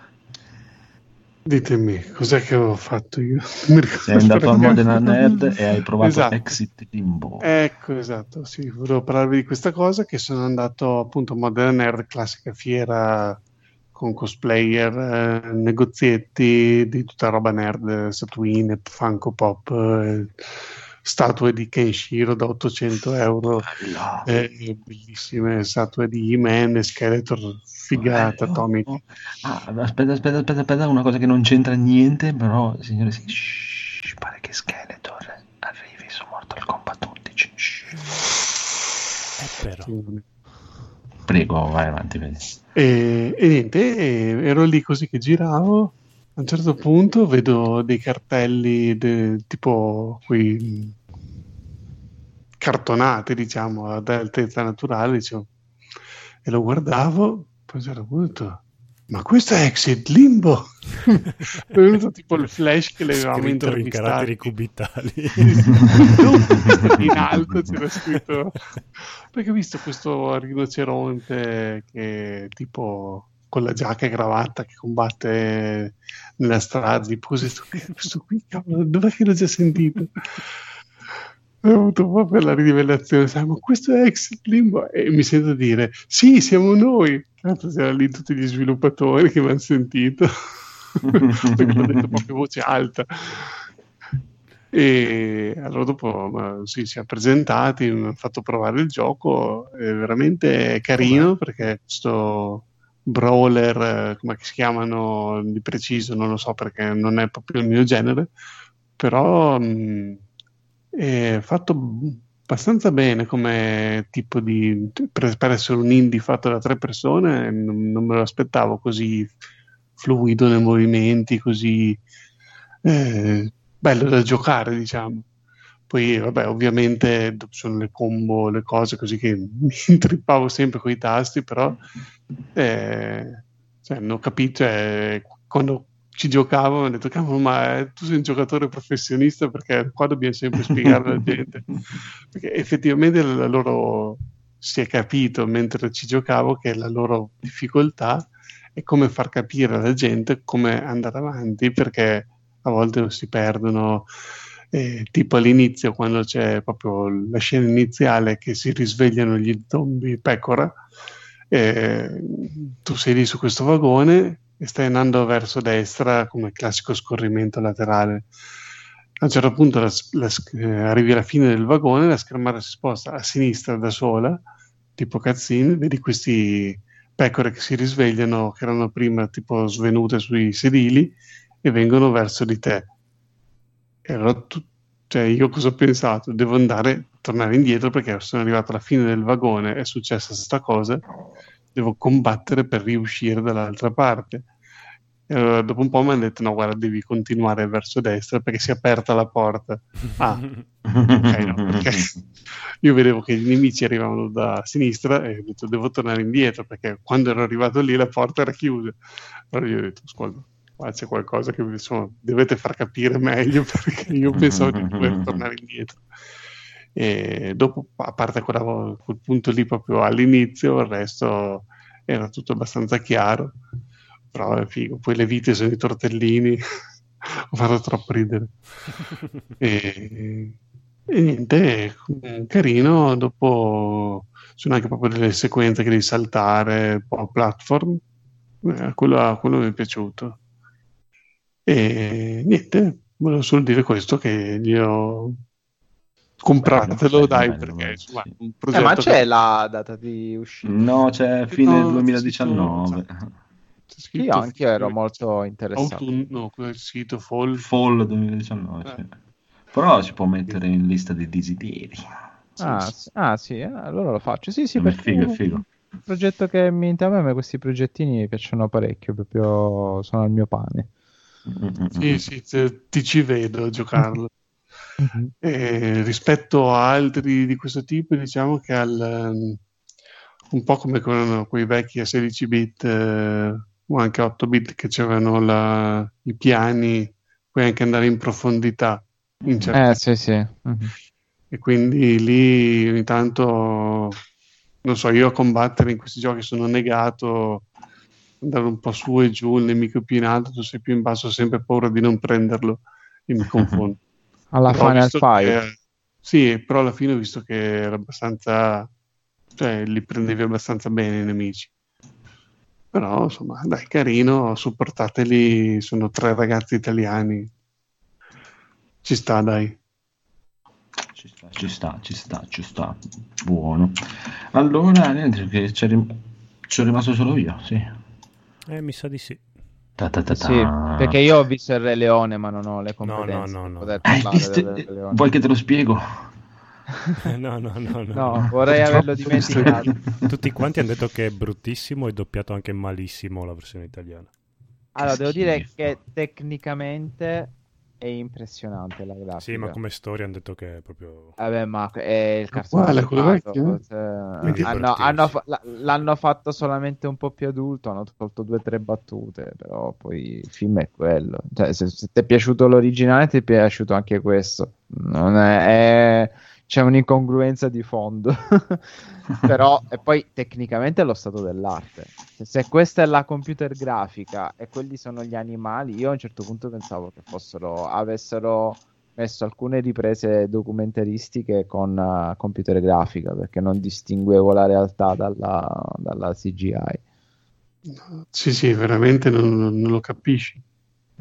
Ditemi, cos'è che ho fatto io? Non mi ricordo Sei andato al perché. Modena Nerd e hai provato Esatto. Exit Limbo. Ecco, esatto, sì, volevo parlarvi di questa cosa, che sono andato appunto a Modena Nerd, classica fiera con cosplayer, eh, negozietti di tutta roba nerd, statuine, Funko Pop, eh, statue di Kenshiro da ottocento euro, Bello. eh, bellissime statue di He-Man e Skeletor, figata, Bello. atomica. Ah, aspetta, aspetta, aspetta, aspetta, una cosa che non c'entra niente, però, signore, sì, shh, pare che Skeletor arrivi su Mortal Kombat undici. Shh. Eh, però. Prego, vai avanti, vedi. E, e niente, e ero lì così che giravo. A un certo punto vedo dei cartelli de- tipo quei cartonati, diciamo, ad altezza naturale, dicevo, e lo guardavo, poi a un certo punto, ma questo è Exit Limbo! È venuto tipo il flash che le avevamo Scritto in caratteri intervistati. cubitali. In alto c'era scritto, perché ho visto questo rinoceronte che tipo con la giacca e cravatta che combatte nella strada, di pose, questo qui, cavolo, dov'è che l'ho già sentito? Ho avuto proprio la rivelazione, sai, ma questo è Exit Limbo, e mi sento dire sì, siamo noi. Tanto c'erano lì tutti gli sviluppatori che mi hanno sentito perché l'ho detto proprio a voce alta. E allora dopo ma, sì, si è presentati, mi hanno fatto provare il gioco, è veramente carino. Com'è? Perché questo brawler, eh, come si chiamano di preciso, non lo so perché non è proprio il mio genere, però mh, è fatto abbastanza bene come tipo di... per, per essere un indie fatto da tre persone, non, non me lo aspettavo così fluido nei movimenti, così eh, bello da giocare, diciamo. Poi, vabbè, ovviamente dopo sono le combo, le cose così che mi intrippavo sempre con i tasti, però eh, cioè, non ho capito, cioè, quando ci giocavo mi ho detto, cavolo, ma eh, tu sei un giocatore professionista, perché qua dobbiamo sempre spiegare alla gente. Perché effettivamente la loro, si è capito mentre ci giocavo che la loro difficoltà è come far capire alla gente come andare avanti, perché a volte si perdono. Eh, tipo all'inizio, quando c'è proprio la scena iniziale che si risvegliano gli zombie pecora, eh, tu sei lì su questo vagone e stai andando verso destra come il classico scorrimento laterale. A un certo punto la, la, eh, arrivi alla fine del vagone, la schermata si sposta a sinistra da sola, tipo cutscene, vedi questi pecore che si risvegliano, che erano prima tipo svenute sui sedili e vengono verso di te. E allora tu, cioè io cosa ho pensato? Devo andare, tornare indietro perché sono arrivato alla fine del vagone, è successa questa cosa, devo combattere per riuscire dall'altra parte. E allora dopo un po' mi hanno detto no, guarda, devi continuare verso destra perché si è aperta la porta. Ah, ok, no, perché io vedevo che i nemici arrivavano da sinistra e ho detto devo tornare indietro perché quando ero arrivato lì la porta era chiusa. Allora io ho detto ascolta, qua c'è qualcosa che insomma, dovete far capire meglio, perché io pensavo di dover tornare indietro. E dopo, a parte quella, quel punto lì proprio all'inizio, il resto era tutto abbastanza chiaro, però è figo. Poi le vite sono i tortellini, ho fatto troppo ridere. E, e niente, carino. Dopo sono anche proprio delle sequenze che devi saltare, un po' platform, eh, quello, quello mi è piaciuto. E niente, volevo solo dire questo, che gli ho compratelo, Bello, dai, bello, perché bello, insomma, sì. un Eh, progetto ma c'è che- la data di uscita? No, c'è Eh, fine no, c'è duemiladiciannove. scritto- c'è Sì, scritto anche io ero fine- molto interessato. autunno, c'è scritto fall. Fall duemiladiciannove, Eh, sì. Però si può mettere in lista di desideri. sì, Ah, sì. sì, ah, sì, eh, allora lo faccio. Sì, sì, È perché figo, è è figo. un progetto che mi interessa. A me questi progettini mi piacciono parecchio, proprio sono il mio pane. Sì, sì, te- ti ci vedo a giocarlo. Mhm. E rispetto a altri di questo tipo, diciamo che al, um, un po' come con quei vecchi a sedici bit eh, o anche otto bit che c'erano la- i piani, puoi anche andare in profondità in Eh, certi. sì, sì. Mhm. E quindi lì ogni tanto, non so, io a combattere in questi giochi sono negato, andare un po' su e giù, il nemico è più in alto, tu sei più in basso, ho sempre paura di non prenderlo e mi confondo. Alla Però ho Final visto Fight. che, sì, però alla fine ho visto che era abbastanza, cioè li prendevi abbastanza bene i nemici. Però insomma, dai, carino, supportateli, sono tre ragazzi italiani. Ci sta, dai. Ci sta, ci sta, ci sta, ci sta. Buono. Allora, niente, che c'è rim- c'è rimasto solo io, sì. Eh, mi sa di sì. Ta ta ta Sì, ta. perché io ho visto il Re Leone, ma non ho le No, no, competenze no, per no, poter no. Hai parlare visto? del Re Leone. Vuoi che te lo spiego? No, no, no, no. No, vorrei averlo dimenticato. Tutti quanti hanno detto che è bruttissimo e doppiato anche malissimo la versione italiana. Allora, devo dire schifo. che tecnicamente è impressionante la grafica. Sì, ma come storia hanno detto che è proprio... Vabbè, ma è il cartone Uguale a quello animato, vecchio? cioè, Quindi è hanno- bruttissimo. hanno fa- la- l'hanno fatto solamente un po' più adulto, hanno tolto due o tre battute, però poi il film è quello. Cioè, se, se ti è piaciuto l'originale, ti è piaciuto anche questo. Non è, è- C'è un'incongruenza di fondo. Però, e poi tecnicamente è lo stato dell'arte. Se, se questa è la computer grafica e quelli sono gli animali, io a un certo punto pensavo che fossero, avessero messo alcune riprese documentaristiche con uh, computer grafica, perché non distinguevo la realtà dalla, dalla C G I. Sì, sì, veramente non, non lo capisci.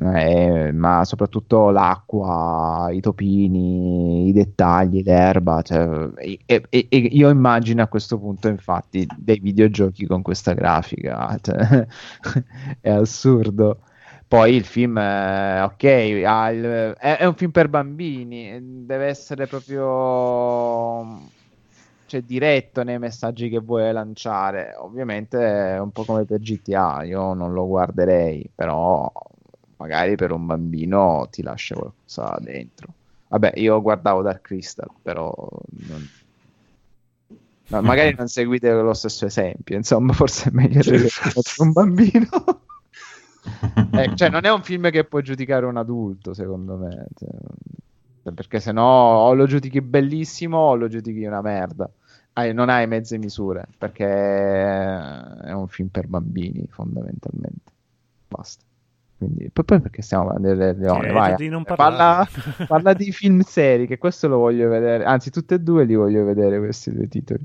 Eh, ma soprattutto l'acqua, i topini, i dettagli, l'erba, cioè, e, e- e io immagino a questo punto infatti dei videogiochi con questa grafica, cioè, è assurdo. Poi il film, eh, ok, ha il- è, è un film per bambini, deve essere proprio, cioè, diretto nei messaggi che vuole lanciare. Ovviamente è un po' come per G T A, io non lo guarderei, però magari per un bambino ti lascia qualcosa dentro. Vabbè, io guardavo Dark Crystal, però non- no, magari non seguite lo stesso esempio, insomma, forse è meglio vedere per un bambino. Eh, cioè, non è un film che può giudicare un adulto, secondo me, cioè, perché se no o lo giudichi bellissimo o lo giudichi una merda. Hai- non hai mezze misure, perché è un film per bambini, fondamentalmente. Basta. Quindi, poi, poi perché stiamo parlando del Re Leone? Ti ho Vai, detto di non parla, parlare. parla di film seri, che questo lo voglio vedere. Anzi, tutti e due li voglio vedere, questi due titoli.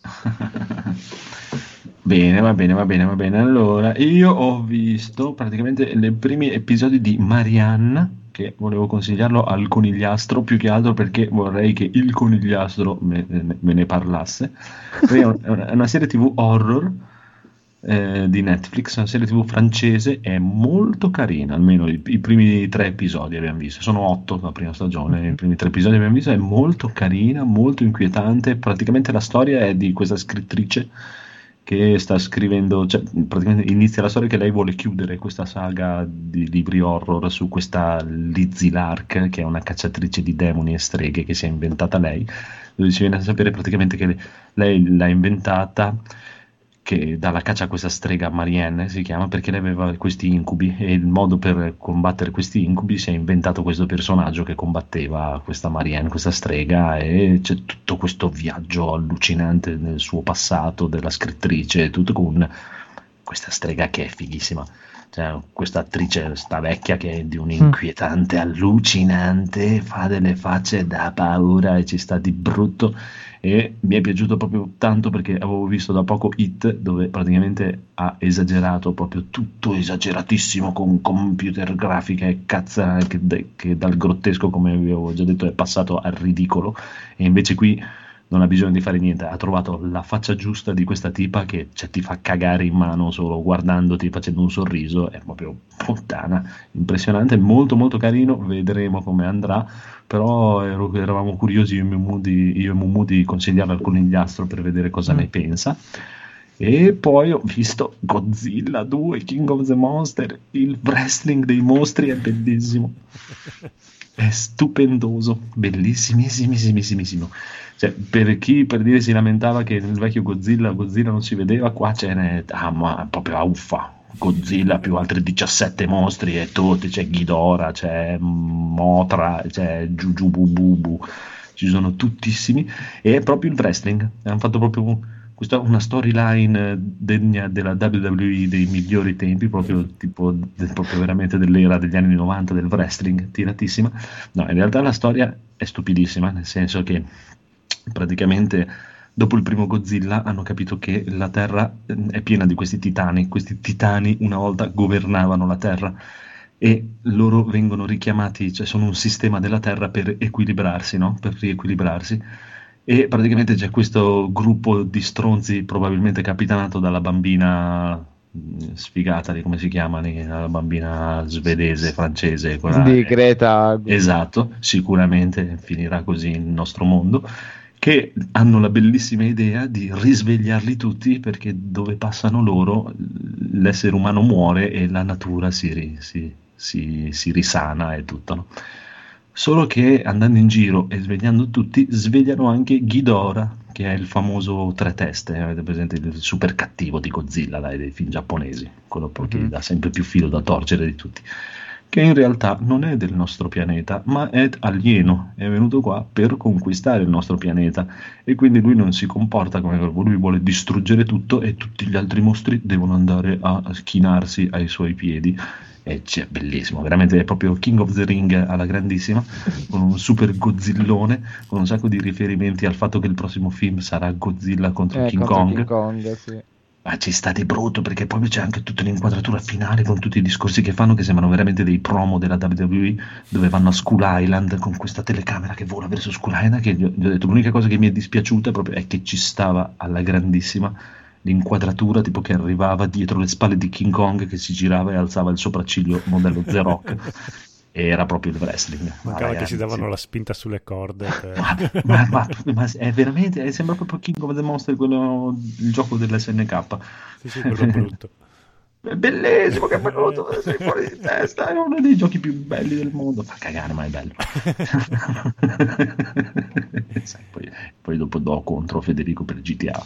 Bene, va bene, va bene, va bene. Allora, io ho visto praticamente i primi episodi di Marianne, che volevo consigliarlo al conigliastro, più che altro perché vorrei che il conigliastro me, me- me ne parlasse. Perché È un- è una, è una serie tivù horror eh, di Netflix, una serie tivù francese, è molto carina, almeno i, i primi tre episodi abbiamo visto, sono otto la prima stagione, i primi tre episodi abbiamo visto, è molto carina, molto inquietante. Praticamente la storia è di questa scrittrice che sta scrivendo, cioè praticamente inizia la storia che lei vuole chiudere questa saga di libri horror su questa Lizzie Lark, che è una cacciatrice di demoni e streghe che si è inventata lei, dove si viene a sapere praticamente che lei l'ha inventata, che dà la caccia a questa strega, Marianne si chiama, perché lei aveva questi incubi e il modo per combattere questi incubi si è inventato questo personaggio che combatteva questa Marianne, questa strega, e c'è tutto questo viaggio allucinante nel suo passato della scrittrice, tutto con questa strega che è fighissima. Cioè, questa attrice, sta vecchia, che è di un inquietante, allucinante, fa delle facce da paura e ci sta di brutto. E mi è piaciuto proprio tanto perché avevo visto da poco It, dove praticamente ha esagerato proprio tutto, esageratissimo, con computer grafica e cazza che, che dal grottesco, come vi avevo già detto, è passato al ridicolo. E invece qui non ha bisogno di fare niente, ha trovato la faccia giusta di questa tipa che, cioè, ti fa cagare in mano solo guardandoti, facendo un sorriso. È proprio puttana, impressionante, molto molto carino, vedremo come andrà. Però ero- eravamo curiosi io e Mumu di, io e Mumu di consigliarlo al conigliastro per vedere cosa ne pensa. E poi ho visto Godzilla due, King of the Monster, il wrestling dei mostri è bellissimo, è stupendoso, bellissimissimissimo. Cioè, per chi, per dire, si lamentava che nel vecchio Godzilla Godzilla non si vedeva, qua ce n'è, ah, ma proprio a uffa. Godzilla più altri diciassette mostri e tutti, c'è Ghidorah, c'è Mothra, c'è Jujubububu, ci sono tuttissimi, e è proprio il wrestling. Hanno fatto proprio questa, una storyline degna della W W E dei migliori tempi, proprio tipo de- proprio veramente dell'era degli anni novanta del wrestling, tiratissima. No, in realtà la storia è stupidissima, nel senso che praticamente dopo il primo Godzilla hanno capito che la Terra eh, è piena di questi titani. Questi titani una volta governavano la Terra e loro vengono richiamati, cioè sono un sistema della Terra per equilibrarsi, no? Per riequilibrarsi. E praticamente c'è questo gruppo di stronzi, probabilmente capitanato dalla bambina mh, sfigata, di come si chiama, lì, la bambina svedese, francese, quella Di è- Greta. Esatto, sicuramente finirà così il nostro mondo, che hanno la bellissima idea di risvegliarli tutti, perché dove passano loro l'essere umano muore e la natura si, ri- si- si- si risana e tutto, no? Solo che andando in giro e svegliando tutti, svegliano anche Ghidorah, che è il famoso tre teste, avete presente, il super cattivo di Godzilla, dai, dei film giapponesi, quello poi che Mhm. gli dà sempre più filo da torcere di tutti, che in realtà non è del nostro pianeta, ma è alieno, è venuto qua per conquistare il nostro pianeta, e quindi lui non si comporta come lui, vuole distruggere tutto e tutti gli altri mostri devono andare a chinarsi ai suoi piedi. E c'è bellissimo, veramente è proprio King of the Ring alla grandissima, con un super Godzillone, con un sacco di riferimenti al fatto che il prossimo film sarà Godzilla contro Eh, King contro Kong. King Kong, sì. Ma ci sta di brutto, perché poi c'è anche tutta l'inquadratura finale con tutti i discorsi che fanno che sembrano veramente dei promo della W W E, dove vanno a Skull Island con questa telecamera che vola verso Skull Island, che gli ho, gli ho detto l'unica cosa che mi è dispiaciuta proprio è che ci stava alla grandissima l'inquadratura tipo che arrivava dietro le spalle di King Kong, che si girava e alzava il sopracciglio modello The Rock. E era proprio il wrestling. Mancava Ma che si davano ragazzi, la spinta sulle corde. Per... ma, ma- ma- ma è veramente, è- sembra proprio King of the Monster, quello, il gioco dell'S N K. Sì, sì, quello brutto. È bellissimo, che brutto, sei fuori di testa, è uno dei giochi più belli del mondo. Fa cagare, ma è bello. Sai, poi, poi dopo do contro Federico per G T A.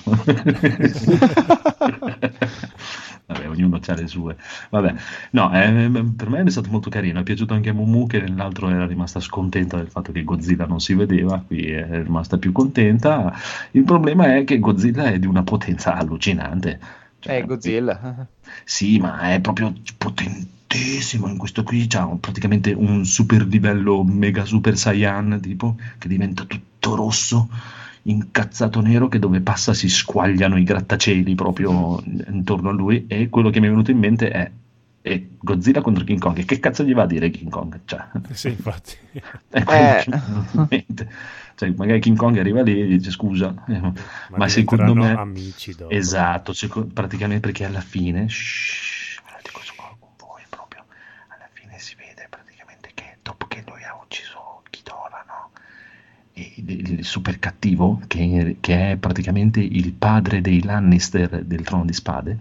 Vabbè, ognuno ha le sue. Vabbè, no, eh, per me è stato molto carino. È piaciuto anche a Mumu, che nell'altro era rimasta scontenta del fatto che Godzilla non si vedeva, qui è rimasta più contenta. Il problema è che Godzilla è di una potenza allucinante. Cioè, Eh, Godzilla. sì, ma è proprio potentissimo. In questo qui c'ha un- praticamente un super livello Mega Super Saiyan tipo, che diventa tutto rosso, incazzato nero, che dove passa si squagliano i grattacieli proprio intorno a lui. E quello che mi è venuto in mente è, è Godzilla contro King Kong. E che cazzo gli va a dire King Kong? Cioè, Sì, infatti. è quello Eh. che mi è venuto in mente. Cioè, magari King Kong arriva lì e dice scusa, eh, ma, Ma secondo diventeranno me amici dopo. esatto, seco- praticamente, perché alla fine shh, ve lo dico solo con voi proprio, alla fine si vede praticamente che dopo che lui ha ucciso Ghidorah, no? E il, il super cattivo, che, che è praticamente il padre dei Lannister del Trono di Spade,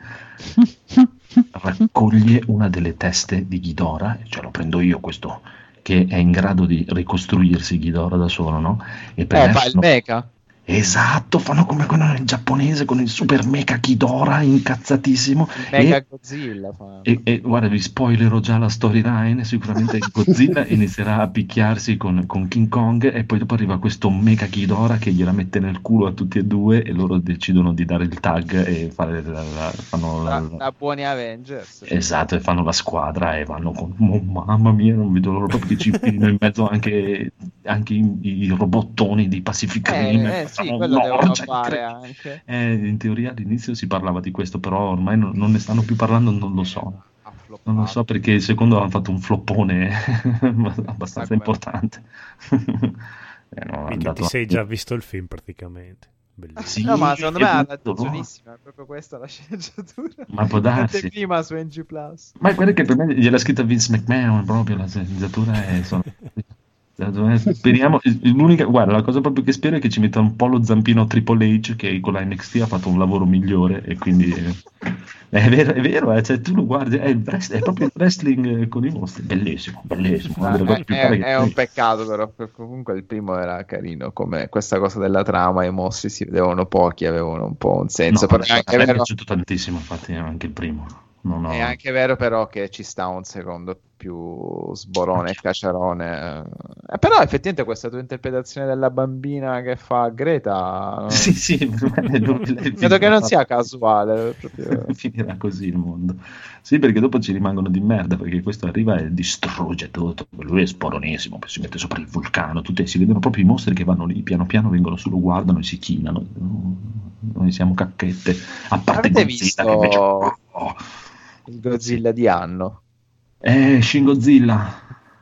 raccoglie una delle teste di Ghidorah, cioè lo prendo io questo, che è in grado di ricostruirsi Ghidorah da solo, no? E per Eh, me fa il fanno- mecha. Esatto, fanno come quello nel giapponese con il super mecha Ghidorah incazzatissimo. Il mecha E, Godzilla. Fa. e- e guarda, vi spoilerò già la storyline. Sicuramente Godzilla inizierà a picchiarsi con, con King Kong, e poi dopo arriva questo mecha Ghidorah che gliela mette nel culo a tutti e due, e loro decidono di dare il tag e fare la, la- fanno la, Da, da buoni Avengers. esatto, e fanno la squadra e vanno con oh, mamma mia, non vedo loro proprio che ci infilino in mezzo anche, anche i, i robottoni di Pacific Rim. Eh, eh, sì, Fanno quello devono un'orgia fare incredibile. anche. Eh, in teoria all'inizio si parlava di questo, però ormai non, non ne stanno più parlando, non lo so. Ha floppato. Non lo so, perché il secondo hanno fatto un floppone abbastanza Ma quello- importante. Eh, no, è Quindi andato ti sei a- già visto il film praticamente. Bellissimo. Sì, No, ma secondo me ha è brutto. ragionissima, è proprio questa la sceneggiatura. Ma può darsi. Anteprima su N G Plus. Ma guarda che per me gliel'ha scritta Vince McMahon, proprio la sceneggiatura è... sono- Speriamo, l'unica, guarda, la cosa proprio che spero è che ci metta un po' lo zampino a Triple H, che con la N X T ha fatto un lavoro migliore, e quindi eh, è vero, è vero, eh, cioè, tu lo guardi, è, il wrest- è proprio il wrestling eh, con i mostri, bellissimo, bellissimo, una delle cose È, più è- belle che è un peccato, però, perché comunque il primo era carino, come questa cosa della trama, i mostri si vedevano pochi, avevano un po' un senso, No, però a è me anche è vero, piaciuto tantissimo, infatti, anche il primo. Non ho- è anche vero però che ci sta un secondo più sborone e cacciarone. Eh, però effettivamente questa tua interpretazione della bambina che fa Greta, Sì, sì, credo che non sia casuale, proprio. finirà così il mondo. Sì, perché dopo ci rimangono di merda, perché questo arriva e distrugge tutto. Lui è sporonissimo, poi si mette sopra il vulcano, tutti, si vedono proprio i mostri che vanno lì, piano piano vengono su, lo guardano e si chinano. Noi siamo cacchette. A parte Avete Godzilla, visto che invece... Oh, il Godzilla di anno? eh, Shin Godzilla.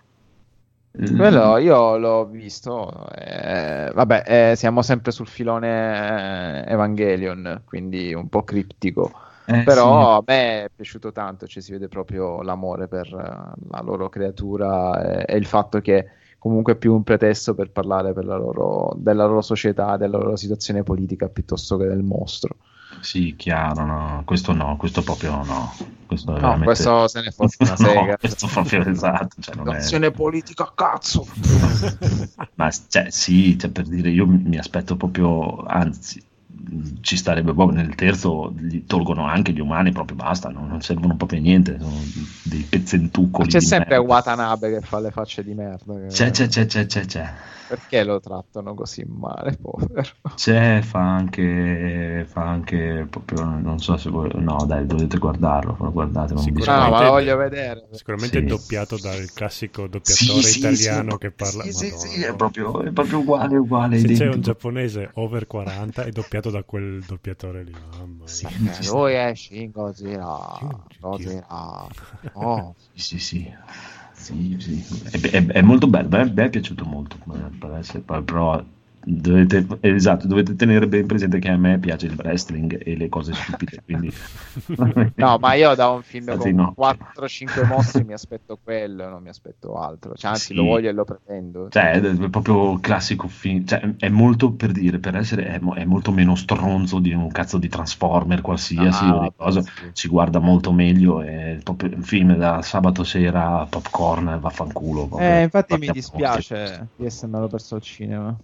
Eh, Quello io l'ho visto, eh, vabbè, eh, siamo sempre sul filone eh, Evangelion, quindi un po' criptico, eh, però sì. a me è piaciuto tanto, cioè si vede proprio l'amore per eh, la loro creatura e, e il fatto che comunque è più un pretesto per parlare per la loro, della loro società, della loro situazione politica piuttosto che del mostro. Sì, chiaro, no. Questo no, questo proprio no. Questo è No, veramente... questo se ne fosse una No, sega. questo proprio esatto. Cioè, non è... Situazione politica, cazzo! Ma cioè, sì, cioè, per dire, io mi aspetto proprio, anzi, ci starebbe proprio nel terzo, gli tolgono anche gli umani, proprio basta, non, non servono proprio a niente, sono dei pezzentuccoli. C'è di sempre merda. Watanabe che fa le facce di merda. che- C'è, c'è, c'è, c'è, c'è, c'è. Perché lo trattano così male, povero? C'è, fa anche, fa anche proprio, non so se voi, no dai, dovete guardarlo, guardate, non vi Sicuramente- No, ma spoilerò. lo voglio vedere. Sicuramente Sì. doppiato dal classico doppiatore Sì, sì, italiano sì, che parla. sì, sì, Madonna. sì, è proprio, è proprio uguale, uguale. Se c'è identico. un giapponese over quaranta è doppiato da a quel doppiatore lì, mamma Sì, mia. Eh, lui è Shin Godzilla. Chi- Godzilla. Oh. sì, sì. Sì, sì. È, è- è molto bello, a me è piaciuto molto, eh, per essere- però dovete, esatto, dovete tenere ben presente che a me piace il wrestling e le cose stupide, quindi... No, ma io da un film Infatti con no. quattro cinque mossi mi aspetto quello, non mi aspetto altro. Cioè, anzi, Sì. lo voglio e lo pretendo. Cioè, è è proprio classico film, cioè, è molto per dire, per essere, è, mo- è molto meno stronzo di un cazzo di Transformer qualsiasi Ah, o di cosa, sì. si guarda molto meglio, è proprio un film da sabato sera, popcorn, vaffanculo. proprio. Eh, infatti mi Guardiamo dispiace di essermelo perso al cinema.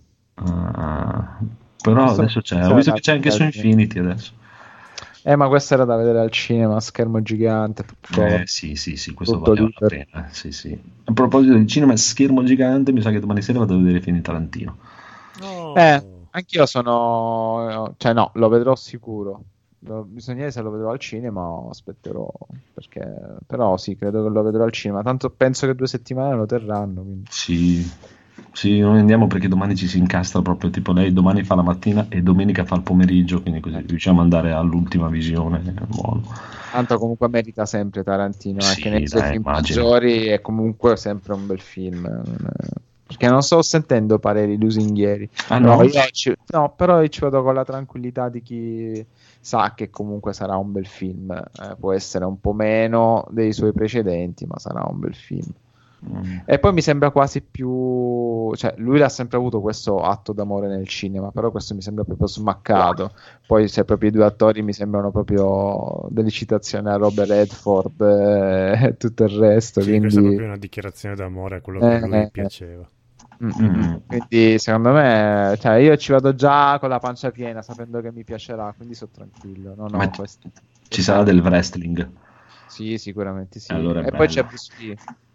Ah, però Questo- adesso c'è, ho sarà visto che c'è anche su da- Infinity adesso. Eh, ma questo era da vedere al cinema, schermo gigante, popcorn. Eh, sì, sì, sì, questo Tutto valeva la libero. pena. Sì, sì. A proposito di cinema, schermo gigante, mi sa che domani sera vado a vedere film Tarantino. No. Eh, anch'io sono... Cioè no, lo vedrò sicuro. Lo- bisogna vedere se lo vedrò al cinema o aspetterò, perché... Però sì, credo che lo vedrò al cinema. Tanto penso che due settimane lo terranno, quindi... Sì, sì, noi andiamo perché domani ci si incastra proprio, tipo lei domani fa la mattina e domenica fa il pomeriggio, quindi così riusciamo ad andare all'ultima visione. È buono. Tanto comunque merita sempre Tarantino, Sì, anche nei suoi dai, film immagino. peggiori è comunque sempre un bel film. non è- Perché non sto sentendo pareri lusinghieri. Ah, Però no? io ci... no, però io ci vado con la tranquillità di chi sa che comunque sarà un bel film. Eh, può essere un po' meno dei suoi precedenti, ma sarà un bel film. Mm. E poi mi sembra quasi più, cioè lui ha sempre avuto questo atto d'amore nel cinema, però questo mi sembra proprio smaccato. Poi se proprio i due attori mi sembrano proprio delle citazioni a Robert Redford eh, e tutto il resto, Sì, questa è quindi... proprio una dichiarazione d'amore a quello che Eh, a lui eh, piaceva. Mm, mm, mm. Mm. Quindi secondo me, cioè, io ci vado già con la pancia piena sapendo che mi piacerà, quindi sono tranquillo. No, no, Ma questo- ci sarà del wrestling. Sì, sicuramente sì. Allora è E poi bello. c'è Bruce Lee.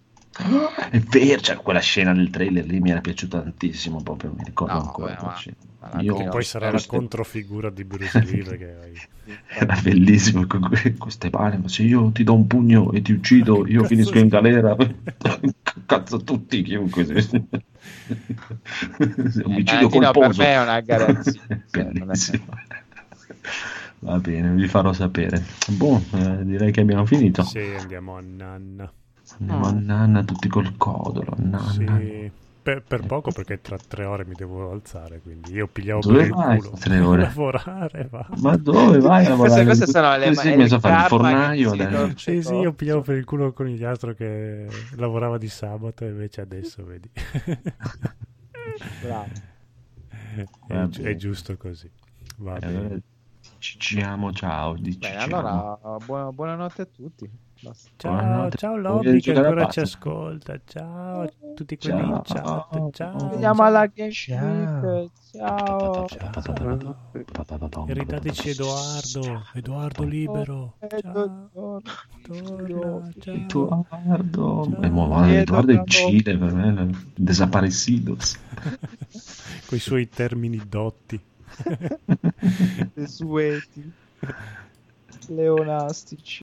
È vero, cioè, quella scena del trailer lì mi era piaciuta tantissimo, proprio mi ricordo No, ancora beh, quella ma- scena. ma Io- anche Che no, poi sarà la queste- controfigura di Bruce Lee perché hai- Era bellissimo con que- queste mani, ma se io ti do un pugno e ti uccido, io Cazzo finisco di- in galera. Cazzo tutti, chiunque. Se... Omicidio Tarantino per colposo. me è una garanzia. Cioè, non è- Bellissimo. Va bene, vi farò sapere. Boh, eh, direi che abbiamo finito. Sì, andiamo a Nanna. Andiamo a Nanna tutti col codolo. Nanna. Sì, per, per poco perché tra tre ore mi devo alzare, quindi io pigliavo Dove per il vai culo. tra tre ore? lavorare, va. Ma dove vai a lavorare? Queste, queste sono le Sì, sì, è mi il so fare il karma fornaio che si adesso. torce Sì, sì, tutto. io pigliavo per il culo il conigliastro che lavorava di sabato, invece adesso, vedi. Bravo. è, Va gi- bene. è giusto così. Va Eh, bene. allora, ci diciamo ciao. Bene, diciamo. allora buona- buonanotte a tutti. Basta. Ciao, Buonanotte. ciao Voglio Lobby che giocare a ancora ci pazzo. ascolta. Ciao a tutti quelli in Ciao. chat. Ciao. Vediamo alla Game Ciao. Week. Ciao. Ciao. E ridateci Edoardo. Edoardo libero. Ciao. Torna. Ciao. Edoardo. Ciao. Eh, mo, guarda, Edoardo è in Edoardo. Cile per me. Desaparecidos. Con i suoi termini dotti. Desueti. Leonastici.